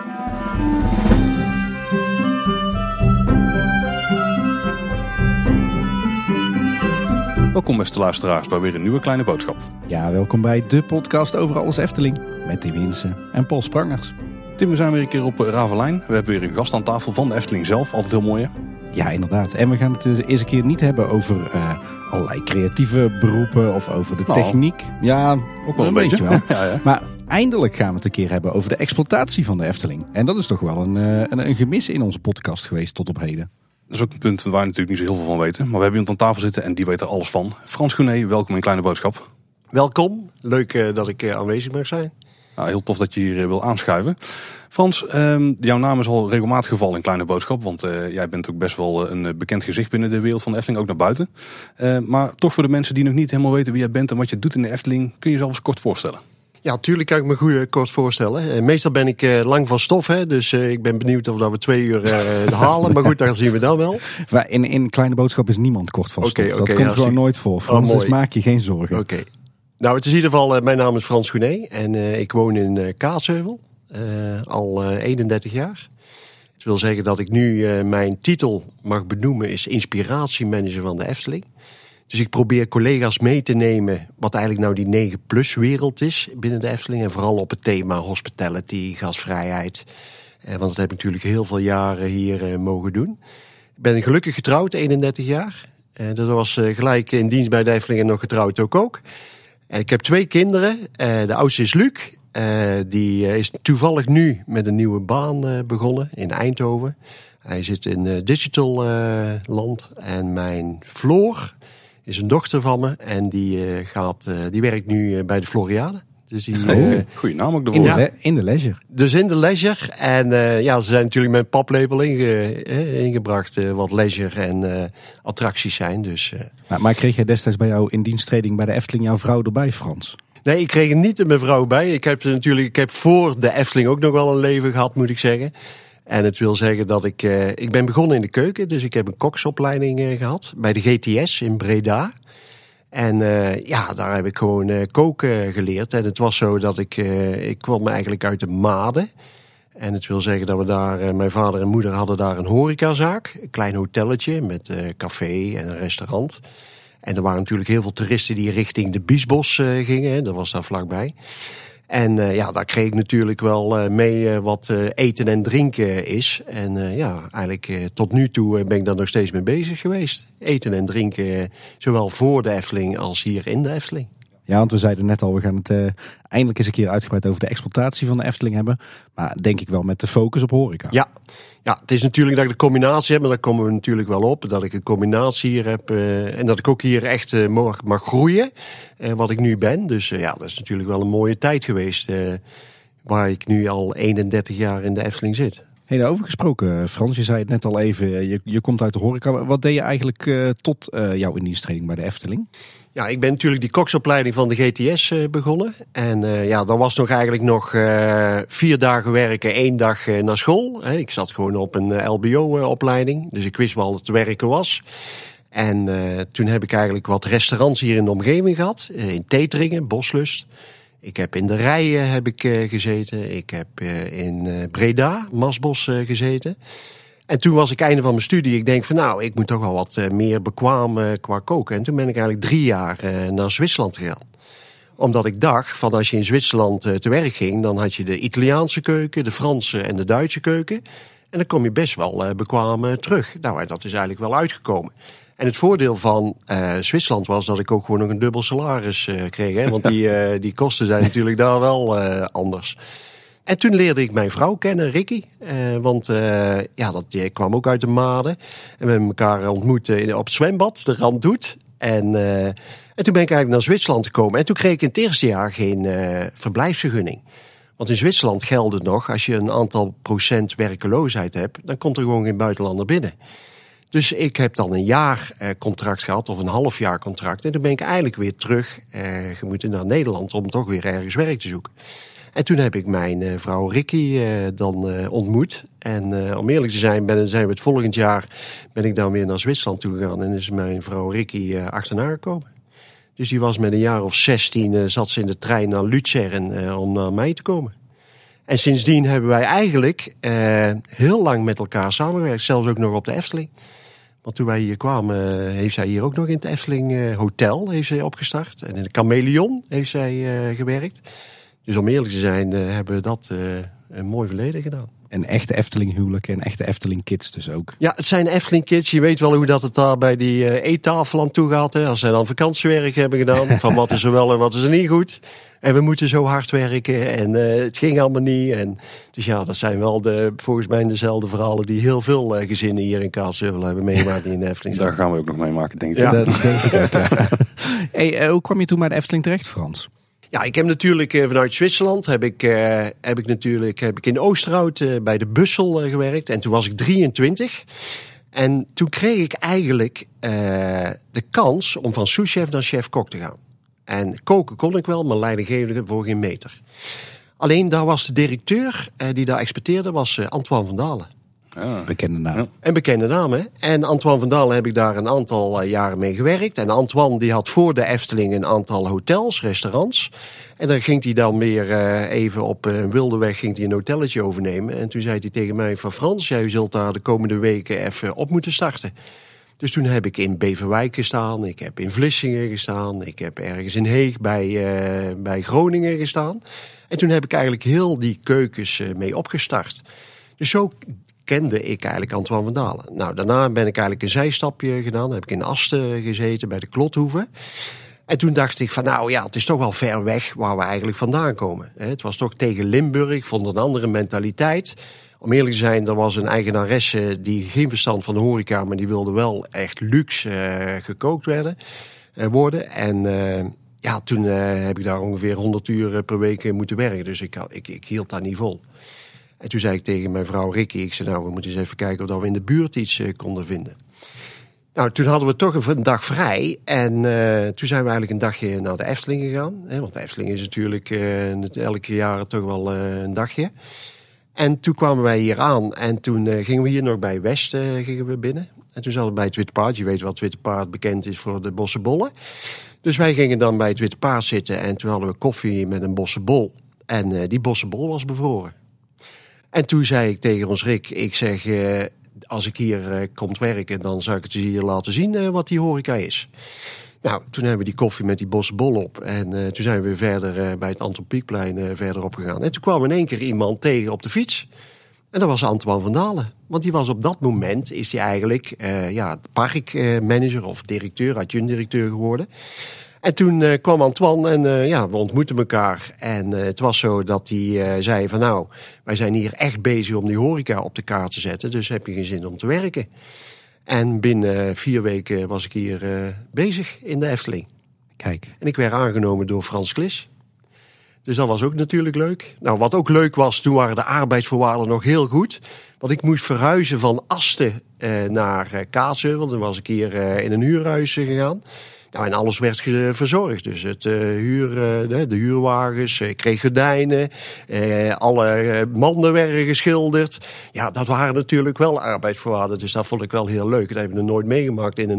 Welkom beste luisteraars bij weer een nieuwe kleine boodschap. Ja, welkom bij de podcast over alles Efteling met Tim Hinsen en Paul Sprangers. Tim, we zijn weer een keer op Ravelijn. We hebben weer een gast aan tafel van de Efteling zelf, altijd heel mooi hè? Ja, inderdaad. En we gaan het eens een keer niet hebben over allerlei creatieve beroepen of over de techniek. Ja, ook wel een beetje wel. Ja. Maar eindelijk gaan we het een keer hebben over de exploitatie van de Efteling. En dat is toch wel een gemis in onze podcast geweest tot op heden. Dat is ook een punt waar we natuurlijk niet zo heel veel van weten. Maar we hebben iemand aan tafel zitten en die weet er alles van. Frans Gournay, welkom in Kleine Boodschap. Welkom, leuk dat ik aanwezig mag zijn. Nou, heel tof dat je hier wil aanschuiven. Frans, jouw naam is al regelmatig gevallen in Kleine Boodschap. Want jij bent ook best wel een bekend gezicht binnen de wereld van de Efteling, ook naar buiten. Maar toch voor de mensen die nog niet helemaal weten wie jij bent en wat je doet in de Efteling, kun je jezelf eens kort voorstellen? Ja, natuurlijk kan ik me goed kort voorstellen. Meestal ben ik lang van stof, hè, dus ik ben benieuwd of dat we 2 uur halen. Maar goed, dat zien we dan wel. Maar in Kleine Boodschap is niemand kort van stof. Dat komt gewoon nooit voor. Frans, dus maak je geen zorgen. Oké. Nou, het is in ieder geval, mijn naam is Frans Gournay en ik woon in Kaatsheuvel al 31 jaar. Dat wil zeggen dat ik nu mijn titel mag benoemen is inspiratiemanager van de Efteling. Dus ik probeer collega's mee te nemen wat eigenlijk nou die 9+ wereld is binnen de Efteling. En vooral op het thema hospitality, gastvrijheid. Want dat heb ik natuurlijk heel veel jaren hier mogen doen. Ik ben gelukkig getrouwd, 31 jaar. Dat was gelijk in dienst bij de Efteling en nog getrouwd ook. Ik heb 2 kinderen. De oudste is Luc. Die is toevallig nu met een nieuwe baan begonnen in Eindhoven. Hij zit in digital land. En mijn Floor is een dochter van me en die werkt nu bij de Floriade. Dus goeie naam ook ervoor. In de leisure. Dus in de leisure. En ze zijn natuurlijk met een paplepel ingebracht wat leisure en attracties zijn. Dus, Maar kreeg jij destijds bij jou in dienstreding bij de Efteling jouw vrouw erbij, Frans? Nee, ik kreeg er niet een mevrouw bij. Ik heb voor de Efteling ook nog wel een leven gehad, moet ik zeggen. En het wil zeggen dat ik ben begonnen in de keuken. Dus ik heb een koksopleiding gehad bij de GTS in Breda. En daar heb ik gewoon koken geleerd. En het was zo dat ik kwam eigenlijk uit de Maden. En het wil zeggen dat we daar, mijn vader en moeder hadden daar een horecazaak. Een klein hotelletje met café en een restaurant. En er waren natuurlijk heel veel toeristen die richting de Biesbos gingen. Hè, dat was daar vlakbij. En daar kreeg ik natuurlijk wel mee wat eten en drinken is. En eigenlijk tot nu toe ben ik daar nog steeds mee bezig geweest. Eten en drinken, zowel voor de Efteling als hier in de Efteling. Ja, want we zeiden net al, we gaan het eindelijk eens een keer uitgebreid over de exploitatie van de Efteling hebben. Maar denk ik wel met de focus op horeca. Ja, het is natuurlijk dat ik de combinatie heb, maar daar komen we natuurlijk wel op. Dat ik een combinatie hier heb en dat ik ook hier echt mag groeien, wat ik nu ben. Dus dat is natuurlijk wel een mooie tijd geweest, waar ik nu al 31 jaar in de Efteling zit. Hey, daarover gesproken, Frans, je zei het net al even, je komt uit de horeca. Wat deed je eigenlijk tot jouw indiensttreding bij de Efteling? Ja, ik ben natuurlijk die koksopleiding van de GTS begonnen. En dan was nog 4 dagen werken, 1 dag naar school. Ik zat gewoon op een LBO-opleiding, dus ik wist wel dat het werken was. En toen heb ik eigenlijk wat restaurants hier in de omgeving gehad. In Teteringen, Boslust. Ik heb in de Rijen gezeten. Ik heb in Breda, Masbos gezeten. En toen was ik einde van mijn studie. Ik denk van ik moet toch wel wat meer bekwaam qua koken. En toen ben ik eigenlijk 3 jaar naar Zwitserland gegaan. Omdat ik dacht van als je in Zwitserland te werk ging, dan had je de Italiaanse keuken, de Franse en de Duitse keuken. En dan kom je best wel bekwaam terug. Nou, dat is eigenlijk wel uitgekomen. En het voordeel van Zwitserland was dat ik ook gewoon nog een dubbel salaris kreeg. Hè? Want die kosten zijn natuurlijk daar wel anders. En toen leerde ik mijn vrouw kennen, Ricky. Die kwam ook uit de Maden. En we hebben elkaar ontmoet op het zwembad, de Randhoed. En toen ben ik eigenlijk naar Zwitserland gekomen. En toen kreeg ik in het eerste jaar geen verblijfsvergunning. Want in Zwitserland geldt het nog, als je een aantal procent werkeloosheid hebt, dan komt er gewoon geen buitenlander binnen. Dus ik heb dan een jaar contract gehad, of een half jaar contract. En toen ben ik eigenlijk weer terug gemoeten naar Nederland om toch weer ergens werk te zoeken. En toen heb ik mijn vrouw Ricky dan ontmoet. En om eerlijk te zijn, zijn we het volgend jaar ben ik dan weer naar Zwitserland toe gegaan. En is mijn vrouw Ricky achterna gekomen. Dus die was met een jaar of 16, zat ze in de trein naar Luzern om naar mij te komen. En sindsdien hebben wij eigenlijk heel lang met elkaar samengewerkt. Zelfs ook nog op de Efteling. Want toen wij hier kwamen, heeft zij hier ook nog in het Efteling Hotel heeft zij opgestart. En in de Chameleon heeft zij gewerkt. Dus om eerlijk te zijn, hebben we dat een mooi verleden gedaan. Een echte Efteling huwelijk en echte Efteling kids dus ook. Ja, het zijn Efteling kids. Je weet wel hoe dat het daar bij die eettafel aan toe gaat. Hè? Als zij dan vakantiewerk hebben gedaan. Van wat is er wel en wat is er niet goed. En we moeten zo hard werken. En het ging allemaal niet. En, dus ja, dat zijn wel volgens mij dezelfde verhalen die heel veel gezinnen hier in Kaatsheuvel hebben meegemaakt in de Efteling. Daar gaan we ook nog meemaken, denk ik. Ja, dat denk ik ook. Ja. Hey, hoe kwam je toen bij de Efteling terecht, Frans? Ja, ik heb natuurlijk vanuit Zwitserland heb ik in Oosterhout bij de Bussel gewerkt. En toen was ik 23. En toen kreeg ik eigenlijk de kans om van souschef naar chef-kok te gaan. En koken kon ik wel, maar leidinggevende voor geen meter. Alleen daar was de directeur die daar exporteerde, was Antoine van Dalen. Ja. Bekende naam. Ja. Een bekende naam, hè? En Antoine van Dalen heb ik daar een aantal jaren mee gewerkt. En Antoine die had voor de Efteling een aantal hotels, restaurants. En dan ging hij dan weer even op een wilde weg ging hij een hotelletje overnemen. En toen zei hij tegen mij van Frans, jij zult daar de komende weken even op moeten starten. Dus toen heb ik in Beverwijk gestaan, ik heb in Vlissingen gestaan, ik heb ergens in Heeg bij Groningen gestaan. En toen heb ik eigenlijk heel die keukens mee opgestart. Dus zo kende ik eigenlijk Antoine van Dalen. Nou, daarna ben ik eigenlijk een zijstapje gedaan. Dan heb ik in Asten gezeten bij de Klothoeve. En toen dacht ik van nou ja, het is toch wel ver weg waar we eigenlijk vandaan komen. Het was toch tegen Limburg, ik vond een andere mentaliteit. Om eerlijk te zijn, er was een eigenaresse die geen verstand van de horeca, maar die wilde wel echt luxe gekookt worden. En ja, toen heb ik daar ongeveer 100 uur per week moeten werken. Dus ik hield dat niet vol. En toen zei ik tegen mijn vrouw Ricky, ik zei nou, we moeten eens even kijken of we in de buurt iets konden vinden. Nou, toen hadden we toch een dag vrij. En toen zijn we eigenlijk een dagje naar de Efteling gegaan. Want de Efteling is natuurlijk elke jaar toch wel een dagje. En toen kwamen wij hier aan. En toen gingen we hier nog bij West gingen we binnen. En toen zaten we bij het Witte Paard. Je weet wat het Witte Paard bekend is voor de bossenbollen. Dus wij gingen dan bij het Witte Paard zitten. En toen hadden we koffie met een bossenbol. En die bossenbol was bevroren. En toen zei ik tegen ons Rick, ik zeg, als ik hier kom werken, dan zou ik het hier laten zien wat die horeca is. Nou, toen hebben we die koffie met die bossenbol op. En toen zijn we weer verder bij het Anton Pieckplein verderop gegaan. En toen kwam in één keer iemand tegen op de fiets. En dat was Antoine van Dalen. Want die was op dat moment, is hij eigenlijk parkmanager of directeur, adjunct-directeur geworden. En toen kwam Antoine en we ontmoetten elkaar. En het was zo dat hij zei van nou, wij zijn hier echt bezig om die horeca op de kaart te zetten. Dus heb je geen zin om te werken. En binnen 4 weken was ik hier bezig in de Efteling. Kijk. En ik werd aangenomen door Frans Klis. Dus dat was ook natuurlijk leuk. Nou, wat ook leuk was, toen waren de arbeidsvoorwaarden nog heel goed. Want ik moest verhuizen van Asten naar Kaatsheuvel. Toen was ik hier in een huurhuis gegaan. Nou, en alles werd verzorgd. Dus de huurwagens, ik kreeg gordijnen, alle manden werden geschilderd. Ja, dat waren natuurlijk wel arbeidsvoorwaarden. Dus dat vond ik wel heel leuk. Dat hebben we nooit meegemaakt in een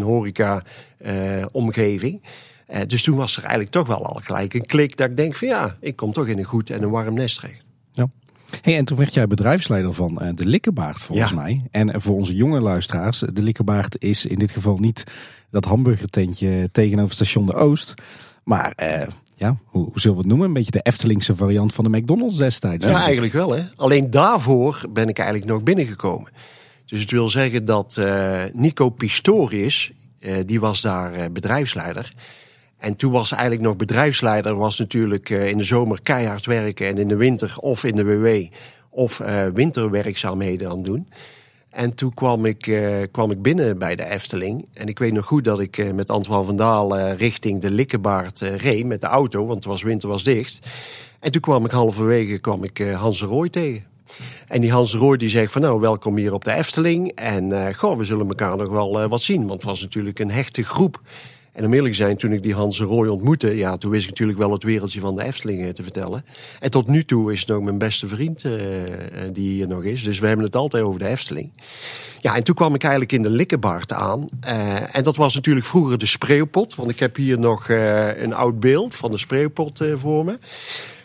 horeca-omgeving. Dus toen was er eigenlijk toch wel al gelijk een klik dat ik denk van ja, ik kom toch in een goed en een warm nest terecht. Ja. Hey, en toen werd jij bedrijfsleider van de Likkerbaard volgens mij. En voor onze jonge luisteraars, de Likkerbaard is in dit geval niet dat hamburgertentje tegenover station De Oost. Maar hoe zullen we het noemen? Een beetje de Eftelingse variant van de McDonald's destijds. Ja, eigenlijk wel. Hè? Alleen daarvoor ben ik eigenlijk nog binnengekomen. Dus het wil zeggen dat Nico Pistorius, die was daar bedrijfsleider. En toen was eigenlijk nog bedrijfsleider, was natuurlijk in de zomer keihard werken en in de winter of in de WW of winterwerkzaamheden aan doen. En toen kwam ik binnen bij de Efteling. En ik weet nog goed dat ik met Antoine van Dalen richting de Likkerbaard reed met de auto, want winter was dicht. En toen kwam ik halverwege Hans de Rooij tegen. En die Hans de Rooij die zegt van nou, welkom hier op de Efteling. En we zullen elkaar nog wel wat zien, want het was natuurlijk een hechte groep. En om eerlijk te zijn, toen ik die Hans de Rooij ontmoette, ja, toen wist ik natuurlijk wel het wereldje van de Efteling te vertellen. En tot nu toe is het nog mijn beste vriend die hier nog is. Dus we hebben het altijd over de Efteling. Ja, en toen kwam ik eigenlijk in de Likkerbaard aan. En dat was natuurlijk vroeger de Spreeuwpot. Want ik heb hier nog een oud beeld van de Spreeuwpot voor me.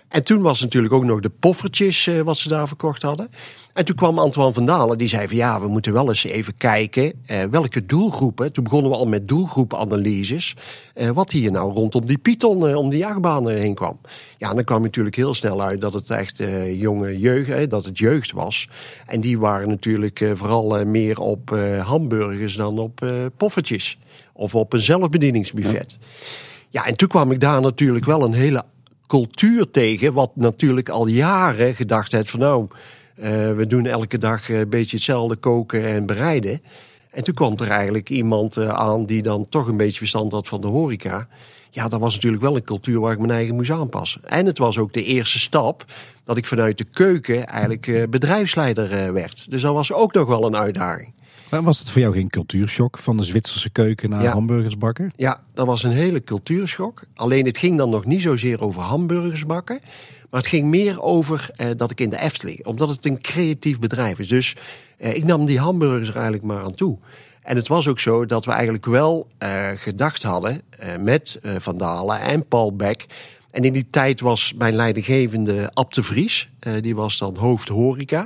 En toen was natuurlijk ook nog de poffertjes wat ze daar verkocht hadden. En toen kwam Antoine van Dalen, die zei van ja, we moeten wel eens even kijken welke doelgroepen. Toen begonnen we al met doelgroepenanalyses. Wat hier nou rondom die Python, om die achtbaan heen kwam. Ja, en dan kwam natuurlijk heel snel uit dat het echt jonge jeugd, dat het jeugd was. En die waren natuurlijk vooral meer op hamburgers dan op poffertjes. Of op een zelfbedieningsbuffet. Ja, en toen kwam ik daar natuurlijk wel een hele cultuur tegen, wat natuurlijk al jaren gedacht heeft van nou, we doen elke dag een beetje hetzelfde koken en bereiden. En toen kwam er eigenlijk iemand aan die dan toch een beetje verstand had van de horeca. Ja, dat was natuurlijk wel een cultuur waar ik mijn eigen moest aanpassen. En het was ook de eerste stap dat ik vanuit de keuken eigenlijk bedrijfsleider werd. Dus dat was ook nog wel een uitdaging. Maar was het voor jou geen cultuurshock van de Zwitserse keuken naar hamburgers bakken? Ja, dat was een hele cultuurschok. Alleen het ging dan nog niet zozeer over hamburgers bakken. Maar het ging meer over dat ik in de Efteling, omdat het een creatief bedrijf is. Dus ik nam die hamburgers er eigenlijk maar aan toe. En het was ook zo dat we eigenlijk wel gedacht hadden met Van Dalen en Paul Beck. En in die tijd was mijn leidinggevende Ab de Vries. Die was dan hoofd horeca.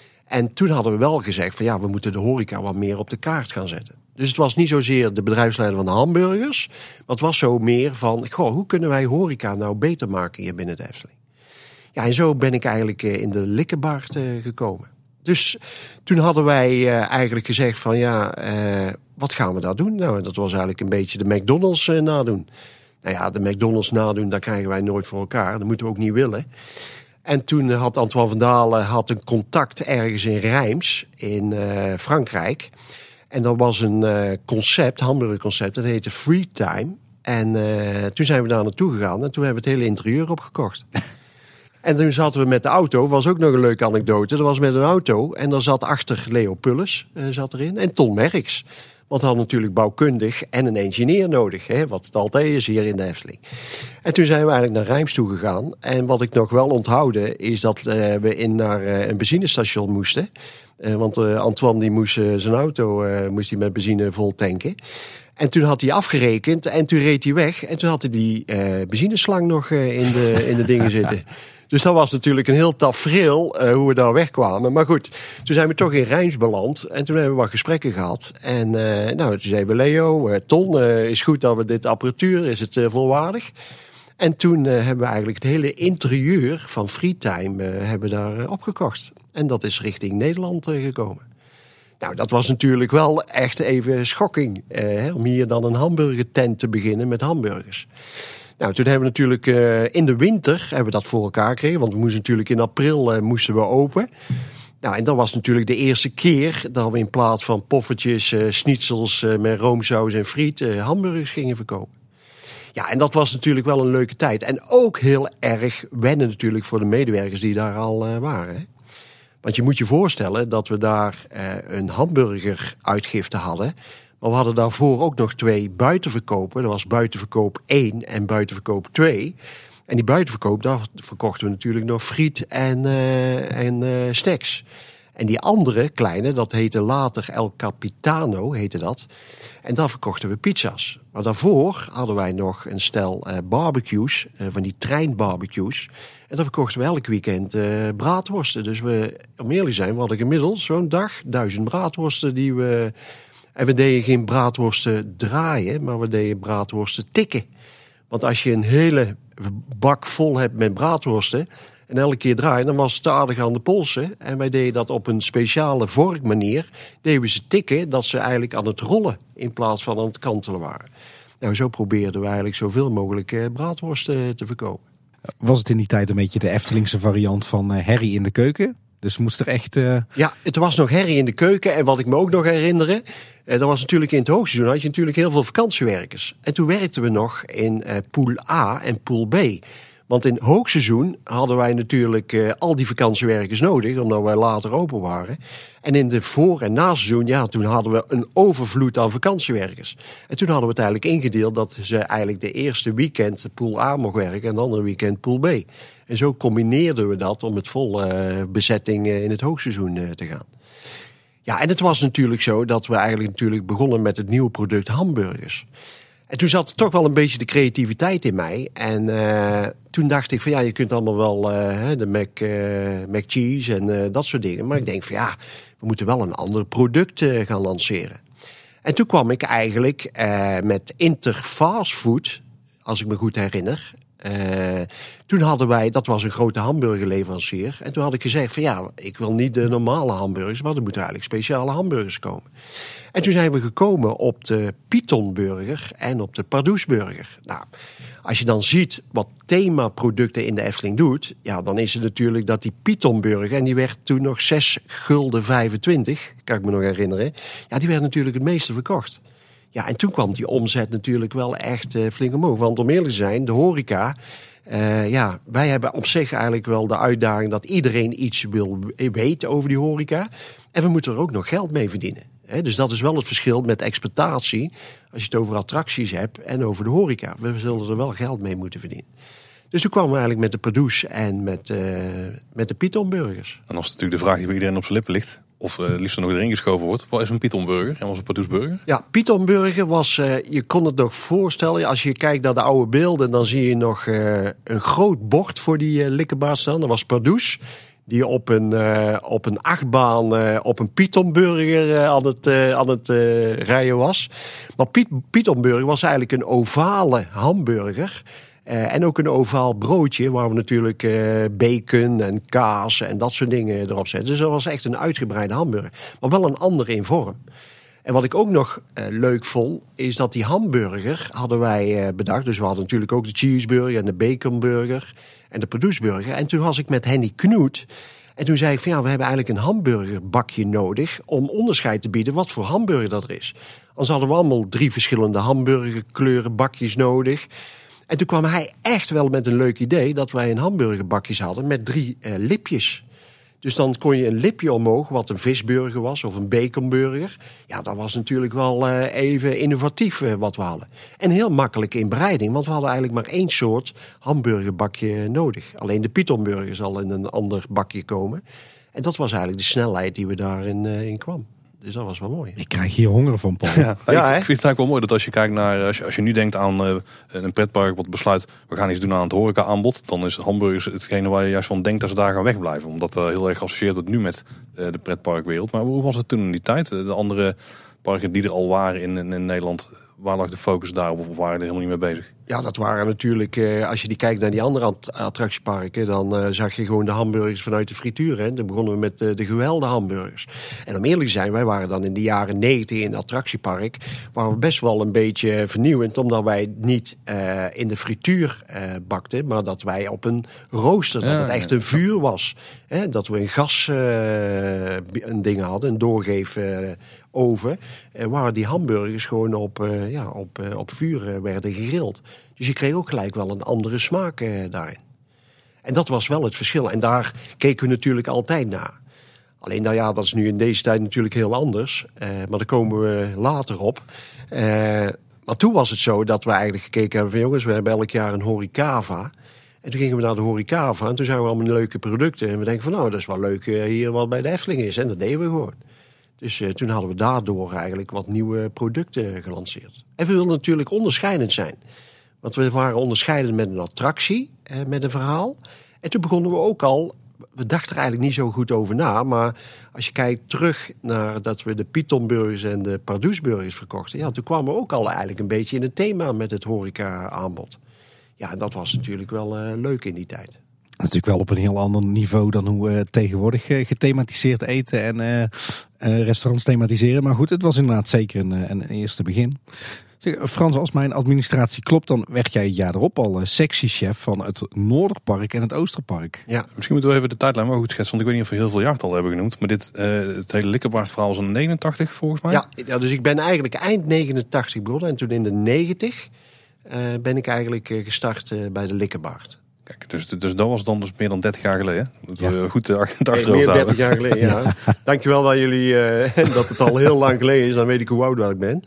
En toen hadden we wel gezegd van ja, we moeten de horeca wat meer op de kaart gaan zetten. Dus het was niet zozeer de bedrijfsleider van de hamburgers. Maar het was zo meer van, goh, hoe kunnen wij horeca nou beter maken hier binnen de Efteling? Ja, en zo ben ik eigenlijk in de Likkebaard gekomen. Dus toen hadden wij eigenlijk gezegd van ja, wat gaan we daar doen? Nou, dat was eigenlijk een beetje de McDonald's nadoen. Nou ja, de McDonald's nadoen, dat krijgen wij nooit voor elkaar. Dat moeten we ook niet willen. En toen had Antoine van Dalen een contact ergens in Reims in Frankrijk. En dat was een concept, hamburgerconcept, dat heette Free Time. En toen zijn we daar naartoe gegaan en toen hebben we het hele interieur opgekocht. En toen zaten we met de auto, was ook nog een leuke anekdote. Dat was met een auto en daar zat achter Leo Pulles zat erin en Ton Merks. Want hij had natuurlijk bouwkundig en een engineer nodig. Hè, wat het altijd is hier in de Efteling. En toen zijn we eigenlijk naar Reims toe gegaan. En wat ik nog wel onthouden is dat we naar een benzinestation moesten. Want Antoine die moest zijn auto moest hij met benzine vol tanken. En toen had hij afgerekend en toen reed hij weg. En toen had hij die benzineslang nog in de dingen zitten. Dus dat was natuurlijk een heel tafereel hoe we daar wegkwamen. Maar goed, toen zijn we toch in Reims beland. En toen hebben we wat gesprekken gehad. En toen zeiden we Leo, Ton, is goed dat we dit apparatuur, is het volwaardig? En toen hebben we eigenlijk het hele interieur van Freetime hebben we daar opgekocht. En dat is richting Nederland gekomen. Nou, dat was natuurlijk wel echt even schokking. Om hier dan een hamburgertent te beginnen met hamburgers. Nou, toen hebben we natuurlijk in de winter hebben we dat voor elkaar gekregen. Want we moesten natuurlijk in april moesten we open. Nou, en dat was natuurlijk de eerste keer dat we in plaats van poffertjes, schnitzels met roomsaus en friet hamburgers gingen verkopen. Ja, en dat was natuurlijk wel een leuke tijd. En ook heel erg wennen natuurlijk voor de medewerkers die daar al waren. Hè? Want je moet je voorstellen dat we daar een hamburgeruitgifte hadden. Maar we hadden daarvoor ook nog 2 buitenverkopen. Dat was buitenverkoop 1 en buitenverkoop 2. En die buitenverkoop, daar verkochten we natuurlijk nog friet en snacks. En die andere kleine, dat heette later El Capitano, heette dat. En daar verkochten we pizza's. Maar daarvoor hadden wij nog een stel barbecues, van die treinbarbecues. En daar verkochten we elk weekend braadworsten. Dus om eerlijk zijn, we hadden gemiddeld zo'n dag 1000 braadworsten die we... En we deden geen braadworsten draaien, maar we deden braadworsten tikken. Want als je een hele bak vol hebt met braadworsten en elke keer draaien, dan was het aardig aan de polsen. En wij deden dat op een speciale vorkmanier. Deden we ze tikken, dat ze eigenlijk aan het rollen in plaats van aan het kantelen waren. Nou, zo probeerden we eigenlijk zoveel mogelijk braadworsten te verkopen. Was het in die tijd een beetje de Eftelingse variant van herrie in de keuken? Dus moest er echt... Ja, het was nog herrie in de keuken. En wat ik me ook nog herinneren, dat was natuurlijk in het hoogseizoen had je natuurlijk heel veel vakantiewerkers. En toen werkten we nog in pool A en pool B. Want in hoogseizoen hadden wij natuurlijk al die vakantiewerkers nodig, omdat wij later open waren. En in de voor- en naseizoen, ja, toen hadden we een overvloed aan vakantiewerkers. En toen hadden we het eigenlijk ingedeeld dat ze eigenlijk de eerste weekend pool A mocht werken en de andere weekend pool B. En zo combineerden we dat om met volle bezetting in het hoogseizoen te gaan. Ja, en het was natuurlijk zo dat we eigenlijk natuurlijk begonnen met het nieuwe product hamburgers. En toen zat er toch wel een beetje de creativiteit in mij. En toen dacht ik van je kunt allemaal wel de Mac Cheese en dat soort dingen. Maar ik denk van we moeten wel een ander product gaan lanceren. En toen kwam ik eigenlijk met Interfast Food, als ik me goed herinner. Toen hadden wij, dat was een grote hamburgerleverancier. En toen had ik gezegd van ik wil niet de normale hamburgers, maar er moeten eigenlijk speciale hamburgers komen. En toen zijn we gekomen op de Pythonburger en op de Pardoesburger. Nou, als je dan ziet wat themaproducten in de Efteling doet, dan is het natuurlijk dat die Pythonburger, en die werd toen nog 6,25 gulden, kan ik me nog herinneren. Ja, die werd natuurlijk het meeste verkocht. Ja, en toen kwam die omzet natuurlijk wel echt flink omhoog. Want om eerlijk te zijn, de horeca, wij hebben op zich eigenlijk wel de uitdaging dat iedereen iets wil weten over die horeca. En we moeten er ook nog geld mee verdienen. Dus dat is wel het verschil met exploitatie, als je het over attracties hebt en over de horeca. We zullen er wel geld mee moeten verdienen. Dus toen kwamen we eigenlijk met de Pardoes en met de Pythonburgers. En als natuurlijk de vraag die bij iedereen op zijn lippen ligt, of liefst er nog erin geschoven wordt, wat is een Pythonburger en wat is een Pardoesburger? Ja, Pythonburger was, je kon het nog voorstellen, als je kijkt naar de oude beelden, dan zie je nog een groot bord voor die likkerbaard staan. Dat was Pardoes, die op een achtbaan op een Pythonburger aan het rijden was. Maar Pythonburger was eigenlijk een ovale hamburger. En ook een ovaal broodje waar we natuurlijk bacon en kaas en dat soort dingen erop zetten. Dus dat was echt een uitgebreide hamburger. Maar wel een andere in vorm. En wat ik ook nog leuk vond, is dat die hamburger hadden wij bedacht. Dus we hadden natuurlijk ook de cheeseburger en de baconburger en de Pardoesburger. En toen was ik met Henny Knoet. En toen zei ik van we hebben eigenlijk een hamburgerbakje nodig om onderscheid te bieden wat voor hamburger dat er is. Anders hadden we allemaal 3 verschillende hamburgerkleuren bakjes nodig. En toen kwam hij echt wel met een leuk idee dat wij een hamburgerbakjes hadden met 3 lipjes. Dus dan kon je een lipje omhoog, wat een visburger was of een baconburger. Ja, dat was natuurlijk wel even innovatief wat we hadden. En heel makkelijk in bereiding, want we hadden eigenlijk maar 1 soort hamburgerbakje nodig. Alleen de Pythonburger zal in een ander bakje komen. En dat was eigenlijk de snelheid die we daarin in kwam. Dus dat was wel mooi. Ik krijg hier honger van, Paul. Ik vind het eigenlijk wel mooi dat als je kijkt naar, als je nu denkt aan een pretpark wat besluit, we gaan iets doen aan het horeca aanbod, dan is hamburgers hetgene waar je juist van denkt dat ze daar gaan wegblijven. Omdat dat heel erg geassocieerd wordt nu met de pretparkwereld. Maar hoe was het toen in die tijd? De andere parken die er al waren in Nederland, waar lag de focus daarop of waren er helemaal niet mee bezig? Ja, dat waren natuurlijk, als je die kijkt naar die andere attractieparken, dan zag je gewoon de hamburgers vanuit de frituur. Hè. Dan begonnen we met de gewelde hamburgers. En om eerlijk te zijn, wij waren dan in de jaren 90 in het attractiepark, waren we best wel een beetje vernieuwend, omdat wij niet in de frituur bakten, maar dat wij op een rooster, dat het echt een vuur was. Hè. Dat we een gas een ding hadden, een doorgeef oven, waar die hamburgers gewoon op vuur werden gegrild. Dus je kreeg ook gelijk wel een andere smaak daarin. En dat was wel het verschil. En daar keken we natuurlijk altijd naar. Alleen dat is nu in deze tijd natuurlijk heel anders. Maar daar komen we later op. Maar toen was het zo dat we eigenlijk gekeken hebben van jongens, we hebben elk jaar een Horecava. En toen gingen we naar de Horecava en toen zagen we allemaal leuke producten. En we denken van dat is wel leuk hier wat bij de Efteling is. En dat deden we gewoon. Dus toen hadden we daardoor eigenlijk wat nieuwe producten gelanceerd. En we wilden natuurlijk onderscheidend zijn. Want we waren onderscheidend met een attractie, met een verhaal. En toen begonnen we ook al, we dachten er eigenlijk niet zo goed over na. Maar als je kijkt terug naar dat we de Pythonburgers en de Pardoesburgers verkochten. Ja, toen kwamen we ook al eigenlijk een beetje in het thema met het horeca aanbod. Ja, en dat was natuurlijk wel leuk in die tijd. Natuurlijk wel op een heel ander niveau dan hoe we tegenwoordig gethematiseerd eten en restaurants thematiseren. Maar goed, het was inderdaad zeker een eerste begin. Zeg, Frans, als mijn administratie klopt, dan werd jij het jaar erop al sectiechef van het Noorderpark en het Oosterpark. Ja. Misschien moeten we even de tijdlijn wel goed schetsen, want ik weet niet of we heel veel jaartallen hebben genoemd. Maar het hele Likkerbaard-verhaal was in 89 volgens mij. Ja, dus ik ben eigenlijk eind 89 begonnen en toen in de 90 ben ik eigenlijk gestart bij de Likkerbaard. Kijk, dus dat was dan dus meer dan 30 jaar geleden. Dat we goed de achterhoofd houden. Meer dan 30 jaar geleden, ja. Dankjewel dat jullie, dat het al heel lang geleden is. Dan weet ik hoe oud ik ben.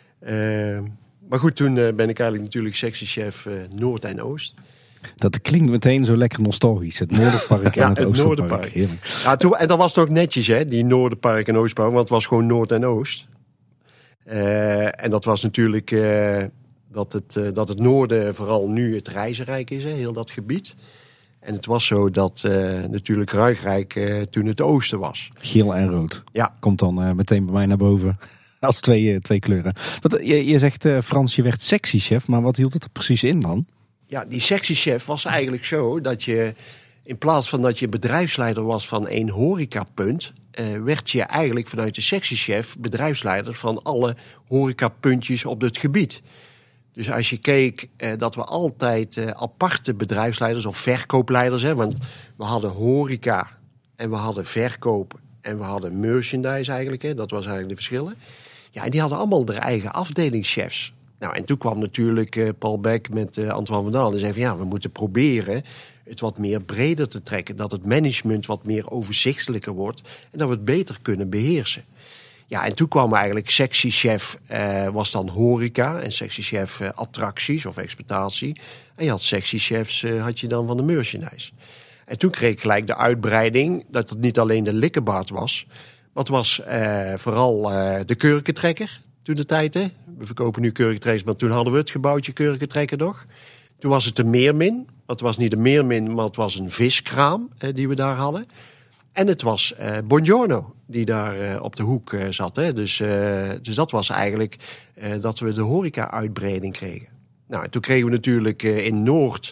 Maar goed, toen ben ik eigenlijk natuurlijk sectiechef Noord en Oost. Dat klinkt meteen zo lekker nostalgisch. Het Noorderpark en het Oosterpark. Ja, en dat was toch netjes, hè, die Noorderpark en Oostpark. Want het was gewoon Noord en Oost. En dat was natuurlijk dat het noorden vooral nu het reizenrijk is, hè, heel dat gebied. En het was zo dat natuurlijk Ruigrijk toen het oosten was. Geel en rood. Ja. Komt dan meteen bij mij naar boven. Als twee kleuren. Je zegt, Frans, je werd sectiechef. Maar wat hield het er precies in dan? Ja, die sectiechef was eigenlijk zo dat je, in plaats van dat je bedrijfsleider was van 1 horecapunt, werd je eigenlijk vanuit de sectiechef bedrijfsleider van alle horecapuntjes op het gebied. Dus als je keek dat we altijd aparte bedrijfsleiders of verkoopleiders hebben. Want we hadden horeca en we hadden verkoop en we hadden merchandise eigenlijk. Hè, dat was eigenlijk de verschillen. Ja, en die hadden allemaal hun eigen afdelingschefs. Nou, en toen kwam natuurlijk Paul Beck met Antoine van Dalen en zei van ja, we moeten proberen het wat meer breder te trekken. Dat het management wat meer overzichtelijker wordt en dat we het beter kunnen beheersen. Ja, en toen kwam eigenlijk sectiechef, was dan horeca en sectiechef attracties of exploitatie. En je had sectiechefs, had je dan van de merchandise. En toen kreeg ik gelijk de uitbreiding dat het niet alleen de likkerbaard was. Maar het was vooral de kurkentrekker toen de tijd. Hè. We verkopen nu kurkentrekkers, maar toen hadden we het gebouwtje kurkentrekker nog. Toen was het de Meermin. Het was niet de Meermin, maar het was een viskraam die we daar hadden. En het was Buongiorno, die daar op de hoek zat. Hè. Dus dat was eigenlijk dat we de horeca-uitbreiding kregen. Nou, en toen kregen we natuurlijk in Noord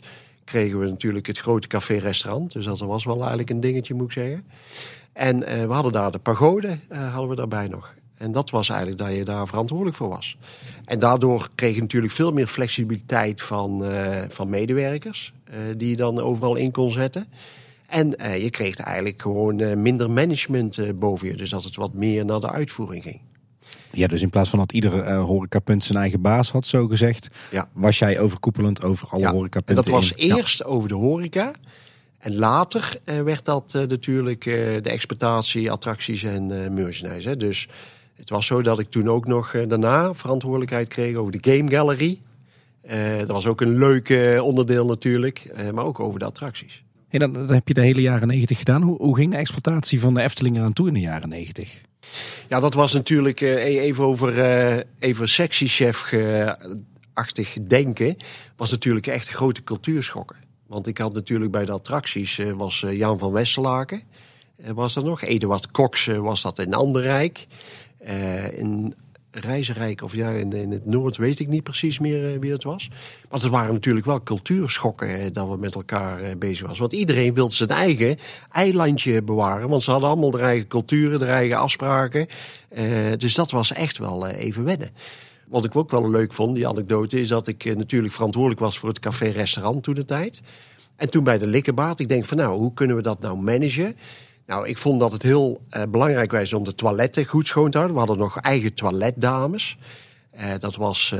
het grote café-restaurant. Dus dat was wel eigenlijk een dingetje, moet ik zeggen. En we hadden daar de pagode, hadden we daarbij nog. En dat was eigenlijk dat je daar verantwoordelijk voor was. En daardoor kreeg je natuurlijk veel meer flexibiliteit van medewerkers, die je dan overal in kon zetten. En je kreeg eigenlijk gewoon minder management boven je. Dus dat het wat meer naar de uitvoering ging. Ja, dus in plaats van dat ieder horecapunt zijn eigen baas had, zo gezegd, was jij overkoepelend over alle horecapunten. En dat was eerst over de horeca. En later werd dat natuurlijk de exploitatie, attracties en merchandise. Hè. Dus het was zo dat ik toen ook nog daarna verantwoordelijkheid kreeg over de Game Gallery. Dat was ook een leuk onderdeel natuurlijk, maar ook over de attracties. En dan heb je de hele jaren 90 gedaan. Hoe ging de exploitatie van de Efteling eraan toe in de jaren 90? Ja, dat was natuurlijk even sectiechef-achtig denken. Was natuurlijk echt een grote cultuurschokken. Want ik had natuurlijk bij de attracties, was Jan van Westerlaken. Was dat nog? Eduard Cox was dat in Anderrijk. In Reizenrijk, of ja, in het Noord weet ik niet precies meer wie het was. Maar het waren natuurlijk wel cultuurschokken dat we met elkaar bezig was. Want iedereen wilde zijn eigen eilandje bewaren. Want ze hadden allemaal de eigen culturen, de eigen afspraken. Dus dat was echt wel even wennen. Wat ik ook wel leuk vond, die anekdote, is dat ik natuurlijk verantwoordelijk was voor het café-restaurant toen de tijd. En toen bij de Likkerbaard, ik denk van nou, hoe kunnen we dat nou managen? Nou, ik vond dat het heel belangrijk was om de toiletten goed schoon te houden. We hadden nog eigen toiletdames. Dat was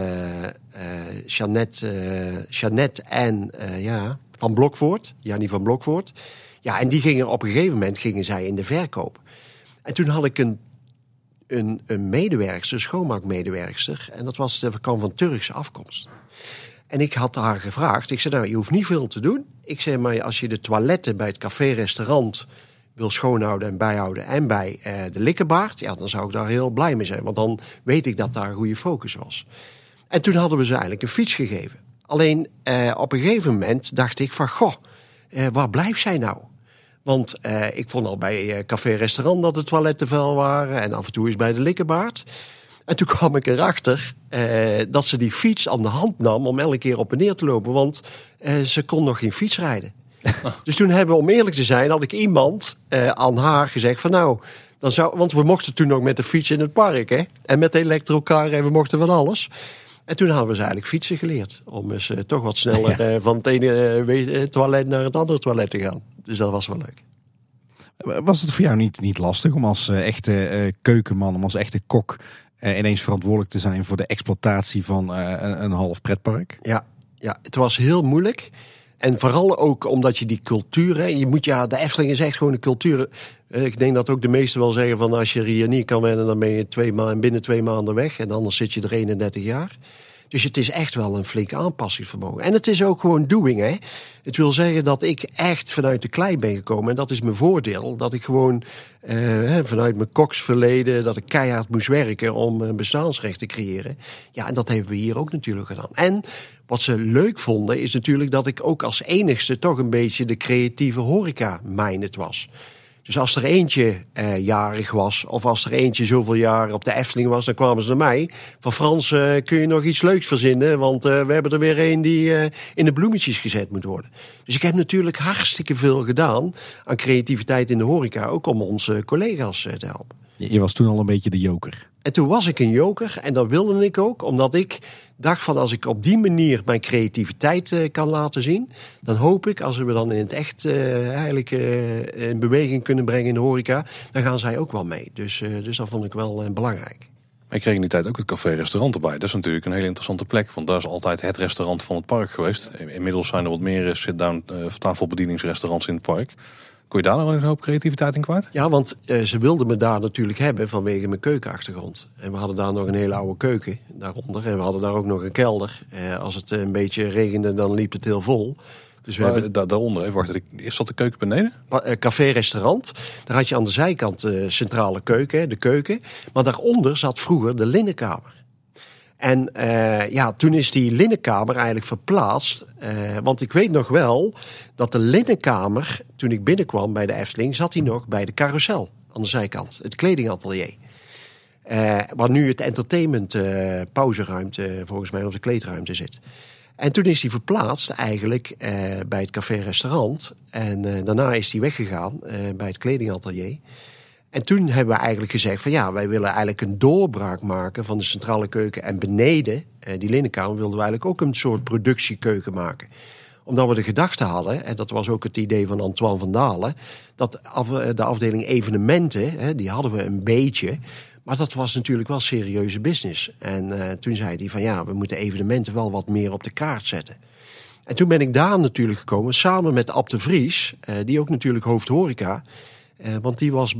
Jeannette en Van Blokvoort, Jannie van Blokvoort. Ja, en die gingen op een gegeven moment zij in de verkoop. En toen had ik een medewerkster, schoonmaakmedewerkster. En dat kwam van Turkse afkomst. En ik had haar gevraagd. Ik zei, nou, je hoeft niet veel te doen. Ik zei, maar als je de toiletten bij het café-restaurant wil schoonhouden en bijhouden en bij de Likkerbaard, ja, dan zou ik daar heel blij mee zijn. Want dan weet ik dat daar een goede focus was. En toen hadden we ze eigenlijk een fiets gegeven. Alleen op een gegeven moment dacht ik van, waar blijft zij nou? Want ik vond al bij café-restaurant dat de toiletten vuil waren en af en toe is bij de Likkerbaard. En toen kwam ik erachter dat ze die fiets aan de hand nam om elke keer op en neer te lopen. Want ze kon nog geen fiets rijden. Dus toen hebben we, om eerlijk te zijn, had ik iemand aan haar gezegd van nou, want we mochten toen nog met de fiets in het park. Hè? En met de elektrocar en we mochten van alles. En toen hadden we ze eigenlijk fietsen geleerd. Om eens toch wat sneller van het ene toilet naar het andere toilet te gaan. Dus dat was wel leuk. Was het voor jou niet lastig om als echte keukenman, om als echte kok ineens verantwoordelijk te zijn voor de exploitatie van een half pretpark? Ja, het was heel moeilijk. En vooral ook omdat je die cultuur, de Efteling is echt gewoon een cultuur. Ik denk dat ook de meesten wel zeggen van als je hier niet kan wennen, dan ben je binnen 2 maanden weg. En anders zit je er 31 jaar. Dus het is echt wel een flink aanpassingsvermogen. En het is ook gewoon doing, hè. Het wil zeggen dat ik echt vanuit de klei ben gekomen. En dat is mijn voordeel. Dat ik gewoon vanuit mijn koksverleden, dat ik keihard moest werken om een bestaansrecht te creëren. Ja, en dat hebben we hier ook natuurlijk gedaan. En wat ze leuk vonden is natuurlijk dat ik ook als enigste toch een beetje de creatieve horeca-minded was. Dus als er eentje jarig was, of als er eentje zoveel jaar op de Efteling was, dan kwamen ze naar mij. Van Frans, kun je nog iets leuks verzinnen? Want we hebben er weer een die in de bloemetjes gezet moet worden. Dus ik heb natuurlijk hartstikke veel gedaan aan creativiteit in de horeca, ook om onze collega's te helpen. Je was toen al een beetje de joker. En toen was ik een joker en dat wilde ik ook, omdat ik dacht van als ik op die manier mijn creativiteit kan laten zien, dan hoop ik als we dan in het echt in beweging kunnen brengen in de horeca, dan gaan zij ook wel mee. Dus dat vond ik wel belangrijk. Ik kreeg in die tijd ook het café-restaurant erbij. Dat is natuurlijk een hele interessante plek, want daar is altijd het restaurant van het park geweest. Inmiddels zijn er wat meer sit-down tafelbedieningsrestaurants in het park. Kon je daar nog een hoop creativiteit in kwijt? Ja, want ze wilden me daar natuurlijk hebben vanwege mijn keukenachtergrond. En we hadden daar nog een hele oude keuken daaronder. En we hadden daar ook nog een kelder. Als het een beetje regende, dan liep het heel vol. Dus we hebben daaronder, even wachten. Is dat de keuken beneden? Café-restaurant. Daar had je aan de zijkant de centrale keuken, de keuken. Maar daaronder zat vroeger de linnenkamer. En toen is die linnenkamer eigenlijk verplaatst. Want ik weet nog wel dat de linnenkamer, toen ik binnenkwam bij de Efteling, zat die nog bij de carousel aan de zijkant. Het kledingatelier. Waar nu het entertainment pauzeruimte volgens mij of de kleedruimte zit. En toen is die verplaatst eigenlijk bij het café-restaurant. En daarna is die weggegaan bij het kledingatelier. En toen hebben we eigenlijk gezegd van ja, wij willen eigenlijk een doorbraak maken van de centrale keuken. En beneden, die linnenkamer, wilden we eigenlijk ook een soort productiekeuken maken. Omdat we de gedachte hadden, en dat was ook het idee van Antoine van Dalen, dat de afdeling evenementen, die hadden we een beetje. Maar dat was natuurlijk wel serieuze business. En toen zei hij van ja, we moeten evenementen wel wat meer op de kaart zetten. En toen ben ik daar natuurlijk gekomen, samen met Ab de Vries, die ook natuurlijk hoofdhoreca. Want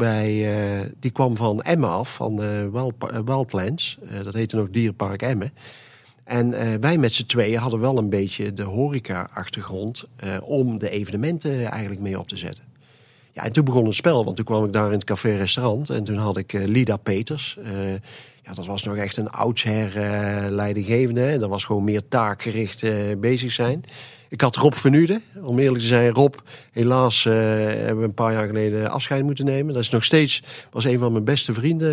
die kwam van Emmen af, van Wildlands. Dat heette nog Dierenpark Emmen. En wij met z'n tweeën hadden wel een beetje de horeca-achtergrond om de evenementen eigenlijk mee op te zetten. Ja, en toen begon het spel, want toen kwam ik daar in het café-restaurant. En toen had ik Lida Peters. Dat was nog echt een oudsher leidinggevende. En dat was gewoon meer taakgericht bezig zijn. Ik had Rob Vernude, om eerlijk te zijn. Rob, helaas hebben we een paar jaar geleden afscheid moeten nemen. Dat is nog steeds, was een van mijn beste vrienden.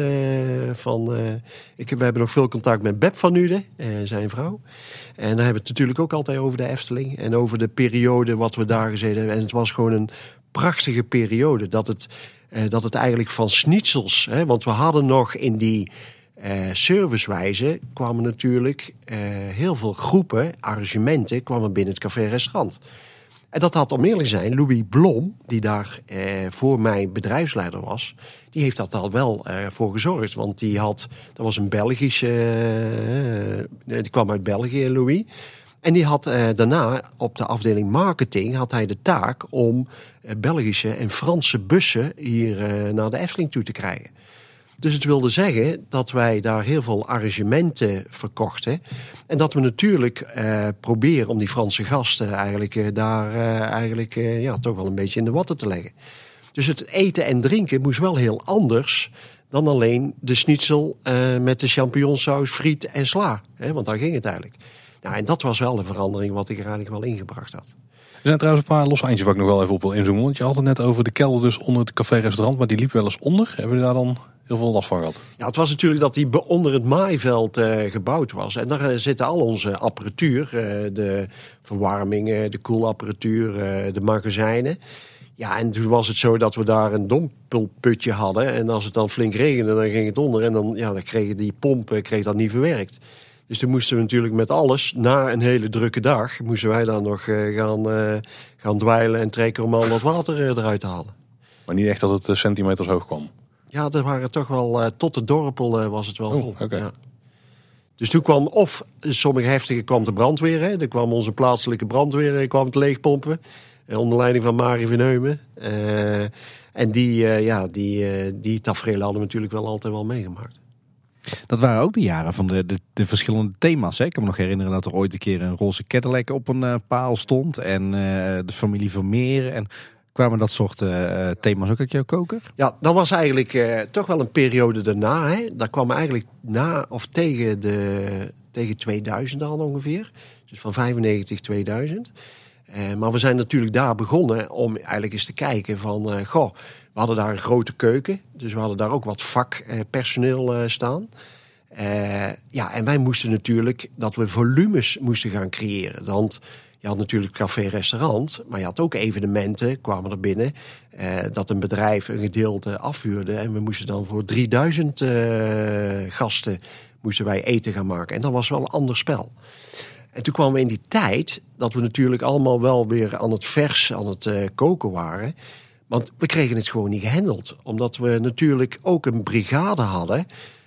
We hebben nog veel contact met Beb van Nude, zijn vrouw. En dan hebben we het natuurlijk ook altijd over de Efteling. En over de periode wat we daar gezeten hebben. En het was gewoon een prachtige periode. Dat het eigenlijk van schnitzels, want we hadden nog in die servicewijze kwamen natuurlijk heel veel groepen, arrangementen kwamen binnen het café-restaurant. En dat had om eerlijk te zijn, Louis Blom, die daar voor mij bedrijfsleider was, die heeft dat al wel voor gezorgd. Want dat was een die kwam uit België, Louis. En die had daarna op de afdeling marketing had hij de taak om Belgische en Franse bussen hier naar de Efteling toe te krijgen. Dus het wilde zeggen dat wij daar heel veel arrangementen verkochten. En dat we natuurlijk proberen om die Franse gasten eigenlijk toch wel een beetje in de watten te leggen. Dus het eten en drinken moest wel heel anders dan alleen de schnitzel met de champignonsaus, friet en sla. Want daar ging het eigenlijk. Nou, en dat was wel de verandering wat ik er eigenlijk wel ingebracht had. Er zijn trouwens een paar losse eindjes waar ik nog wel even op wil inzoomen. Want je had het net over de kelder dus onder het café-restaurant, maar die liep wel eens onder. Hebben we daar dan heel veel last van gehad? Ja, het was natuurlijk dat die onder het maaiveld gebouwd was. En daar zitten al onze apparatuur, de verwarmingen, de koelapparatuur, de magazijnen. Ja, en toen was het zo dat we daar een dompelputje hadden. En als het dan flink regende, dan ging het onder. En dan kregen die pompen dat niet verwerkt. Dus toen moesten we natuurlijk met alles, na een hele drukke dag, moesten wij dan nog gaan dweilen en trekken om al wat water eruit te halen. Maar niet echt dat het centimeters hoog kwam? Ja, dat waren toch wel, tot de dorpel was het wel vol. Okay. Ja. Dus toen kwam, of sommige heftige kwam de brandweer, er kwam onze plaatselijke brandweer, kwam het leegpompen, onder leiding van Marie van Heumen. En die tafereelen hadden we natuurlijk wel altijd wel meegemaakt. Dat waren ook de jaren van de verschillende thema's. Hè? Ik kan me nog herinneren dat er ooit een keer een roze Cadillac op een paal stond. En de familie Vermeer. En kwamen dat soort thema's ook uit jouw koker? Ja, dat was eigenlijk toch wel een periode daarna. Hè? Dat kwam eigenlijk na of tegen 2000 al ongeveer. Dus van 95 2000. Maar we zijn natuurlijk daar begonnen om eigenlijk eens te kijken van... we hadden daar een grote keuken. Dus we hadden daar ook wat vakpersoneel staan. En wij moesten natuurlijk dat we volumes moesten gaan creëren. Want je had natuurlijk café-restaurant, maar je had ook evenementen, kwamen er binnen. Dat een bedrijf een gedeelte afhuurde. En we moesten dan voor 3000 gasten moesten wij eten gaan maken. En dat was wel een ander spel. En toen kwamen we in die tijd dat we natuurlijk allemaal wel weer aan het koken waren. Want we kregen het gewoon niet gehandeld. Omdat we natuurlijk ook een brigade hadden.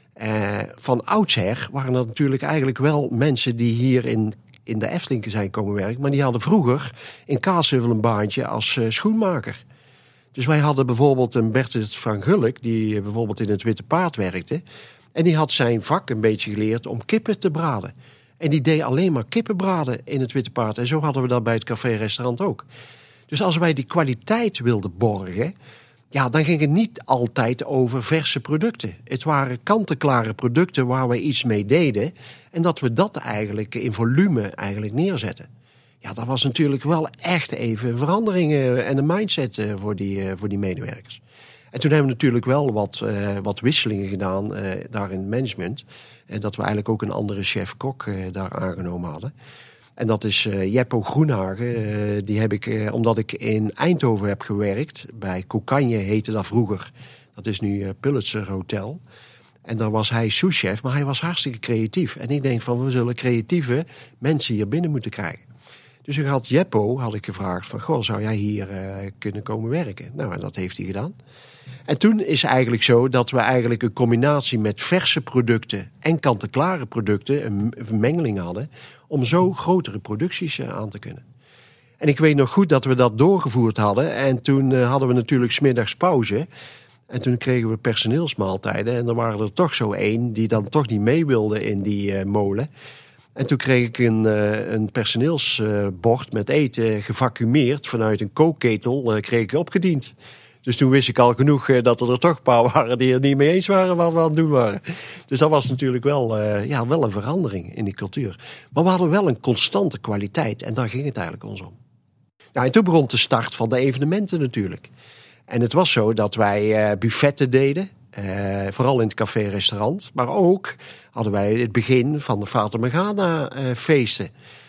Van oudsher waren er natuurlijk eigenlijk wel mensen die hier in de Efteling zijn komen werken. Maar die hadden vroeger in Kaatsheuvel een baantje als schoenmaker. Dus wij hadden bijvoorbeeld een Bertus van Gulik, die bijvoorbeeld in het Witte Paard werkte. En die had zijn vak een beetje geleerd om kippen te braden. En die deed alleen maar kippen braden in het Witte Paard. En zo hadden we dat bij het café-restaurant ook. Dus als wij die kwaliteit wilden borgen, ja, dan ging het niet altijd over verse producten. Het waren kant-en-klare producten waar we iets mee deden. En dat we dat eigenlijk in volume eigenlijk neerzetten. Ja, dat was natuurlijk wel echt even een verandering en een mindset voor die medewerkers. En toen hebben we natuurlijk wel wat wisselingen gedaan daar in het management. Dat we eigenlijk ook een andere chef-kok daar aangenomen hadden. En dat is Jeppo Groenhagen. Die heb ik, omdat ik in Eindhoven heb gewerkt. Bij Kokanje heette dat vroeger. Dat is nu Pulitzer Hotel. En dan was hij souschef, maar hij was hartstikke creatief. En ik denk van, we zullen creatieve mensen hier binnen moeten krijgen. Dus ik had ik gevraagd van, zou jij hier kunnen komen werken? Nou, en dat heeft hij gedaan. En toen is het eigenlijk zo dat we eigenlijk een combinatie met verse producten en kant-en-klare producten, een mengeling hadden, om zo grotere producties aan te kunnen. En ik weet nog goed dat we dat doorgevoerd hadden. En toen hadden we natuurlijk 's middags pauze. En toen kregen we personeelsmaaltijden. En er waren er toch zo één die dan toch niet mee wilde in die molen. En toen kreeg ik een personeelsbord met eten gevacumeerd vanuit een kookketel kreeg ik opgediend. Dus toen wist ik al genoeg dat er toch een paar waren die het niet mee eens waren wat we aan het doen waren. Dus dat was natuurlijk wel een verandering in die cultuur. Maar we hadden wel een constante kwaliteit en daar ging het eigenlijk ons om. Nou, en toen begon de start van de evenementen natuurlijk. En het was zo dat wij buffetten deden. Vooral in het café-restaurant. Maar ook hadden wij het begin van de Fata Morgana feesten.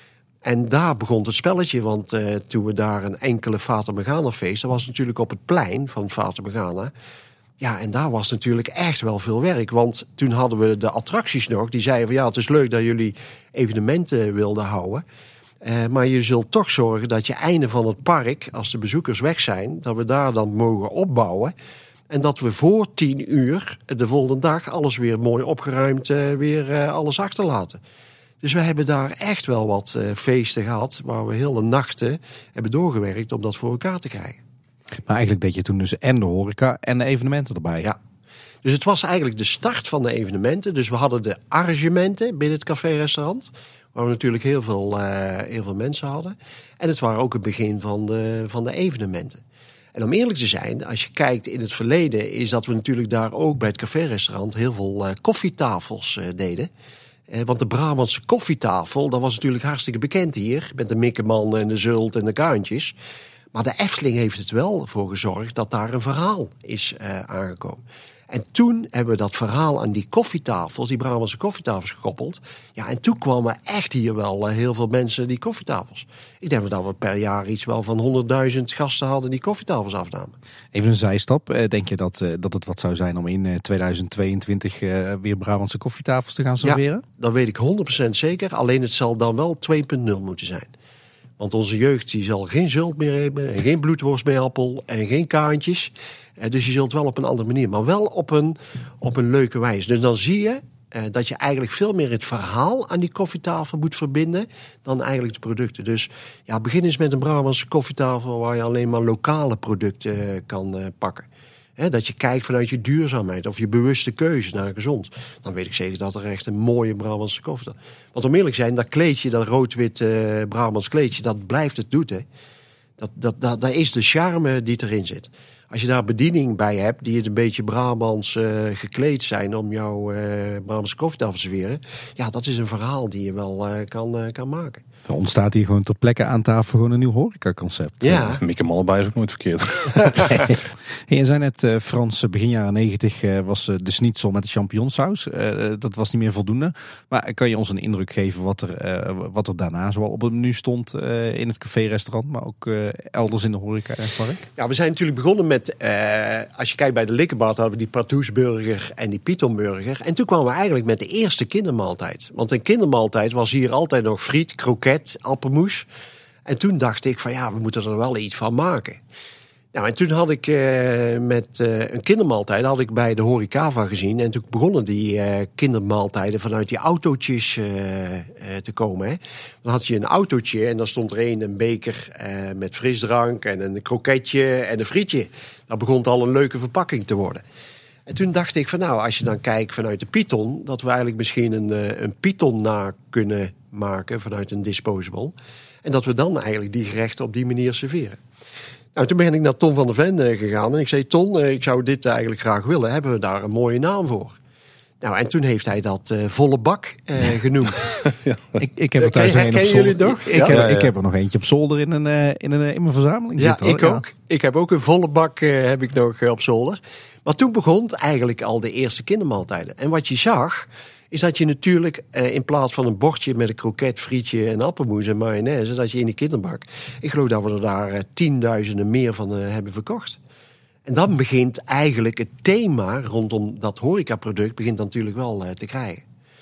En daar begon het spelletje, want toen we daar een enkele Fata Morgana feest, dat was natuurlijk op het plein van Fata Morgana. Ja, en daar was natuurlijk echt wel veel werk. Want toen hadden we de attracties nog, die zeiden van ja, het is leuk dat jullie evenementen wilden houden. Maar je zult toch zorgen dat je einde van het park, als de bezoekers weg zijn, dat we daar dan mogen opbouwen. En dat we voor 10:00 de volgende dag alles weer mooi opgeruimd weer alles achterlaten. Dus we hebben daar echt wel wat feesten gehad waar we hele nachten hebben doorgewerkt om dat voor elkaar te krijgen. Maar eigenlijk deed je toen dus en de horeca en de evenementen erbij. Ja. Dus het was eigenlijk de start van de evenementen. Dus we hadden de arrangementen binnen het café-restaurant, waar we natuurlijk heel veel mensen hadden. En het waren ook het begin van de evenementen. En om eerlijk te zijn, als je kijkt in het verleden, is dat we natuurlijk daar ook bij het café-restaurant heel veel koffietafels deden. Want de Brabantse koffietafel, dat was natuurlijk hartstikke bekend hier. Met de Mikkeman en de Zult en de Kuintjes. Maar de Efteling heeft het wel voor gezorgd dat daar een verhaal is aangekomen. En toen hebben we dat verhaal aan die koffietafels, die Brabantse koffietafels gekoppeld. Ja, en toen kwamen echt hier wel heel veel mensen die koffietafels. Ik denk dat we per jaar iets wel van 100.000 gasten hadden die koffietafels afnamen. Even een zijstap. Denk je dat het wat zou zijn om in 2022 weer Brabantse koffietafels te gaan serveren? Ja, dat weet ik 100% zeker. Alleen het zal dan wel 2.0 moeten zijn. Want onze jeugd die zal geen zult meer hebben, en geen bloedworst met appel en geen kaantjes. Dus je zult wel op een andere manier, maar wel op een leuke wijze. Dus dan zie je dat je eigenlijk veel meer het verhaal aan die koffietafel moet verbinden dan eigenlijk de producten. Dus ja, begin eens met een Brabantse koffietafel waar je alleen maar lokale producten kan pakken. Dat je kijkt vanuit je duurzaamheid of je bewuste keuze naar gezond. Dan weet ik zeker dat er echt een mooie Brabantse koffie is. Want om eerlijk te zijn, dat kleedje, dat rood-wit Brabants kleedje, dat blijft het doen. Dat is de charme die erin zit. Als je daar bediening bij hebt, die het een beetje Brabants gekleed zijn om jouw Brabantse koffie te serveren. Ja, dat is een verhaal die je wel kan maken. Er ontstaat hier gewoon ter plekke aan tafel gewoon een nieuw horecaconcept. Ja. Mieke Mallenbij is ook nooit verkeerd. Hey, je zei net, Frans, begin jaren 90 was de schnitzel met de champignonsaus. Dat was niet meer voldoende. Maar kan je ons een indruk geven wat er daarna zoal op het menu stond in het café-restaurant, maar ook elders in de horeca en park? Ja, we zijn natuurlijk begonnen met, als je kijkt bij de Likkerbaard, hadden we die pardoesburger en die pythonburger. En toen kwamen we eigenlijk met de eerste kindermaaltijd. Want een kindermaaltijd was hier altijd nog friet, kroket, appelmoes. En toen dacht ik van ja, we moeten er wel iets van maken. Nou, en toen had ik met een kindermaaltijd had ik bij de Horecava gezien. En toen begonnen die kindermaaltijden vanuit die autootjes te komen. Hè. Dan had je een autootje en daar stond er een beker met frisdrank en een kroketje en een frietje. Dat begon al een leuke verpakking te worden. En toen dacht ik van nou, als je dan kijkt vanuit de Python, dat we eigenlijk misschien een Python na kunnen maken vanuit een disposable. En dat we dan eigenlijk die gerechten op die manier serveren. Nou, toen ben ik naar Ton van der Ven gegaan en ik zei, Ton, ik zou dit eigenlijk graag willen. Hebben we daar een mooie naam voor? Nou, en toen heeft hij dat volle bak genoemd. Ja. Ik heb er thuis nog een op zolder. Jullie nog? Ik heb er nog eentje op zolder in mijn verzameling zitten. Ja, ik ook. Ik heb ook een volle bak heb ik nog op zolder. Maar toen begon eigenlijk al de eerste kindermaaltijden. En wat je zag, is dat je natuurlijk in plaats van een bordje met een kroket, frietje en appelmoes en mayonaise, dat je in de kinderbak, ik geloof dat we er daar tienduizenden meer van hebben verkocht. En dan begint eigenlijk het thema rondom dat horecaproduct begint dan natuurlijk wel te krijgen.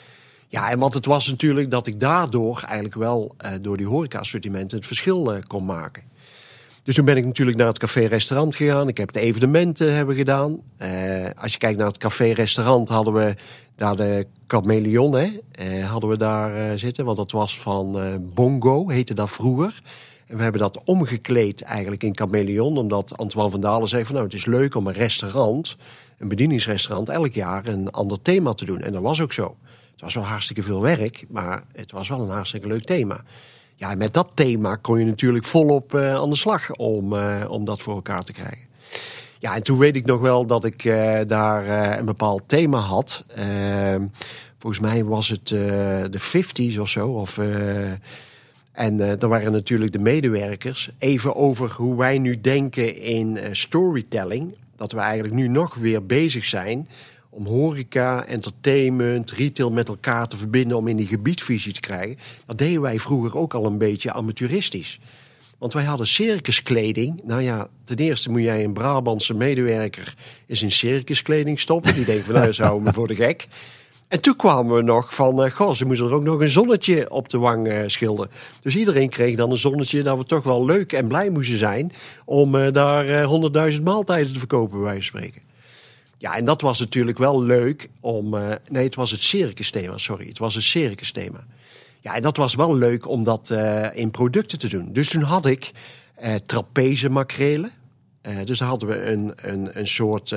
Ja, en want het was natuurlijk dat ik daardoor eigenlijk wel door die horeca-assortimenten het verschil kon maken. Dus toen ben ik natuurlijk naar het café-restaurant gegaan. Ik heb de evenementen hebben gedaan. Als je kijkt naar het café-restaurant hadden we daar de Chameleon hadden we daar zitten. Want dat was van Bongo, heette dat vroeger. En we hebben dat omgekleed eigenlijk in Chameleon. Omdat Antoine van Dalen zei van nou, het is leuk om een restaurant, een bedieningsrestaurant, elk jaar een ander thema te doen. En dat was ook zo. Het was wel hartstikke veel werk, maar het was wel een hartstikke leuk thema. Ja, en met dat thema kon je natuurlijk volop aan de slag om dat voor elkaar te krijgen. Ja, en toen weet ik nog wel dat ik daar een bepaald thema had. Volgens mij was het de 50s of zo. En dan waren natuurlijk de medewerkers even over hoe wij nu denken in storytelling. Dat we eigenlijk nu nog weer bezig zijn om horeca, entertainment, retail met elkaar te verbinden om in die gebiedsvisie te krijgen. Dat deden wij vroeger ook al een beetje amateuristisch. Want wij hadden circuskleding. Nou ja, ten eerste moet jij een Brabantse medewerker eens in circuskleding stoppen. Die denkt van nou, ze houden me voor de gek. En toen kwamen we nog van, ze moesten er ook nog een zonnetje op de wang schilderen. Dus iedereen kreeg dan een zonnetje dat we toch wel leuk en blij moesten zijn om daar 100.000 maaltijden te verkopen, bij wijze van spreken. Ja, en dat was natuurlijk wel leuk om... het was het circusthema, sorry. Het was het circusthema. Ja, en dat was wel leuk om dat in producten te doen. Dus toen had ik trapeze makrelen. Dus daar hadden we een soort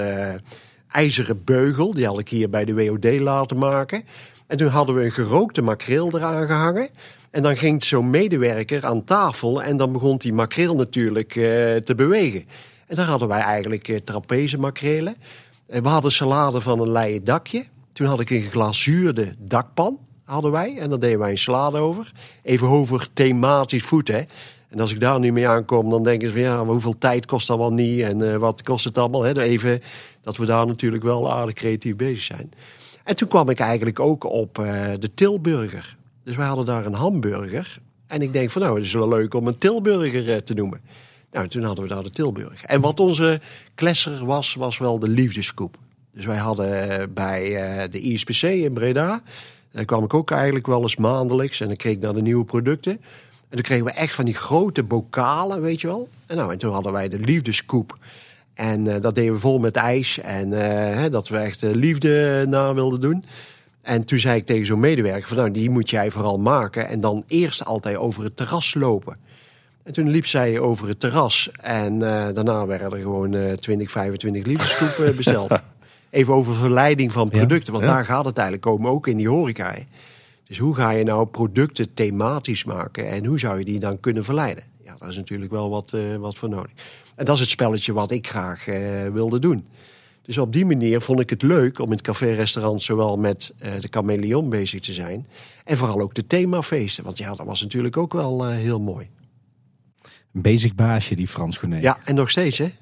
ijzeren beugel. Die had ik hier bij de WOD laten maken. En toen hadden we een gerookte makreel eraan gehangen. En dan ging zo'n medewerker aan tafel. En dan begon die makreel natuurlijk te bewegen. En daar hadden wij eigenlijk trapeze makrelen. We hadden salade van een leien dakje. Toen had ik een geglazuurde dakpan, hadden wij. En daar deden wij een salade over. Even over thematisch food, hè. En als ik daar nu mee aankom, dan denken ze van ja, hoeveel tijd kost dat wel niet? En wat kost het allemaal? Hè? Even dat we daar natuurlijk wel aardig creatief bezig zijn. En toen kwam ik eigenlijk ook op de Tilburger. Dus wij hadden daar een hamburger. En ik denk van nou, het is wel leuk om een Tilburger te noemen. Nou, toen hadden we daar de Tilburg. En wat onze klesser was wel de liefdeskoep. Dus wij hadden bij de ISPC in Breda, daar kwam ik ook eigenlijk wel eens maandelijks en dan kreeg ik naar de nieuwe producten. En toen kregen we echt van die grote bokalen, weet je wel. En toen hadden wij de liefdeskoep. En dat deden we vol met ijs en dat we echt liefde na wilden doen. En toen zei ik tegen zo'n medewerker van nou, die moet jij vooral maken en dan eerst altijd over het terras lopen. En toen liep zij over het terras. En daarna werden er gewoon 20, 25 liefdeskoep besteld. Even over verleiding van producten. Want daar gaat het eigenlijk om, ook in die horeca. Hè. Dus hoe ga je nou producten thematisch maken? En hoe zou je die dan kunnen verleiden? Ja, daar is natuurlijk wel wat voor nodig. En dat is het spelletje wat ik graag wilde doen. Dus op die manier vond ik het leuk om in het café-restaurant zowel met de Chameleon bezig te zijn. En vooral ook de themafeesten. Want ja, dat was natuurlijk ook wel heel mooi. Een bezig baasje, die Frans Gournay. Ja, en nog steeds, hè?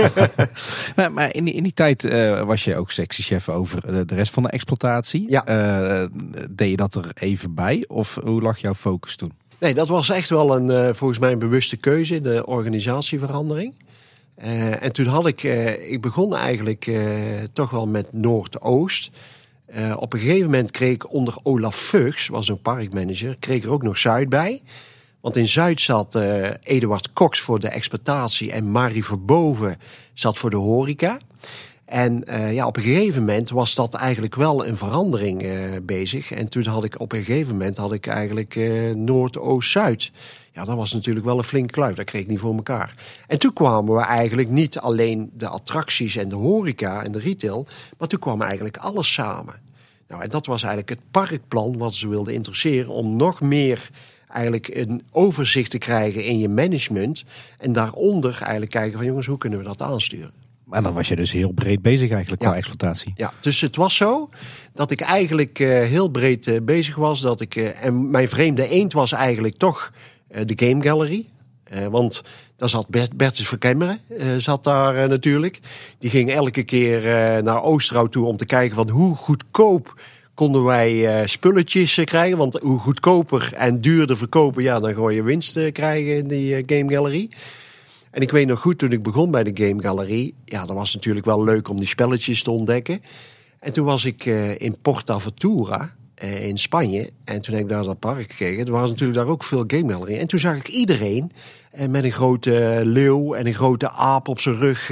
Maar in die tijd was je ook sectiechef over de rest van de exploitatie. Ja. Deed je dat er even bij? Of hoe lag jouw focus toen? Nee, dat was echt wel volgens mij een bewuste keuze, de organisatieverandering. En toen had ik begon eigenlijk toch wel met Noordoost. Op een gegeven moment kreeg ik onder Olaf Vugs, was een parkmanager, kreeg er ook nog Zuid bij. Want in Zuid zat Eduard Cox voor de exploitatie en Marie Verboven zat voor de horeca. En op een gegeven moment was dat eigenlijk wel een verandering bezig. En toen had ik op een gegeven moment eigenlijk Noordoost-Zuid. Ja, dat was natuurlijk wel een flinke kluif. Dat kreeg ik niet voor elkaar. En toen kwamen we eigenlijk niet alleen de attracties en de horeca en de retail, maar toen kwam eigenlijk alles samen. Nou, en dat was eigenlijk het parkplan wat ze wilden interesseren om nog meer eigenlijk een overzicht te krijgen in je management. En daaronder eigenlijk kijken van jongens, hoe kunnen we dat aansturen? Maar dan was je dus heel breed bezig eigenlijk qua exploitatie. Ja, dus het was zo dat ik eigenlijk heel breed bezig was. En mijn vreemde eend was eigenlijk toch de Game Gallery. Want daar zat Bertus Verkemmeren, zat daar natuurlijk. Die ging elke keer naar Oosterhout toe om te kijken van hoe goedkoop konden wij spulletjes krijgen. Want hoe goedkoper en duurder verkopen, ja, dan ga je winst krijgen in die Game Gallery. En ik weet nog goed, toen ik begon bij de Game Gallery, ja, dat was natuurlijk wel leuk om die spelletjes te ontdekken. En toen was ik in Portaventura in Spanje. En toen heb ik daar dat park gekeken. Er was natuurlijk daar ook veel Game Gallery. En toen zag ik iedereen met een grote leeuw en een grote aap op zijn rug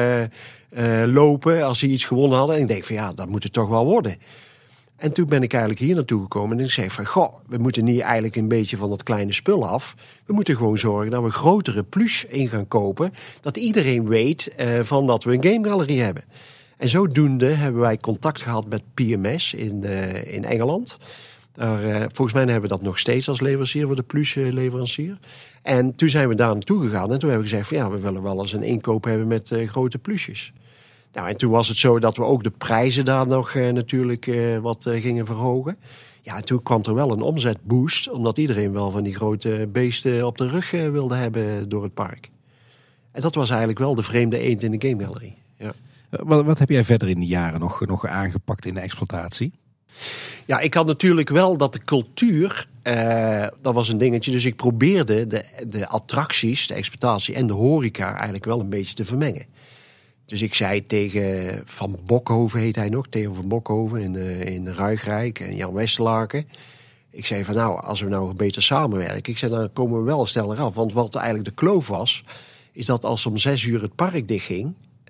lopen als ze iets gewonnen hadden. En ik denk van ja, dat moet het toch wel worden. En toen ben ik eigenlijk hier naartoe gekomen en ik zei van, goh, we moeten niet eigenlijk een beetje van dat kleine spul af. We moeten gewoon zorgen dat we grotere plush in gaan kopen. Dat iedereen weet van dat we een Game Gallery hebben. En zodoende hebben wij contact gehad met PMS in Engeland. Volgens mij hebben we dat nog steeds als leverancier voor de plush leverancier. En toen zijn we daar naartoe gegaan en toen hebben we gezegd van ja, we willen wel eens een inkoop hebben met grote plusjes. Nou, en toen was het zo dat we ook de prijzen daar nog natuurlijk wat gingen verhogen. Ja, en toen kwam er wel een omzetboost, omdat iedereen wel van die grote beesten op de rug wilde hebben door het park. En dat was eigenlijk wel de vreemde eend in de Game Gallery. Ja. Wat heb jij verder in die jaren nog aangepakt in de exploitatie? Ja, ik had natuurlijk wel dat de cultuur, dat was een dingetje. Dus ik probeerde de attracties, de exploitatie en de horeca eigenlijk wel een beetje te vermengen. Dus ik zei tegen Van Bokhoven, heet hij nog, Theo van Bokhoven in Ruigrijk en Jan Westerlaken. Ik zei van nou, als we nou beter samenwerken, ik zei dan komen we wel sneller af. Want wat eigenlijk de kloof was, is dat als om 6 uur het park dichtging,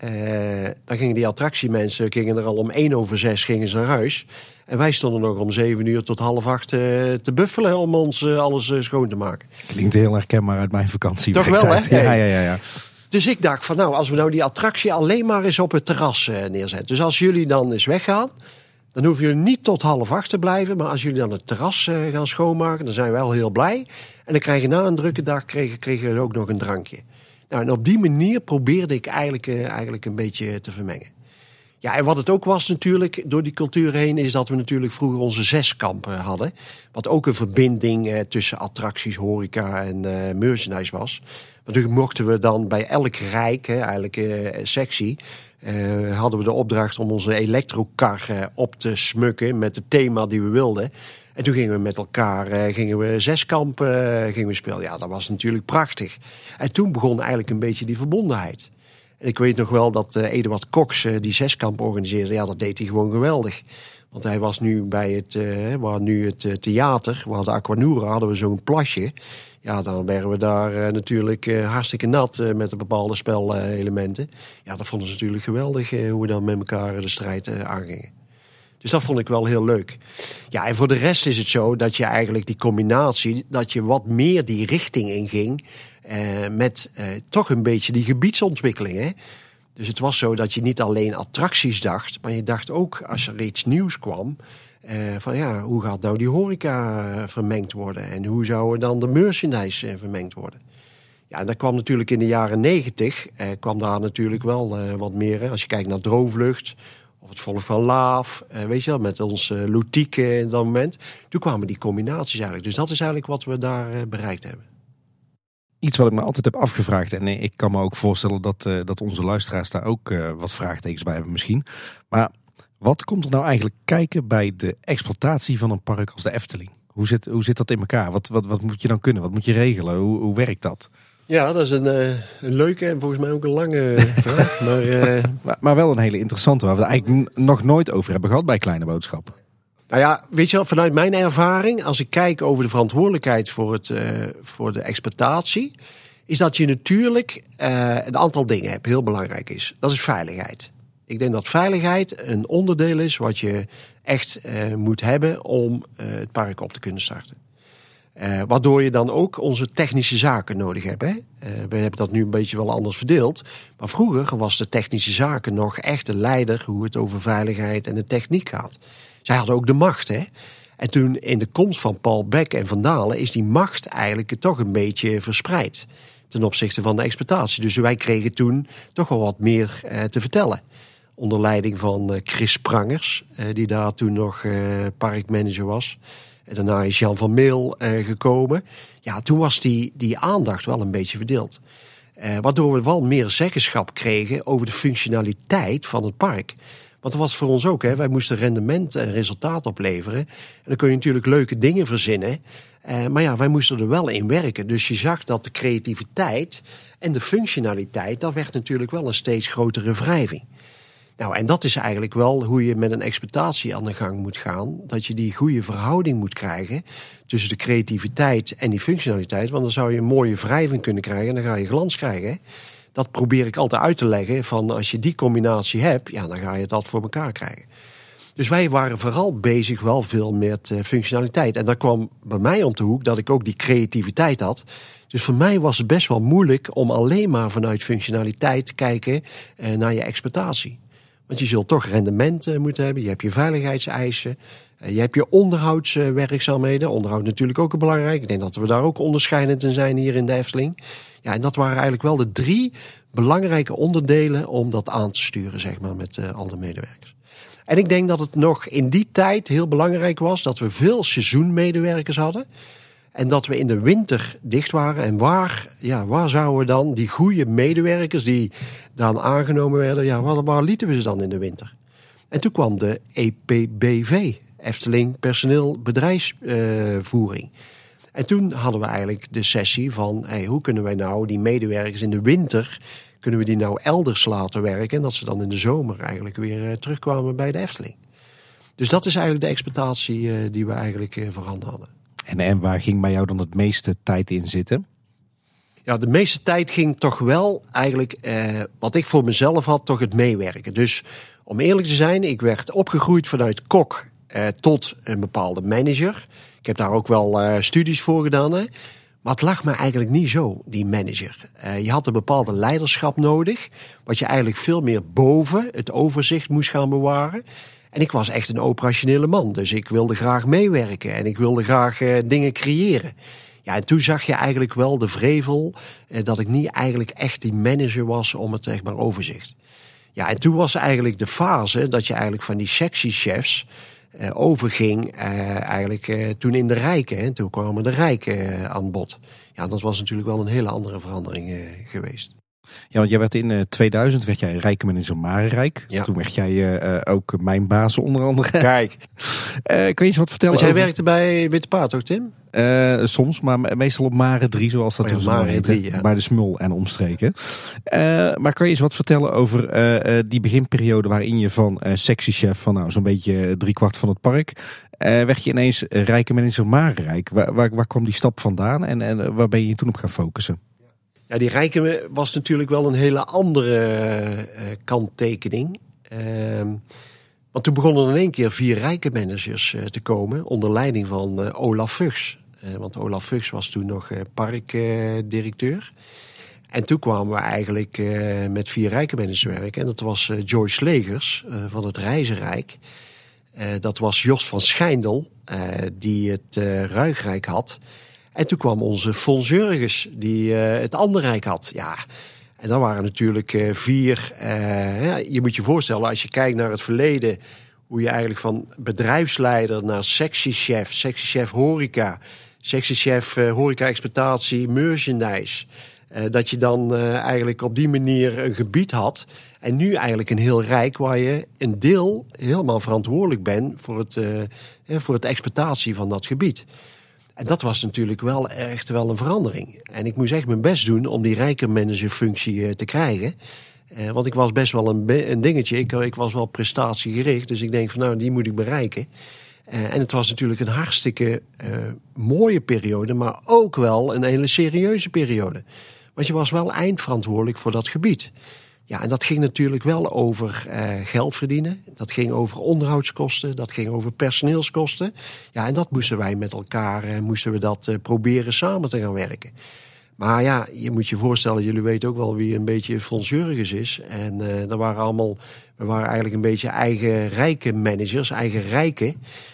dan gingen die attractiemensen er al om 6:01 gingen ze naar huis. En wij stonden nog om 7 uur tot 7:30 te buffelen om ons alles schoon te maken. Klinkt heel herkenbaar uit mijn vakantie. Toch wel, hè? Ja. Dus ik dacht van nou, als we nou die attractie alleen maar eens op het terras neerzetten. Dus als jullie dan eens weggaan, dan hoeven jullie niet tot 7:30 te blijven. Maar als jullie dan het terras gaan schoonmaken, dan zijn we wel heel blij. En dan krijg je na een drukke dag kregen we ook nog een drankje. Nou, en op die manier probeerde ik eigenlijk een beetje te vermengen. Ja, en wat het ook was natuurlijk, door die cultuur heen, is dat we natuurlijk vroeger onze zeskampen hadden. Wat ook een verbinding tussen attracties, horeca en merchandise was. Natuurlijk mochten we dan bij elk rijk, sectie, hadden we de opdracht om onze elektrokar op te smukken met het thema die we wilden. En toen gingen we met elkaar zeskampen spelen. Ja, dat was natuurlijk prachtig. En toen begon eigenlijk een beetje die verbondenheid. En ik weet nog wel dat Eduard Cox die zeskamp organiseerde. Ja, dat deed hij gewoon geweldig. Want hij was nu bij het theater, waar de Aquanura, hadden we zo'n plasje. Ja, dan werden we daar natuurlijk hartstikke nat met de bepaalde spelelementen. Ja, dat vonden ze natuurlijk geweldig hoe we dan met elkaar de strijd aangingen. Dus dat vond ik wel heel leuk. Ja, en voor de rest is het zo dat je eigenlijk die combinatie, dat je wat meer die richting inging met toch een beetje die gebiedsontwikkeling. Hè? Dus het was zo dat je niet alleen attracties dacht, maar je dacht ook als er iets nieuws kwam, van ja, hoe gaat nou die horeca vermengd worden? En hoe zou dan de merchandise vermengd worden? Ja, en dat kwam natuurlijk in de jaren 90, kwam daar natuurlijk wel wat meer. Hè? Als je kijkt naar Droomvlucht, of het volk van Laaf, weet je wel, met ons Loutiek in dat moment. Toen kwamen die combinaties eigenlijk. Dus dat is eigenlijk wat we daar bereikt hebben. Iets wat ik me altijd heb afgevraagd, en ik kan me ook voorstellen dat onze luisteraars daar ook wat vraagtekens bij hebben misschien. Maar wat komt er nou eigenlijk kijken bij de exploitatie van een park als de Efteling? Hoe zit dat in elkaar? Wat moet je dan kunnen? Wat moet je regelen? Hoe werkt dat? Ja, dat is een leuke en volgens mij ook een lange vraag. Maar wel een hele interessante, waar we het eigenlijk nog nooit over hebben gehad bij Kleine Boodschap. Nou ja, weet je wel, vanuit mijn ervaring, als ik kijk over de verantwoordelijkheid voor de exploitatie, is dat je natuurlijk een aantal dingen hebt, heel belangrijk is. Dat is veiligheid. Ik denk dat veiligheid een onderdeel is wat je echt moet hebben om het park op te kunnen starten. Waardoor je dan ook onze technische zaken nodig hebt. Hè? We hebben dat nu een beetje wel anders verdeeld. Maar vroeger was de technische zaken nog echt de leider hoe het over veiligheid en de techniek gaat. Zij hadden ook de macht. Hè? En toen in de komst van Paul Beck en Van Dalen is die macht eigenlijk toch een beetje verspreid. Ten opzichte van de exploitatie. Dus wij kregen toen toch wel wat meer te vertellen. Onder leiding van Chris Sprangers, die daar toen nog parkmanager was. En daarna is Jan van Meel gekomen. Ja, toen was die aandacht wel een beetje verdeeld. Waardoor we wel meer zeggenschap kregen over de functionaliteit van het park. Want dat was voor ons ook, hè. Wij moesten rendement en resultaat opleveren. En dan kun je natuurlijk leuke dingen verzinnen. Maar ja, wij moesten er wel in werken. Dus je zag dat de creativiteit en de functionaliteit, dat werd natuurlijk wel een steeds grotere wrijving. Nou, en dat is eigenlijk wel hoe je met een exploitatie aan de gang moet gaan. Dat je die goede verhouding moet krijgen tussen de creativiteit en die functionaliteit. Want dan zou je een mooie wrijving kunnen krijgen en dan ga je glans krijgen. Dat probeer ik altijd uit te leggen. Van als je die combinatie hebt, ja, dan ga je dat voor elkaar krijgen. Dus wij waren vooral bezig wel veel met functionaliteit. En dat kwam bij mij om de hoek dat ik ook die creativiteit had. Dus voor mij was het best wel moeilijk om alleen maar vanuit functionaliteit te kijken naar je exploitatie. Want je zult toch rendement moeten hebben. Je hebt je veiligheidseisen. Je hebt je onderhoudswerkzaamheden. Onderhoud natuurlijk ook belangrijk. Ik denk dat we daar ook onderscheidend in zijn hier in de Efteling. Ja, en dat waren eigenlijk wel de 3 belangrijke onderdelen om dat aan te sturen, zeg maar, met al de medewerkers. En ik denk dat het nog in die tijd heel belangrijk was dat we veel seizoenmedewerkers hadden. En dat we in de winter dicht waren. En waar zouden dan die goede medewerkers die dan aangenomen werden, ja, waar lieten we ze dan in de winter? En toen kwam de EPBV, Efteling Personeel Bedrijfsvoering. En toen hadden we eigenlijk de sessie van, hoe kunnen wij nou die medewerkers in de winter, kunnen we die nou elders laten werken? En dat ze dan in de zomer eigenlijk weer terugkwamen bij de Efteling. Dus dat is eigenlijk de exploitatie die we eigenlijk voorhanden hadden. En waar ging bij jou dan het meeste tijd in zitten? Ja, de meeste tijd ging toch wel eigenlijk, wat ik voor mezelf had, toch het meewerken. Dus om eerlijk te zijn, ik werd opgegroeid vanuit kok tot een bepaalde manager. Ik heb daar ook wel studies voor gedaan. Hè. Maar het lag me eigenlijk niet zo, die manager. Je had een bepaalde leiderschap nodig, wat je eigenlijk veel meer boven het overzicht moest gaan bewaren. En ik was echt een operationele man, dus ik wilde graag meewerken en ik wilde graag dingen creëren. Ja, en toen zag je eigenlijk wel de vrevel dat ik niet eigenlijk echt die manager was om het zeg maar overzicht. Ja, en toen was eigenlijk de fase dat je eigenlijk van die sectiechefs overging eigenlijk toen in de rijken. En toen kwamen de rijken aan bod. Ja, dat was natuurlijk wel een hele andere verandering geweest. Ja, want jij werd in 2000 werd jij rijkenmanager Marenrijk. Ja. Toen werd jij ook mijn baas onder andere. Kijk. Kan je eens wat vertellen? Want jij werkte bij Witte Paard ook, Tim? Soms, maar meestal op Mare 3, zoals dat Mare 3, ja. Bij de Smul en omstreken. Maar kan je eens wat vertellen over die beginperiode waarin je van sectiechef van zo'n beetje 3/4 van het park, werd je ineens rijkenmanager Marenrijk. Waar kwam die stap vandaan en waar ben je toen op gaan focussen? Ja, die rijken was natuurlijk wel een hele andere kanttekening. Want toen begonnen in één keer 4 rijke managers te komen onder leiding van Olaf Vugs. Want Olaf Vugs was toen nog parkdirecteur. En toen kwamen we eigenlijk met 4 rijke managers werken. En dat was Joyce Legers van het Reizenrijk. Dat was Jos van Schijndel, die het Ruigrijk had. En toen kwam onze Fons Jurgens, die het andere rijk had. Ja, en dat waren natuurlijk 4... je moet je voorstellen, als je kijkt naar het verleden, hoe je eigenlijk van bedrijfsleider naar sectiechef horeca, sectiechef horeca-exploitatie, merchandise, dat je dan eigenlijk op die manier een gebied had. En nu eigenlijk een heel rijk waar je een deel helemaal verantwoordelijk bent voor het exploitatie van dat gebied. En dat was natuurlijk wel echt wel een verandering. En ik moest echt mijn best doen om die rijke managerfunctie te krijgen. Want ik was best wel een dingetje. Ik was wel prestatiegericht. Dus ik denk van nou, die moet ik bereiken. En het was natuurlijk een hartstikke mooie periode. Maar ook wel een hele serieuze periode. Want je was wel eindverantwoordelijk voor dat gebied. Ja, en dat ging natuurlijk wel over geld verdienen. Dat ging over onderhoudskosten. Dat ging over personeelskosten. Ja, en dat moesten wij met elkaar proberen samen te gaan werken. Maar ja, je moet je voorstellen, jullie weten ook wel wie een beetje Fons Jurgens is. En we waren eigenlijk een beetje eigen rijke managers, eigen rijken.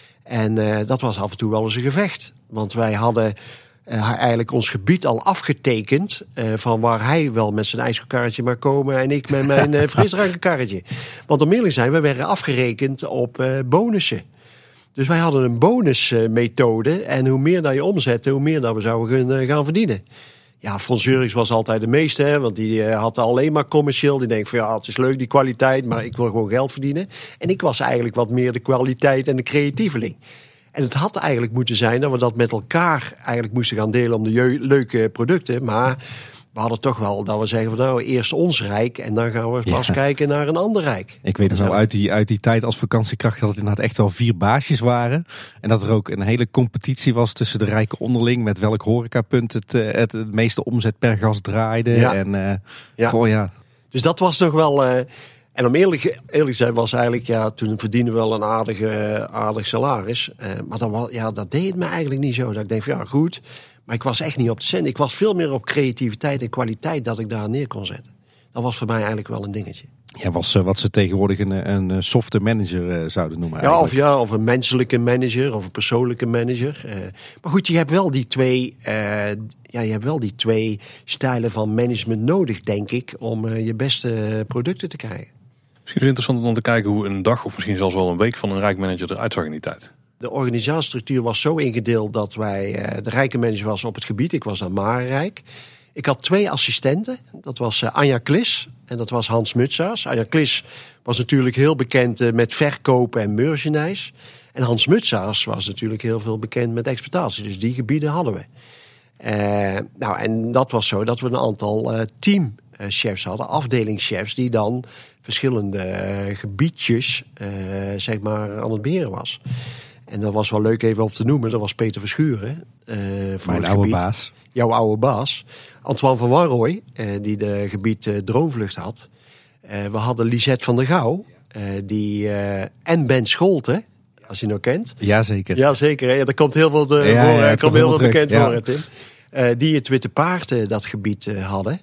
En dat was af en toe wel eens een gevecht. Want wij hadden eigenlijk ons gebied al afgetekend van waar hij wel met zijn ijskokarretje maar komen en ik met mijn frisdrankenkarretje. Want om eerlijk zijn, we werden afgerekend op bonussen. Dus wij hadden een bonusmethode en hoe meer dat je omzette, hoe meer dat we zouden gaan verdienen. Ja, Fons Jurgens was altijd de meeste, hè, want die had alleen maar commercieel. Die denkt van ja, het is leuk die kwaliteit, maar ik wil gewoon geld verdienen. En ik was eigenlijk wat meer de kwaliteit en de creatieveling. En het had eigenlijk moeten zijn dat we dat met elkaar eigenlijk moesten gaan delen om de leuke producten. Maar we hadden toch wel dat we zeggen van nou, eerst ons rijk en dan gaan we pas kijken naar een ander rijk. Ik weet nog wel uit die tijd als vakantiekracht dat het inderdaad echt wel 4 baasjes waren. En dat er ook een hele competitie was tussen de rijken onderling met welk horecapunt het meeste omzet per gast draaide. Ja. En Dus dat was nog wel... En om eerlijk te zijn was eigenlijk, ja, toen verdienen we wel een aardig salaris. Maar dat deed het me eigenlijk niet zo. Dat ik denk van ja, goed, maar ik was echt niet op de cent. Ik was veel meer op creativiteit en kwaliteit dat ik daar neer kon zetten. Dat was voor mij eigenlijk wel een dingetje. Ja, was wat ze tegenwoordig een softe manager zouden noemen. Ja, of een menselijke manager of een persoonlijke manager. Maar goed, je hebt wel die twee stijlen van management nodig, denk ik, om je beste producten te krijgen. Misschien is het interessant om te kijken hoe een dag of misschien zelfs wel een week van een rijk manager eruit zag in die tijd. De organisatiestructuur was zo ingedeeld dat de rijke manager was op het gebied. Ik was dan Marenrijk. Ik had 2 assistenten. Dat was Anja Klis en dat was Hans Mutsaars. Anja Klis was natuurlijk heel bekend met verkopen en merchandise. En Hans Mutsaars was natuurlijk heel veel bekend met exploitatie. Dus die gebieden hadden we. En dat was zo dat we een aantal teamchefs hadden, afdelingschefs, die dan verschillende gebiedjes aan het beheren was. En dat was wel leuk even op te noemen. Dat was Peter Verschuren. Mijn oude baas. Jouw oude baas. Antoine van Wanrooy, die de gebied Droomvlucht had. We hadden Lisette van der Gouw. En Ben Scholte, als je nou kent. Jazeker. Jazeker, ja, daar komt heel veel komt heel veel bekend voor, Tim. Die het Witte Paard, dat gebied hadden.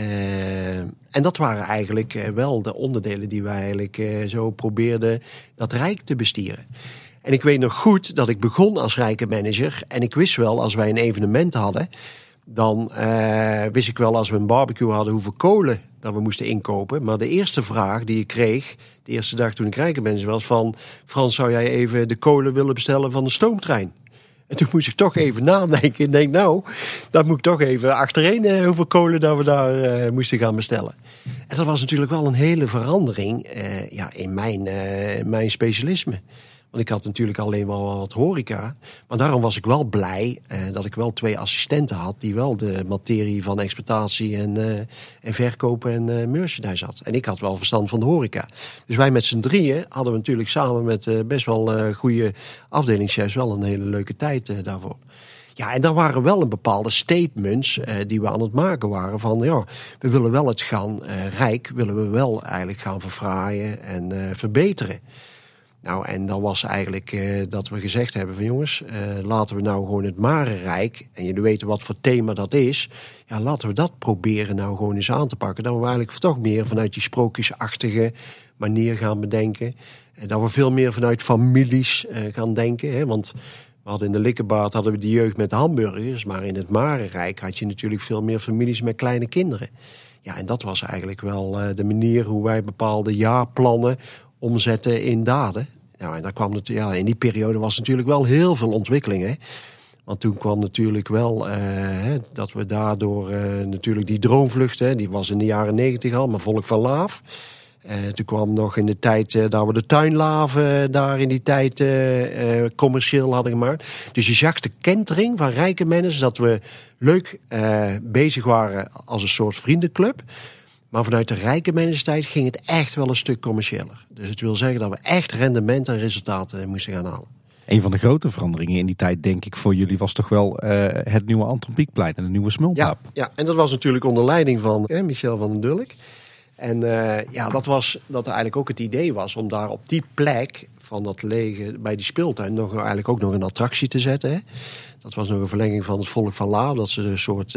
En dat waren eigenlijk wel de onderdelen die wij eigenlijk zo probeerden dat rijk te bestieren. En ik weet nog goed dat ik begon als rijke manager. En ik wist wel, als wij een evenement hadden, dan wist ik wel als we een barbecue hadden hoeveel kolen dat we moesten inkopen. Maar de eerste vraag die ik kreeg, de eerste dag toen ik rijke manager was, van Frans, zou jij even de kolen willen bestellen van de stoomtrein? En toen moest ik toch even nadenken. Ik denk, nou, dat moet ik toch even achtereen hoeveel kolen dat we daar moesten gaan bestellen. En dat was natuurlijk wel een hele verandering in mijn specialisme. Want ik had natuurlijk alleen wel wat horeca. Maar daarom was ik wel blij dat ik wel 2 assistenten had die wel de materie van exploitatie en verkopen en merchandise had. En ik had wel verstand van de horeca. Dus wij met z'n drieën hadden we natuurlijk samen met best wel goede afdelingschefs wel een hele leuke tijd daarvoor. Ja, en daar waren wel een bepaalde statements die we aan het maken waren van ja, we willen wel het rijk willen we wel eigenlijk gaan verfraaien en verbeteren. Nou, en dan was eigenlijk dat we gezegd hebben van jongens, laten we nou gewoon het Marenrijk, en jullie weten wat voor thema dat is, ja, laten we dat proberen nou gewoon eens aan te pakken. Dat we eigenlijk toch meer vanuit die sprookjesachtige manier gaan bedenken. Dat we veel meer vanuit families gaan denken. Hè? Want we hadden in de Likkebaard hadden we de jeugd met de hamburgers, maar in het Marenrijk had je natuurlijk veel meer families met kleine kinderen. Ja, en dat was eigenlijk wel de manier hoe wij bepaalde jaarplannen omzetten in daden. Nou, en daar kwam het, in die periode was natuurlijk wel heel veel ontwikkeling. Hè? Want toen kwam natuurlijk wel dat we daardoor natuurlijk die droomvlucht, die was in de jaren 90 al, maar Volk van Laaf. Toen kwam nog in de tijd dat we de tuinlaven daar in die tijd commercieel hadden gemaakt. Dus je zag de kentering van rijke mensen, dat we leuk bezig waren als een soort vriendenclub. Maar vanuit de rijke mensenstijd ging het echt wel een stuk commerciëler. Dus het wil zeggen dat we echt rendement en resultaten moesten gaan halen. Een van de grote veranderingen in die tijd, denk ik, voor jullie was toch wel het nieuwe Anton Pieckplein en de nieuwe Smulpaap. Ja, en dat was natuurlijk onder leiding van Michel van den Dulk. En dat eigenlijk ook het idee was om daar op die plek van dat lege, bij die speeltuin, eigenlijk ook nog een attractie te zetten. Hè? Dat was nog een verlenging van het Volk van Laaf, dat ze een soort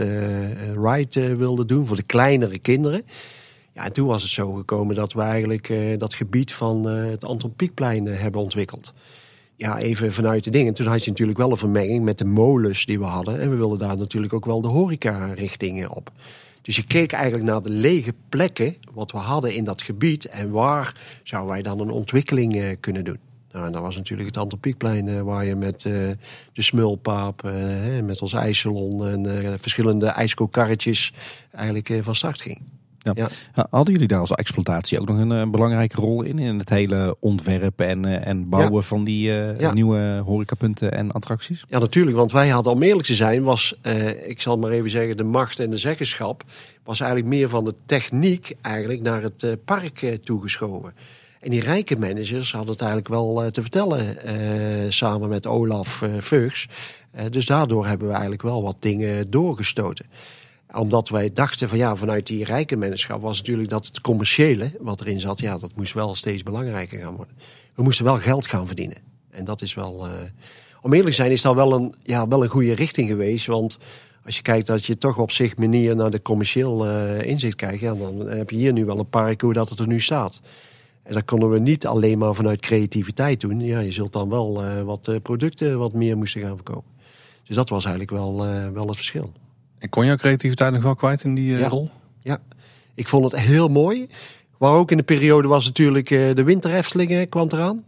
ride wilden doen voor de kleinere kinderen. Ja, en toen was het zo gekomen dat we eigenlijk dat gebied van het Anton Pieckplein hebben ontwikkeld. Ja, even vanuit de dingen. Toen had je natuurlijk wel een vermenging met de molens die we hadden. En we wilden daar natuurlijk ook wel de horeca-richtingen op. Dus je keek eigenlijk naar de lege plekken wat we hadden in dat gebied. En waar zouden wij dan een ontwikkeling kunnen doen. Nou, en dat was natuurlijk het Anton Pieckplein waar je met de Smulpaap, met ons ijssalon en verschillende ijskookkarretjes eigenlijk van start ging. Ja. Hadden jullie daar als exploitatie ook nog een belangrijke rol in het hele ontwerpen en bouwen van die nieuwe horecapunten en attracties? Ja, natuurlijk, want wij hadden, om eerlijk te zijn, ik zal maar even zeggen, de macht en de zeggenschap was eigenlijk meer van de techniek eigenlijk naar het park toegeschoven. En die rijke managers hadden het eigenlijk wel te vertellen, samen met Olaf Veugs. Dus daardoor hebben we eigenlijk wel wat dingen doorgestoten. Omdat wij dachten van vanuit die rijke managerschap was natuurlijk dat het commerciële wat erin zat, dat moest wel steeds belangrijker gaan worden. We moesten wel geld gaan verdienen. En dat is wel, om eerlijk te zijn, is dat wel een goede richting geweest. Want als je kijkt dat je toch op zich manier naar de commercieel inzicht kijkt, dan heb je hier nu wel een park hoe dat het er nu staat. En dat konden we niet alleen maar vanuit creativiteit doen. Ja, je zult dan wel wat producten wat meer moesten gaan verkopen. Dus dat was eigenlijk wel het verschil. En kon jouw creativiteit nog wel kwijt in die rol? Ja, ik vond het heel mooi. Maar ook in de periode was natuurlijk de Winter Efteling kwam eraan.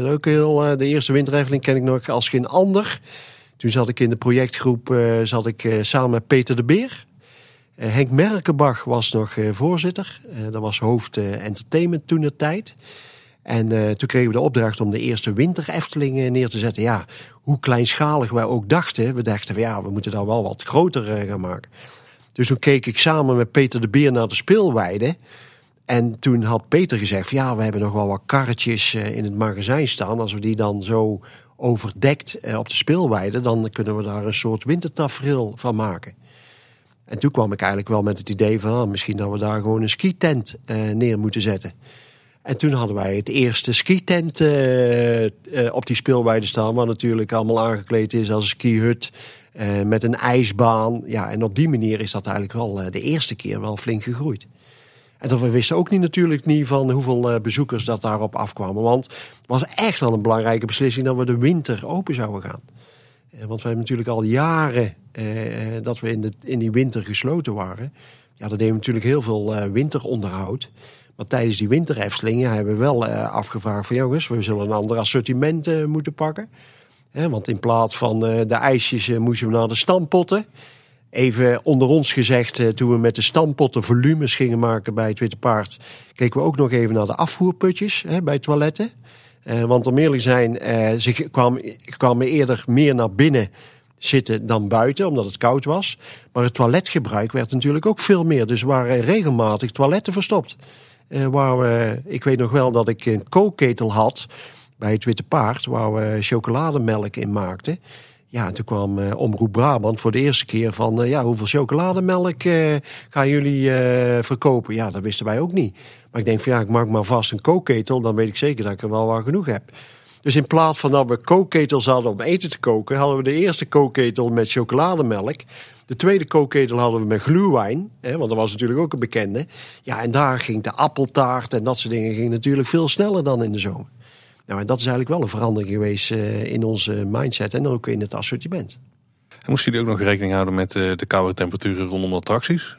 De eerste Winter Efteling ken ik nog als geen ander. Toen zat ik in de projectgroep samen met Peter de Beer. Henk Merkenbach was nog voorzitter. Dat was hoofd entertainment toen de tijd. En toen kregen we de opdracht om de eerste Winter Efteling neer te zetten. Ja, hoe kleinschalig wij ook dachten. We dachten we moeten daar wel wat groter gaan maken. Dus toen keek ik samen met Peter de Beer naar de speelweide. En toen had Peter gezegd we hebben nog wel wat karretjes in het magazijn staan. Als we die dan zo overdekt op de speelweide, dan kunnen we daar een soort wintertafereel van maken. En toen kwam ik eigenlijk wel met het idee van misschien dat we daar gewoon een skitent neer moeten zetten. En toen hadden wij het eerste skitent op die speelweide staan, waar natuurlijk allemaal aangekleed is als een skihut met een ijsbaan. Ja, en op die manier is dat eigenlijk wel de eerste keer wel flink gegroeid. En dat we wisten ook natuurlijk niet van hoeveel bezoekers dat daarop afkwamen. Want het was echt wel een belangrijke beslissing dat we de winter open zouden gaan. Want we hebben natuurlijk al jaren dat we in die winter gesloten waren. Ja, dat deden we natuurlijk heel veel winteronderhoud. Maar tijdens die Winter Efteling hebben we wel afgevraagd van jongens, we zullen een ander assortiment moeten pakken. Want in plaats van de ijsjes moesten we naar de stampotten. Even onder ons gezegd, toen we met de stampotten volumes gingen maken bij het Witte Paard, keken we ook nog even naar de afvoerputjes bij toiletten. Want om eerlijk zijn, ze kwamen eerder meer naar binnen zitten dan buiten, omdat het koud was. Maar het toiletgebruik werd natuurlijk ook veel meer. Dus er waren regelmatig toiletten verstopt. Ik weet nog wel dat ik een kookketel had bij het Witte Paard, waar we chocolademelk in maakten. Ja, en toen kwam Omroep Brabant voor de eerste keer van... hoeveel chocolademelk gaan jullie verkopen? Ja, dat wisten wij ook niet. Maar ik denk van ik maak maar vast een kookketel... dan weet ik zeker dat ik er wel genoeg heb. Dus in plaats van dat we kookketels hadden om eten te koken... hadden we de eerste kookketel met chocolademelk. De tweede kookketel hadden we met glühwein. Want dat was natuurlijk ook een bekende. Ja, en daar ging de appeltaart en dat soort dingen... ging natuurlijk veel sneller dan in de zomer. Nou, en dat is eigenlijk wel een verandering geweest in onze mindset en ook in het assortiment. En moesten jullie ook nog rekening houden met de koude temperaturen rondom de attracties?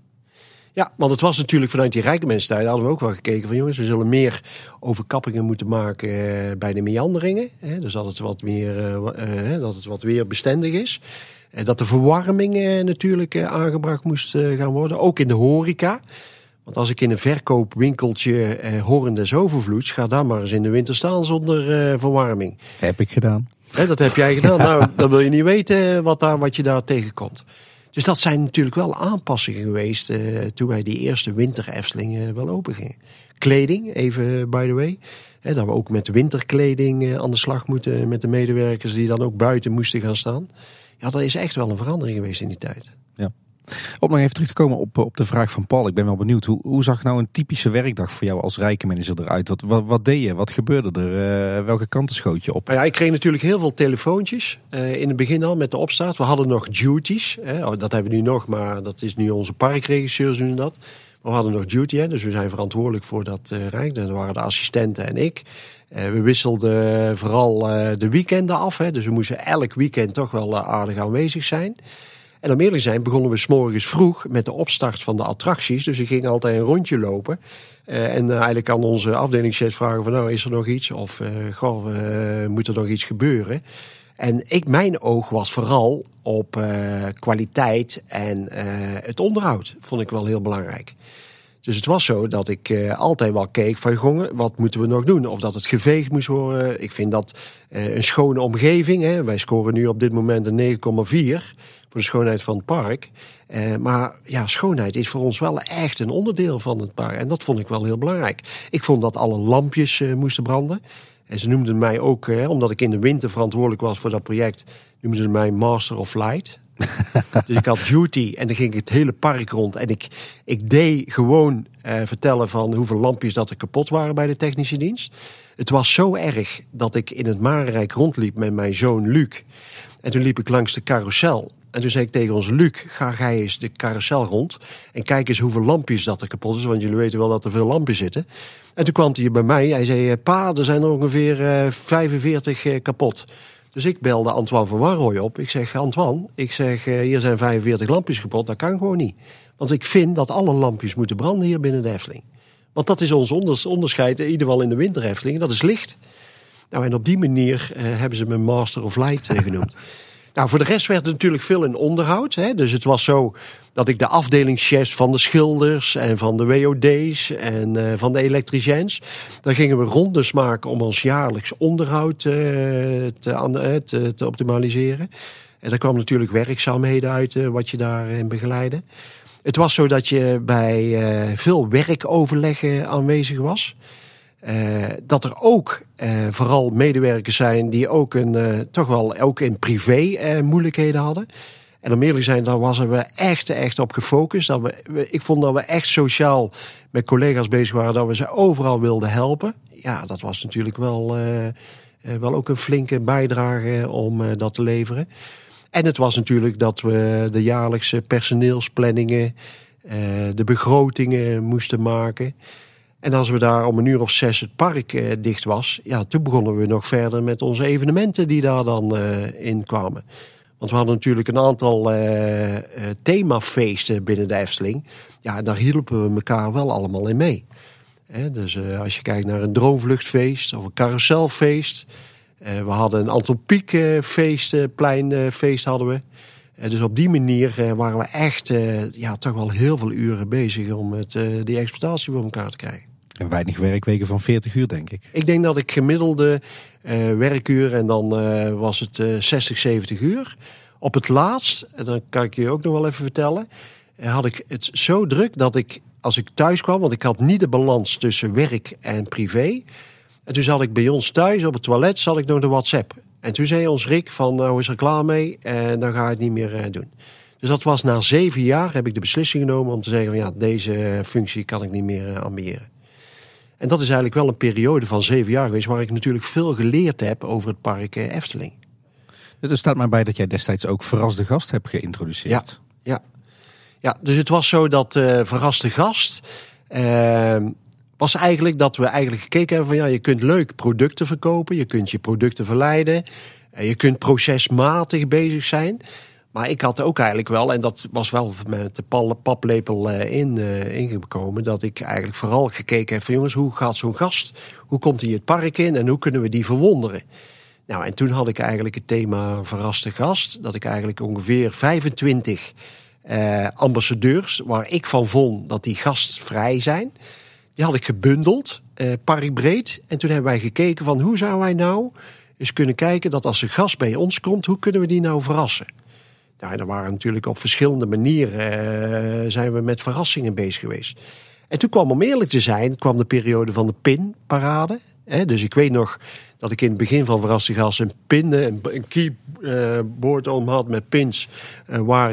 Ja, want het was natuurlijk vanuit die rijke menstijd hadden we ook wel gekeken van jongens, we zullen meer overkappingen moeten maken bij de meanderingen. Dus dat het wat meer, dat het wat weer bestendig is. Dat de verwarming natuurlijk aangebracht moest gaan worden, ook in de horeca. Want als ik in een verkoopwinkeltje horrendes overvloeds, ga daar maar eens in de winter staan zonder verwarming. Heb ik gedaan. Dat heb jij gedaan. Nou, dan wil je niet weten wat je daar tegenkomt. Dus dat zijn natuurlijk wel aanpassingen geweest toen wij die eerste winter Efteling wel open gingen. Kleding, even by the way. Dat we ook met winterkleding aan de slag moeten met de medewerkers die dan ook buiten moesten gaan staan. Ja, dat is echt wel een verandering geweest in die tijd. Ja. Om nog even terug te komen op de vraag van Paul. Ik ben wel benieuwd. Hoe zag nou een typische werkdag voor jou als rijkenmanager eruit? Wat deed je? Wat gebeurde er? Welke kanten schoot je op? Nou ja, ik kreeg natuurlijk heel veel telefoontjes. In het begin al met de opstart. We hadden nog duties. Dat hebben we nu nog, maar dat is nu onze parkregisseurs doen dat. Maar we hadden nog duty, dus we zijn verantwoordelijk voor dat rijk. Dat waren de assistenten en ik. We wisselden vooral de weekenden af. Dus we moesten elk weekend toch wel aardig aanwezig zijn. En om eerlijk zijn begonnen we 's morgens vroeg met de opstart van de attracties. Dus ik ging altijd een rondje lopen. En eigenlijk aan onze afdelingschef vragen van nou is er nog iets? Of moet er nog iets gebeuren? En mijn oog was vooral op kwaliteit en het onderhoud. Vond ik wel heel belangrijk. Dus het was zo dat ik altijd wel keek van jongen, wat moeten we nog doen? Of dat het geveegd moest worden. Ik vind dat een schone omgeving. Wij scoren nu op dit moment een 9,4 voor de schoonheid van het park. Maar ja, schoonheid is voor ons wel echt een onderdeel van het park. En dat vond ik wel heel belangrijk. Ik vond dat alle lampjes moesten branden. En ze noemden mij ook, omdat ik in de winter verantwoordelijk was voor dat project, noemden ze mij Master of Light. Dus ik had duty en dan ging ik het hele park rond. En ik deed gewoon vertellen van hoeveel lampjes dat er kapot waren bij de technische dienst. Het was zo erg dat ik in het Marenrijk rondliep met mijn zoon Luc. En toen liep ik langs de carousel. En toen zei ik tegen ons, Luc, ga jij eens de carousel rond. En kijk eens hoeveel lampjes dat er kapot is. Want jullie weten wel dat er veel lampjes zitten. En toen kwam hij bij mij. Hij zei, pa, er zijn er ongeveer 45 kapot. Dus ik belde Antoine van Wanrooy op. Ik zeg, Antoine, hier zijn 45 lampjes kapot. Dat kan gewoon niet. Want ik vind dat alle lampjes moeten branden hier binnen de Efteling. Want dat is ons onderscheid, in ieder geval in de winter Efteling. Dat is licht. Nou, en op die manier hebben ze me Master of Light genoemd. Nou, voor de rest werd er natuurlijk veel in onderhoud. Dus het was zo dat ik de afdelingschefs van de schilders en van de WOD's en van de elektriciens, daar gingen we rondes maken om ons jaarlijks onderhoud te optimaliseren. En daar kwam natuurlijk werkzaamheden uit wat je daarin begeleidde. Het was zo dat je bij veel werkoverleggen aanwezig was. Dat er ook vooral medewerkers zijn die ook toch wel ook in privé moeilijkheden hadden. En om eerlijk te zijn, daar waren we echt op gefocust. Ik vond dat we echt sociaal met collega's bezig waren, dat we ze overal wilden helpen. Ja, dat was natuurlijk wel ook een flinke bijdrage om dat te leveren. En het was natuurlijk dat we de jaarlijkse personeelsplanningen, de begrotingen moesten maken. En als we daar om 6:00 het park dicht was, ja, toen begonnen we nog verder met onze evenementen die daar dan in kwamen. Want we hadden natuurlijk een aantal themafeesten binnen de Efteling. Ja, daar hielpen we elkaar wel allemaal in mee. Dus als je kijkt naar een droomvluchtfeest of een carouselfeest. We hadden een Anton Pieck pleinfeest hadden we. Dus op die manier waren we echt toch wel heel veel uren bezig om die exploitatie voor elkaar te krijgen. En weinig werkweken van 40 uur, denk ik. Ik denk dat ik gemiddelde werkuur en dan was het 60, 70 uur. Op het laatst, en dan kan ik je ook nog wel even vertellen, had ik het zo druk dat ik, als ik thuis kwam, want ik had niet de balans tussen werk en privé. En toen zat ik bij ons thuis op het toilet, zat ik nog de WhatsApp. En toen zei ons Rick van, nou is er klaar mee en dan ga ik het niet meer doen. Dus dat was na 7 jaar heb ik de beslissing genomen om te zeggen van ja, deze functie kan ik niet meer ambiëren. En dat is eigenlijk wel een periode van 7 jaar geweest waar ik natuurlijk veel geleerd heb over het park Efteling. Er staat maar bij dat jij destijds ook Verras de Gast hebt geïntroduceerd. Ja, dus het was zo dat Verras de Gast was eigenlijk dat we eigenlijk gekeken hebben van ja, je kunt leuk producten verkopen, je kunt je producten verleiden, je kunt procesmatig bezig zijn. Maar ik had ook eigenlijk wel, en dat was wel met de paplepel ingekomen, dat ik eigenlijk vooral gekeken heb van jongens, hoe gaat zo'n gast, hoe komt hij het park in en hoe kunnen we die verwonderen? Nou, en toen had ik eigenlijk het thema Verraste Gast, dat ik eigenlijk ongeveer 25 ambassadeurs, waar ik van vond dat die gastvrij zijn, die had ik gebundeld, parkbreed. En toen hebben wij gekeken van hoe zouden wij nou eens kunnen kijken dat als een gast bij ons komt, hoe kunnen we die nou verrassen? Nou, en er waren natuurlijk op verschillende manieren zijn we met verrassingen bezig geweest. En toen kwam, om eerlijk te zijn, kwam de periode van de pinparade. Dus ik weet nog dat ik in het begin van Verraste Gast een pin, een keyboard om had met pins, waar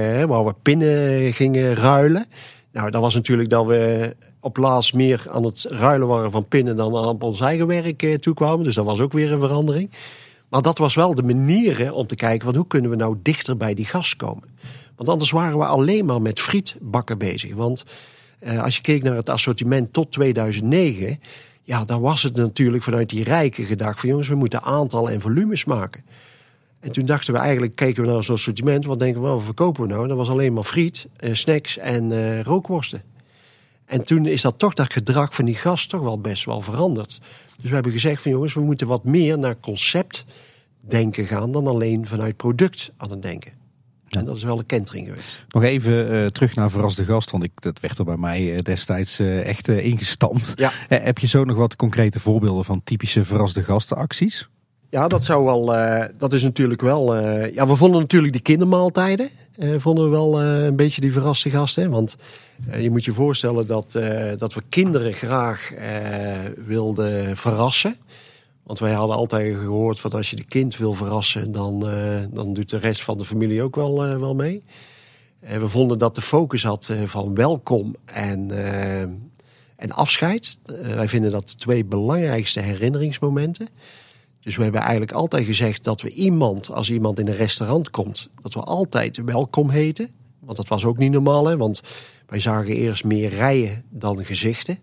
we pinnen gingen ruilen. Nou, dat was natuurlijk dat we op laatst meer aan het ruilen waren van pinnen dan aan ons eigen werk toekwamen. Dus dat was ook weer een verandering. Maar dat was wel de manier om te kijken van hoe kunnen we nou dichter bij die gast komen. Want anders waren we alleen maar met frietbakken bezig. Want als je keek naar het assortiment tot 2009... ja, dan was het natuurlijk vanuit die rijken gedacht van jongens, we moeten aantal en volumes maken. En toen dachten we eigenlijk, keken we naar zo'n assortiment, wat denken we, wat verkopen we nou? Dat was alleen maar friet, snacks en rookworsten. En toen is dat toch dat gedrag van die gast toch wel best wel veranderd. Dus we hebben gezegd van jongens, we moeten wat meer naar concept denken gaan dan alleen vanuit product aan het denken. Ja. En dat is wel een kentering geweest. Nog even terug naar Verras de Gast, want dat werd er bij mij destijds echt ingestampt. Ja. Heb je zo nog wat concrete voorbeelden van typische Verras de Gasten acties? Ja, dat zou wel. Dat is natuurlijk wel. Ja, we vonden natuurlijk die kindermaaltijden. Vonden we wel een beetje die verraste gasten. Want je moet je voorstellen dat we kinderen graag wilden verrassen. Want wij hadden altijd gehoord van als je de kind wil verrassen, dan doet de rest van de familie ook wel mee. We vonden dat de focus had van welkom en afscheid. Wij vinden dat de 2 belangrijkste herinneringsmomenten. Dus we hebben eigenlijk altijd gezegd dat we als iemand in een restaurant komt, dat we altijd welkom heten. Want dat was ook niet normaal, hè? Want wij zagen eerst meer rijen dan gezichten.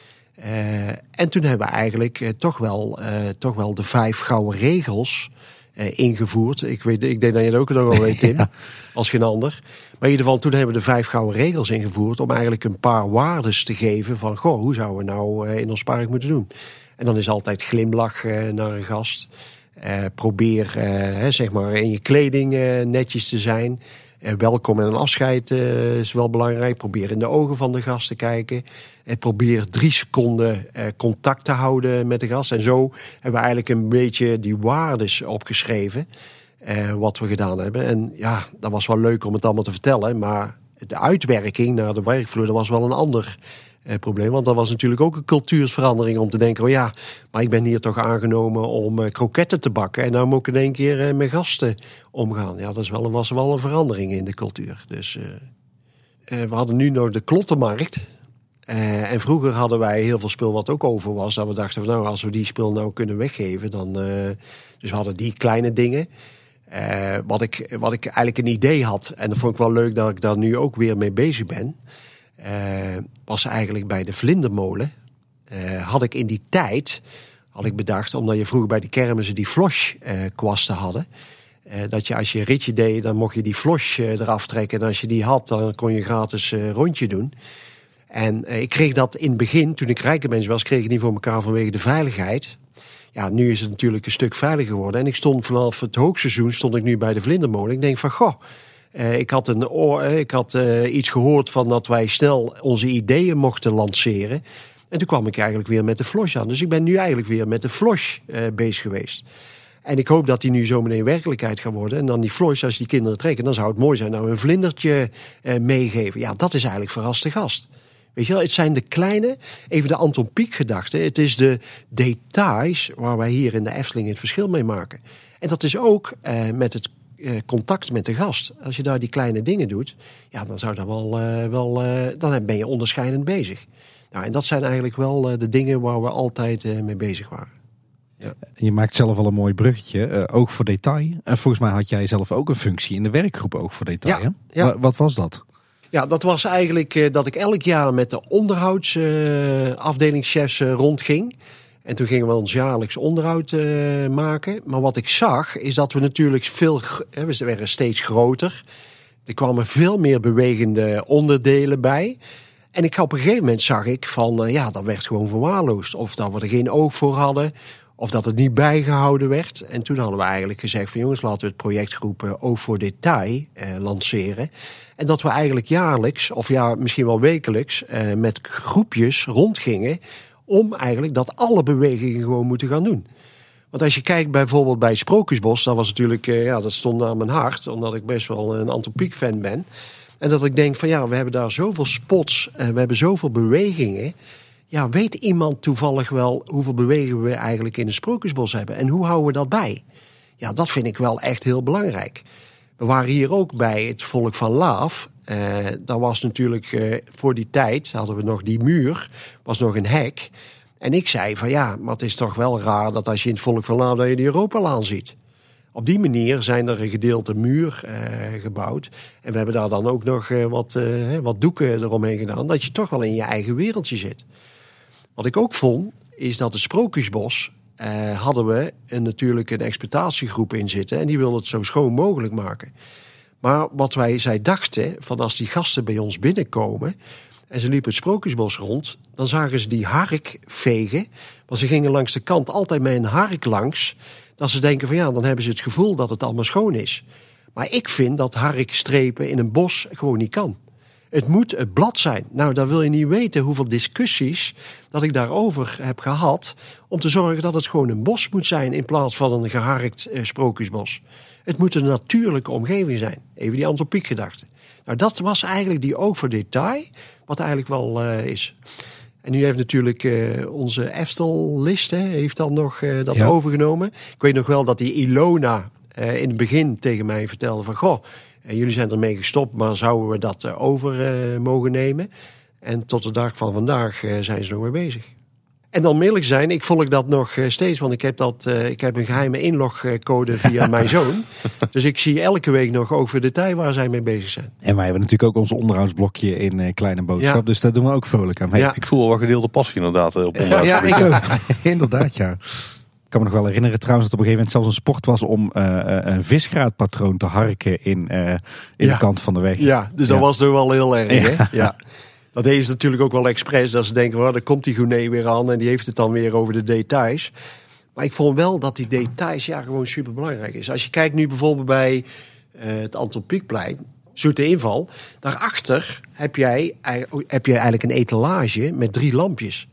En toen hebben we eigenlijk toch wel de 5 gouden regels ingevoerd. Ik denk dat je dat ook nog wel weet, Tim, ja. Als geen ander. Maar in ieder geval, toen hebben we de 5 gouden regels ingevoerd om eigenlijk een paar waardes te geven van, goh, hoe zouden we nou in ons park moeten doen? En dan is altijd glimlach naar een gast. Probeer zeg maar in je kleding netjes te zijn. Welkom en een afscheid is wel belangrijk. Probeer in de ogen van de gast te kijken. Probeer 3 seconden contact te houden met de gast. En zo hebben we eigenlijk een beetje die waardes opgeschreven. Wat we gedaan hebben. En ja, dat was wel leuk om het allemaal te vertellen. Maar de uitwerking naar de werkvloer, dat was wel een ander probleem. Want dat was natuurlijk ook een cultuursverandering om te denken, oh ja, maar ik ben hier toch aangenomen om kroketten te bakken. En nou moet ik in één keer met gasten omgaan. Ja, dat was wel een verandering in de cultuur. Dus we hadden nu nog de klottenmarkt. En vroeger hadden wij heel veel spul wat ook over was. Dat we dachten van nou, als we die spul nou kunnen weggeven, dan. Dus we hadden die kleine dingen. Wat ik eigenlijk een idee had, en dat vond ik wel leuk dat ik daar nu ook weer mee bezig ben. Was eigenlijk bij de Vlindermolen. Had ik in die tijd bedacht, omdat je vroeger bij de kermissen die flosh-kwasten hadden. Dat je als je een ritje deed, dan mocht je die flosh eraf trekken. En als je die had, dan kon je gratis rondje doen. En ik kreeg dat in het begin, toen ik rijke mens was, kreeg ik niet voor elkaar vanwege de veiligheid. Ja, nu is het natuurlijk een stuk veiliger geworden. En ik stond vanaf het hoogseizoen nu bij de Vlindermolen. Ik denk van, goh, ik had iets gehoord van dat wij snel onze ideeën mochten lanceren. En toen kwam ik eigenlijk weer met de flosh aan. Dus ik ben nu eigenlijk weer met de flosh bezig geweest. En ik hoop dat die nu zo meteen werkelijkheid gaat worden. En dan die flosh, als die kinderen trekken, dan zou het mooi zijn nou een vlindertje meegeven. Ja, dat is eigenlijk Verraste Gast. Weet je wel, het zijn de kleine, even de Anton Pieck gedachte. Het is de details waar wij hier in de Efteling het verschil mee maken. En dat is ook met het contact met de gast. Als je daar die kleine dingen doet, ja, dan zou dat dan ben je onderscheidend bezig. Nou, en dat zijn eigenlijk wel de dingen waar we altijd mee bezig waren. Ja. Je maakt zelf al een mooi bruggetje, oog voor detail. En volgens mij had jij zelf ook een functie in de werkgroep oog voor detail. Ja, hè? ja. Wat was dat? Ja, dat was eigenlijk dat ik elk jaar met de onderhoudsafdelingschefs rondging. En toen gingen we ons jaarlijks onderhoud maken. Maar wat ik zag is dat we natuurlijk we werden steeds groter. Er kwamen veel meer bewegende onderdelen bij. En op een gegeven moment zag ik van, dat werd gewoon verwaarloosd. Of dat we er geen oog voor hadden, of dat het niet bijgehouden werd. En toen hadden we eigenlijk gezegd van jongens, laten we het projectgroep Oog voor Detail lanceren. En dat we eigenlijk jaarlijks, of ja, misschien wel wekelijks, met groepjes rondgingen om eigenlijk dat alle bewegingen gewoon moeten gaan doen. Want als je kijkt bijvoorbeeld bij Sprookjesbos, dat was natuurlijk, dat stond aan mijn hart, omdat ik best wel een Anton Pieck fan ben. En dat ik denk van ja, we hebben daar zoveel spots, we hebben zoveel bewegingen. Ja, weet iemand toevallig wel hoeveel bewegingen we eigenlijk in een Sprookjesbos hebben? En hoe houden we dat bij? Ja, dat vind ik wel echt heel belangrijk. We waren hier ook bij het Volk van Laaf. Dat was natuurlijk voor die tijd, hadden we nog die muur, was nog een hek. En ik zei van ja, maar het is toch wel raar dat als je in het Volk van Laaf dat je de Europalaan ziet. Op die manier zijn er een gedeelte muur gebouwd. En we hebben daar dan ook nog wat doeken eromheen gedaan. Dat je toch wel in je eigen wereldje zit. Wat ik ook vond, is dat het Sprookjesbos hadden we natuurlijk een exploitatiegroep in zitten. En die wilden het zo schoon mogelijk maken. Maar wat zij dachten, van als die gasten bij ons binnenkomen en ze liepen het Sprookjesbos rond, dan zagen ze die hark vegen. Want ze gingen langs de kant altijd met een hark langs. Dat ze denken van ja, dan hebben ze het gevoel dat het allemaal schoon is. Maar ik vind dat harkstrepen in een bos gewoon niet kan. Het moet het blad zijn. Nou, dan wil je niet weten hoeveel discussies dat ik daarover heb gehad om te zorgen dat het gewoon een bos moet zijn in plaats van een geharkt Sprookjesbos. Het moet een natuurlijke omgeving zijn. Even die Anton Pieck gedachte. Nou, dat was eigenlijk die oog voor detail, wat eigenlijk wel is. En nu heeft natuurlijk onze Eftel-list heeft dan nog dat overgenomen. Ik weet nog wel dat die Ilona in het begin tegen mij vertelde van goh, jullie zijn ermee gestopt, maar zouden we dat over mogen nemen? En tot de dag van vandaag zijn ze nog mee bezig. En dan eerlijk zijn, ik volg dat nog steeds, want ik heb een geheime inlogcode via mijn zoon. Dus ik zie elke week nog over detail waar zij mee bezig zijn. En wij hebben natuurlijk ook ons onderhoudsblokje in Kleine Boodschap, dus daar doen we ook vrolijk aan mee. Ja. Ik voel wel gedeelde passie inderdaad op onderhoud. Ja, ik ook. Inderdaad, ja. Ik kan me nog wel herinneren trouwens dat op een gegeven moment zelfs een sport was om een visgraatpatroon te harken in de kant van de weg. Ja, dus dat was toch wel heel erg, hè? Ja. Dat deden ze natuurlijk ook wel expres, dat ze denken, daar komt die Gournay weer aan en die heeft het dan weer over de details. Maar ik vond wel dat die details gewoon super belangrijk is. Als je kijkt nu bijvoorbeeld bij het Anton Pieckplein, Zoete Inval, daarachter heb je eigenlijk een etalage met 3 lampjes.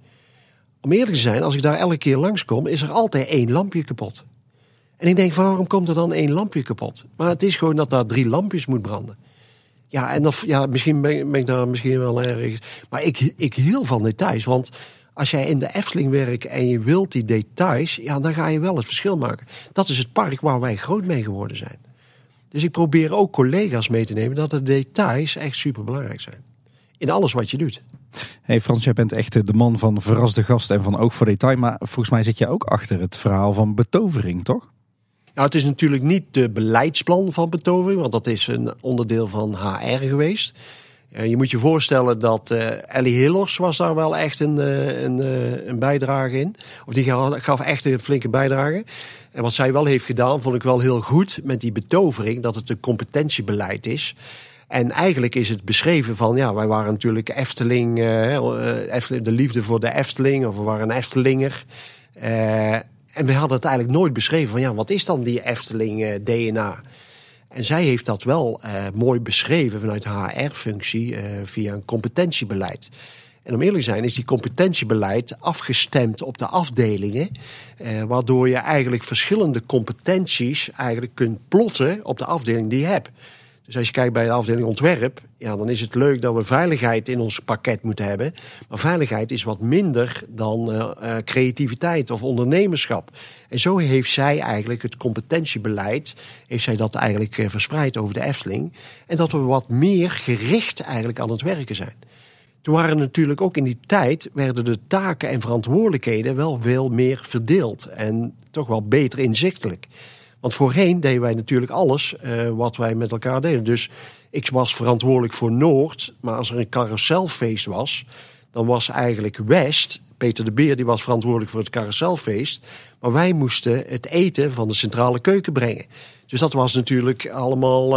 Om eerlijk te zijn, als ik daar elke keer langskom, is er altijd 1 lampje kapot. En ik denk, waarom komt er dan 1 lampje kapot? Maar het is gewoon dat daar 3 lampjes moet branden. Ja, en misschien ben ik daar misschien wel erg. Maar ik hield van details. Want als jij in de Efteling werkt en je wilt die details, ja, dan ga je wel het verschil maken. Dat is het park waar wij groot mee geworden zijn. Dus ik probeer ook collega's mee te nemen dat de details echt super belangrijk zijn. In alles wat je doet. Hey Frans, jij bent echt de man van verras de gast en van oog voor detail. Maar volgens mij zit je ook achter het verhaal van betovering, toch? Nou, het is natuurlijk niet de beleidsplan van betovering, want dat is een onderdeel van HR geweest. Je moet je voorstellen dat Ellie Hillers was daar wel echt een bijdrage in. Of die gaf echt een flinke bijdrage. En wat zij wel heeft gedaan, vond ik wel heel goed met die betovering, dat het een competentiebeleid is. En eigenlijk is het beschreven van, ja, wij waren natuurlijk Efteling, de liefde voor de Efteling, of we waren een Eftelinger. En we hadden het eigenlijk nooit beschreven van, ja, wat is dan die Efteling DNA? En zij heeft dat wel mooi beschreven vanuit haar HR-functie via een competentiebeleid. En om eerlijk te zijn is die competentiebeleid afgestemd op de afdelingen, waardoor je eigenlijk verschillende competenties eigenlijk kunt plotten op de afdeling die je hebt. Dus als je kijkt bij de afdeling ontwerp, ja, dan is het leuk dat we veiligheid in ons pakket moeten hebben. Maar veiligheid is wat minder dan creativiteit of ondernemerschap. En zo heeft zij eigenlijk het competentiebeleid, heeft zij dat eigenlijk verspreid over de Efteling. En dat we wat meer gericht eigenlijk aan het werken zijn. Toen waren natuurlijk ook in die tijd, werden de taken en verantwoordelijkheden wel veel meer verdeeld. En toch wel beter inzichtelijk. Want voorheen deden wij natuurlijk alles wat wij met elkaar deden. Dus ik was verantwoordelijk voor Noord. Maar als er een carouselfeest was, dan was eigenlijk West, Peter de Beer, die was verantwoordelijk voor het carouselfeest. Maar wij moesten het eten van de centrale keuken brengen. Dus dat was natuurlijk allemaal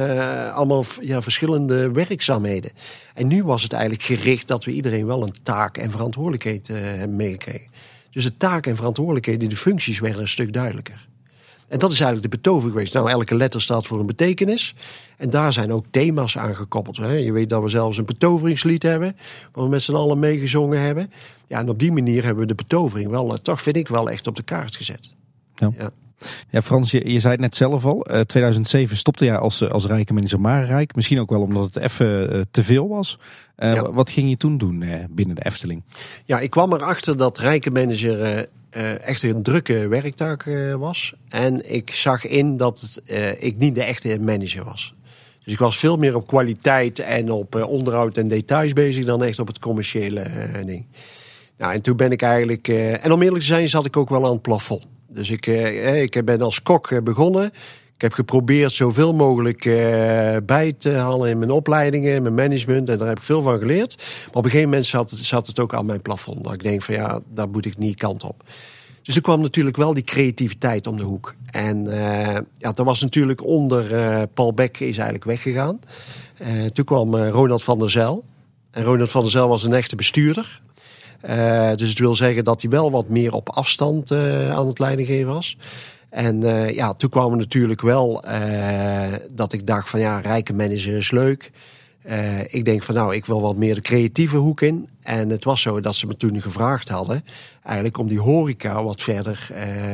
verschillende werkzaamheden. En nu was het eigenlijk gericht dat we iedereen wel een taak en verantwoordelijkheid hebben meegekregen. Dus de taak en verantwoordelijkheden, de functies werden een stuk duidelijker. En dat is eigenlijk de betovering geweest. Nou, elke letter staat voor een betekenis. En daar zijn ook thema's aan gekoppeld. Hè. Je weet dat we zelfs een betoveringslied hebben, waar we met z'n allen meegezongen hebben. Ja, en op die manier hebben we de betovering wel, toch vind ik wel echt op de kaart gezet. Ja. Ja, Frans, je zei het net zelf al. 2007 stopte jij als rijke manager Marenrijk. Misschien ook wel omdat het even te veel was. Wat ging je toen doen binnen de Efteling? Ja, ik kwam erachter dat rijke manager echt een drukke werktaak was. En ik zag in dat ik niet de echte manager was. Dus ik was veel meer op kwaliteit en op onderhoud en details bezig dan echt op het commerciële ding. Nou, en toen ben ik eigenlijk... en om eerlijk te zijn zat ik ook wel aan het plafond. Dus ik ben als kok begonnen. Ik heb geprobeerd zoveel mogelijk bij te halen in mijn opleidingen, in mijn management. En daar heb ik veel van geleerd. Maar op een gegeven moment zat het ook aan mijn plafond. Dat ik denk van ja, daar moet ik niet kant op. Dus er kwam natuurlijk wel die creativiteit om de hoek. En dat was natuurlijk onder Paul Beck is eigenlijk weggegaan. Toen kwam Ronald van der Zijl. En Ronald van der Zijl was een echte bestuurder. Dus het wil zeggen dat hij wel wat meer op afstand aan het leidinggeven was. En toen kwam er natuurlijk wel dat ik dacht van ja, rijke manager is leuk. Ik denk van nou, ik wil wat meer de creatieve hoek in. En het was zo dat ze me toen gevraagd hadden eigenlijk om die horeca wat verder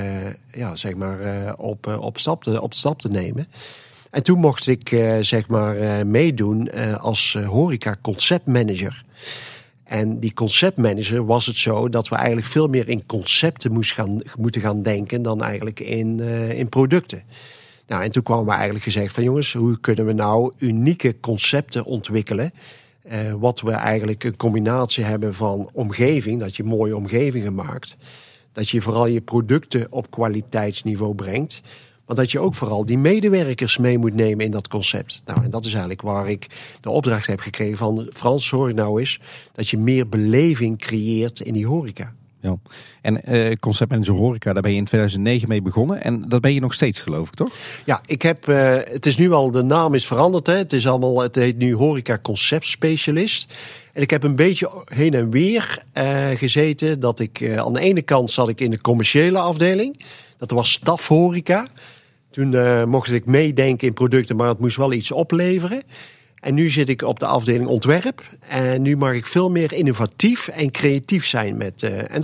op stap te nemen. En toen mocht ik meedoen als horeca conceptmanager. En die conceptmanager was het zo dat we eigenlijk veel meer in concepten moeten gaan denken dan eigenlijk in producten. Nou, en toen kwamen we eigenlijk gezegd van jongens, hoe kunnen we nou unieke concepten ontwikkelen? Wat we eigenlijk een combinatie hebben van omgeving, dat je mooie omgevingen maakt. Dat je vooral je producten op kwaliteitsniveau brengt. Maar dat je ook vooral die medewerkers mee moet nemen in dat concept. Nou, en dat is eigenlijk waar ik de opdracht heb gekregen van Frans, zorg nou eens dat je meer beleving creëert in die horeca. Ja. En conceptmanager horeca, daar ben je in 2009 mee begonnen. En dat ben je nog steeds, geloof ik, toch? Ja, ik heb, het is nu al, de naam is veranderd. Hè. Het heet nu horeca conceptspecialist. En ik heb een beetje heen en weer gezeten. Dat ik, aan de ene kant zat ik in de commerciële afdeling. Dat was stafhoreca. Toen mocht ik meedenken in producten, maar het moest wel iets opleveren. En nu zit ik op de afdeling ontwerp. En nu mag ik veel meer innovatief en creatief zijn. En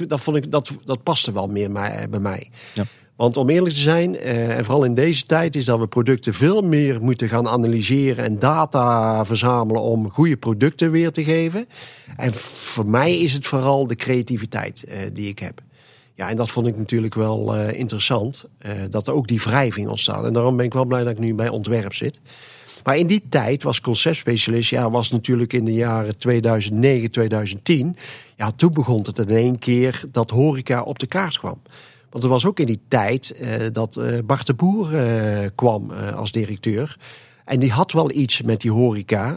dat paste wel meer bij mij. Ja. Want om eerlijk te zijn, en vooral in deze tijd, is dat we producten veel meer moeten gaan analyseren en data verzamelen om goede producten weer te geven. En voor mij is het vooral de creativiteit die ik heb. Ja, en dat vond ik natuurlijk wel interessant, dat er ook die wrijving ontstaat. En daarom ben ik wel blij dat ik nu bij ontwerp zit. Maar in die tijd was conceptspecialist, was natuurlijk in de jaren 2009, 2010. Ja, toen begon het in één keer dat horeca op de kaart kwam. Want er was ook in die tijd dat Bart de Boer kwam als directeur. En die had wel iets met die horeca.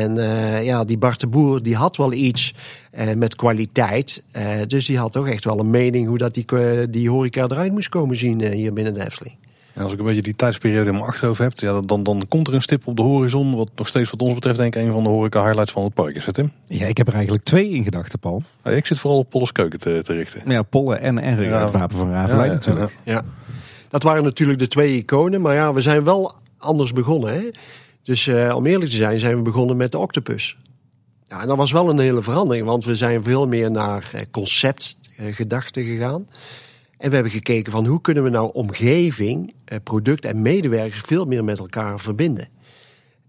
En die Bart de Boer die had wel iets met kwaliteit. Dus die had toch echt wel een mening hoe dat die horeca eruit moest komen zien hier binnen de Efteling. En als ik een beetje die tijdsperiode in mijn achterhoofd heb, dan komt er een stip op de horizon. Wat nog steeds wat ons betreft denk ik een van de horeca-highlights van het park is, hè Tim? Ja, ik heb er eigenlijk 2 in gedachten, Paul. Ik zit vooral op Polles Keuken te richten. Ja, Polles en het Wapen van Ravelijn natuurlijk. Ja. Dat waren natuurlijk de 2 iconen, maar ja, we zijn wel anders begonnen. Hè? Dus om eerlijk te zijn we begonnen met de octopus. Ja, en dat was wel een hele verandering, want we zijn veel meer naar conceptgedachten gegaan. En we hebben gekeken van hoe kunnen we nou omgeving, product en medewerkers veel meer met elkaar verbinden.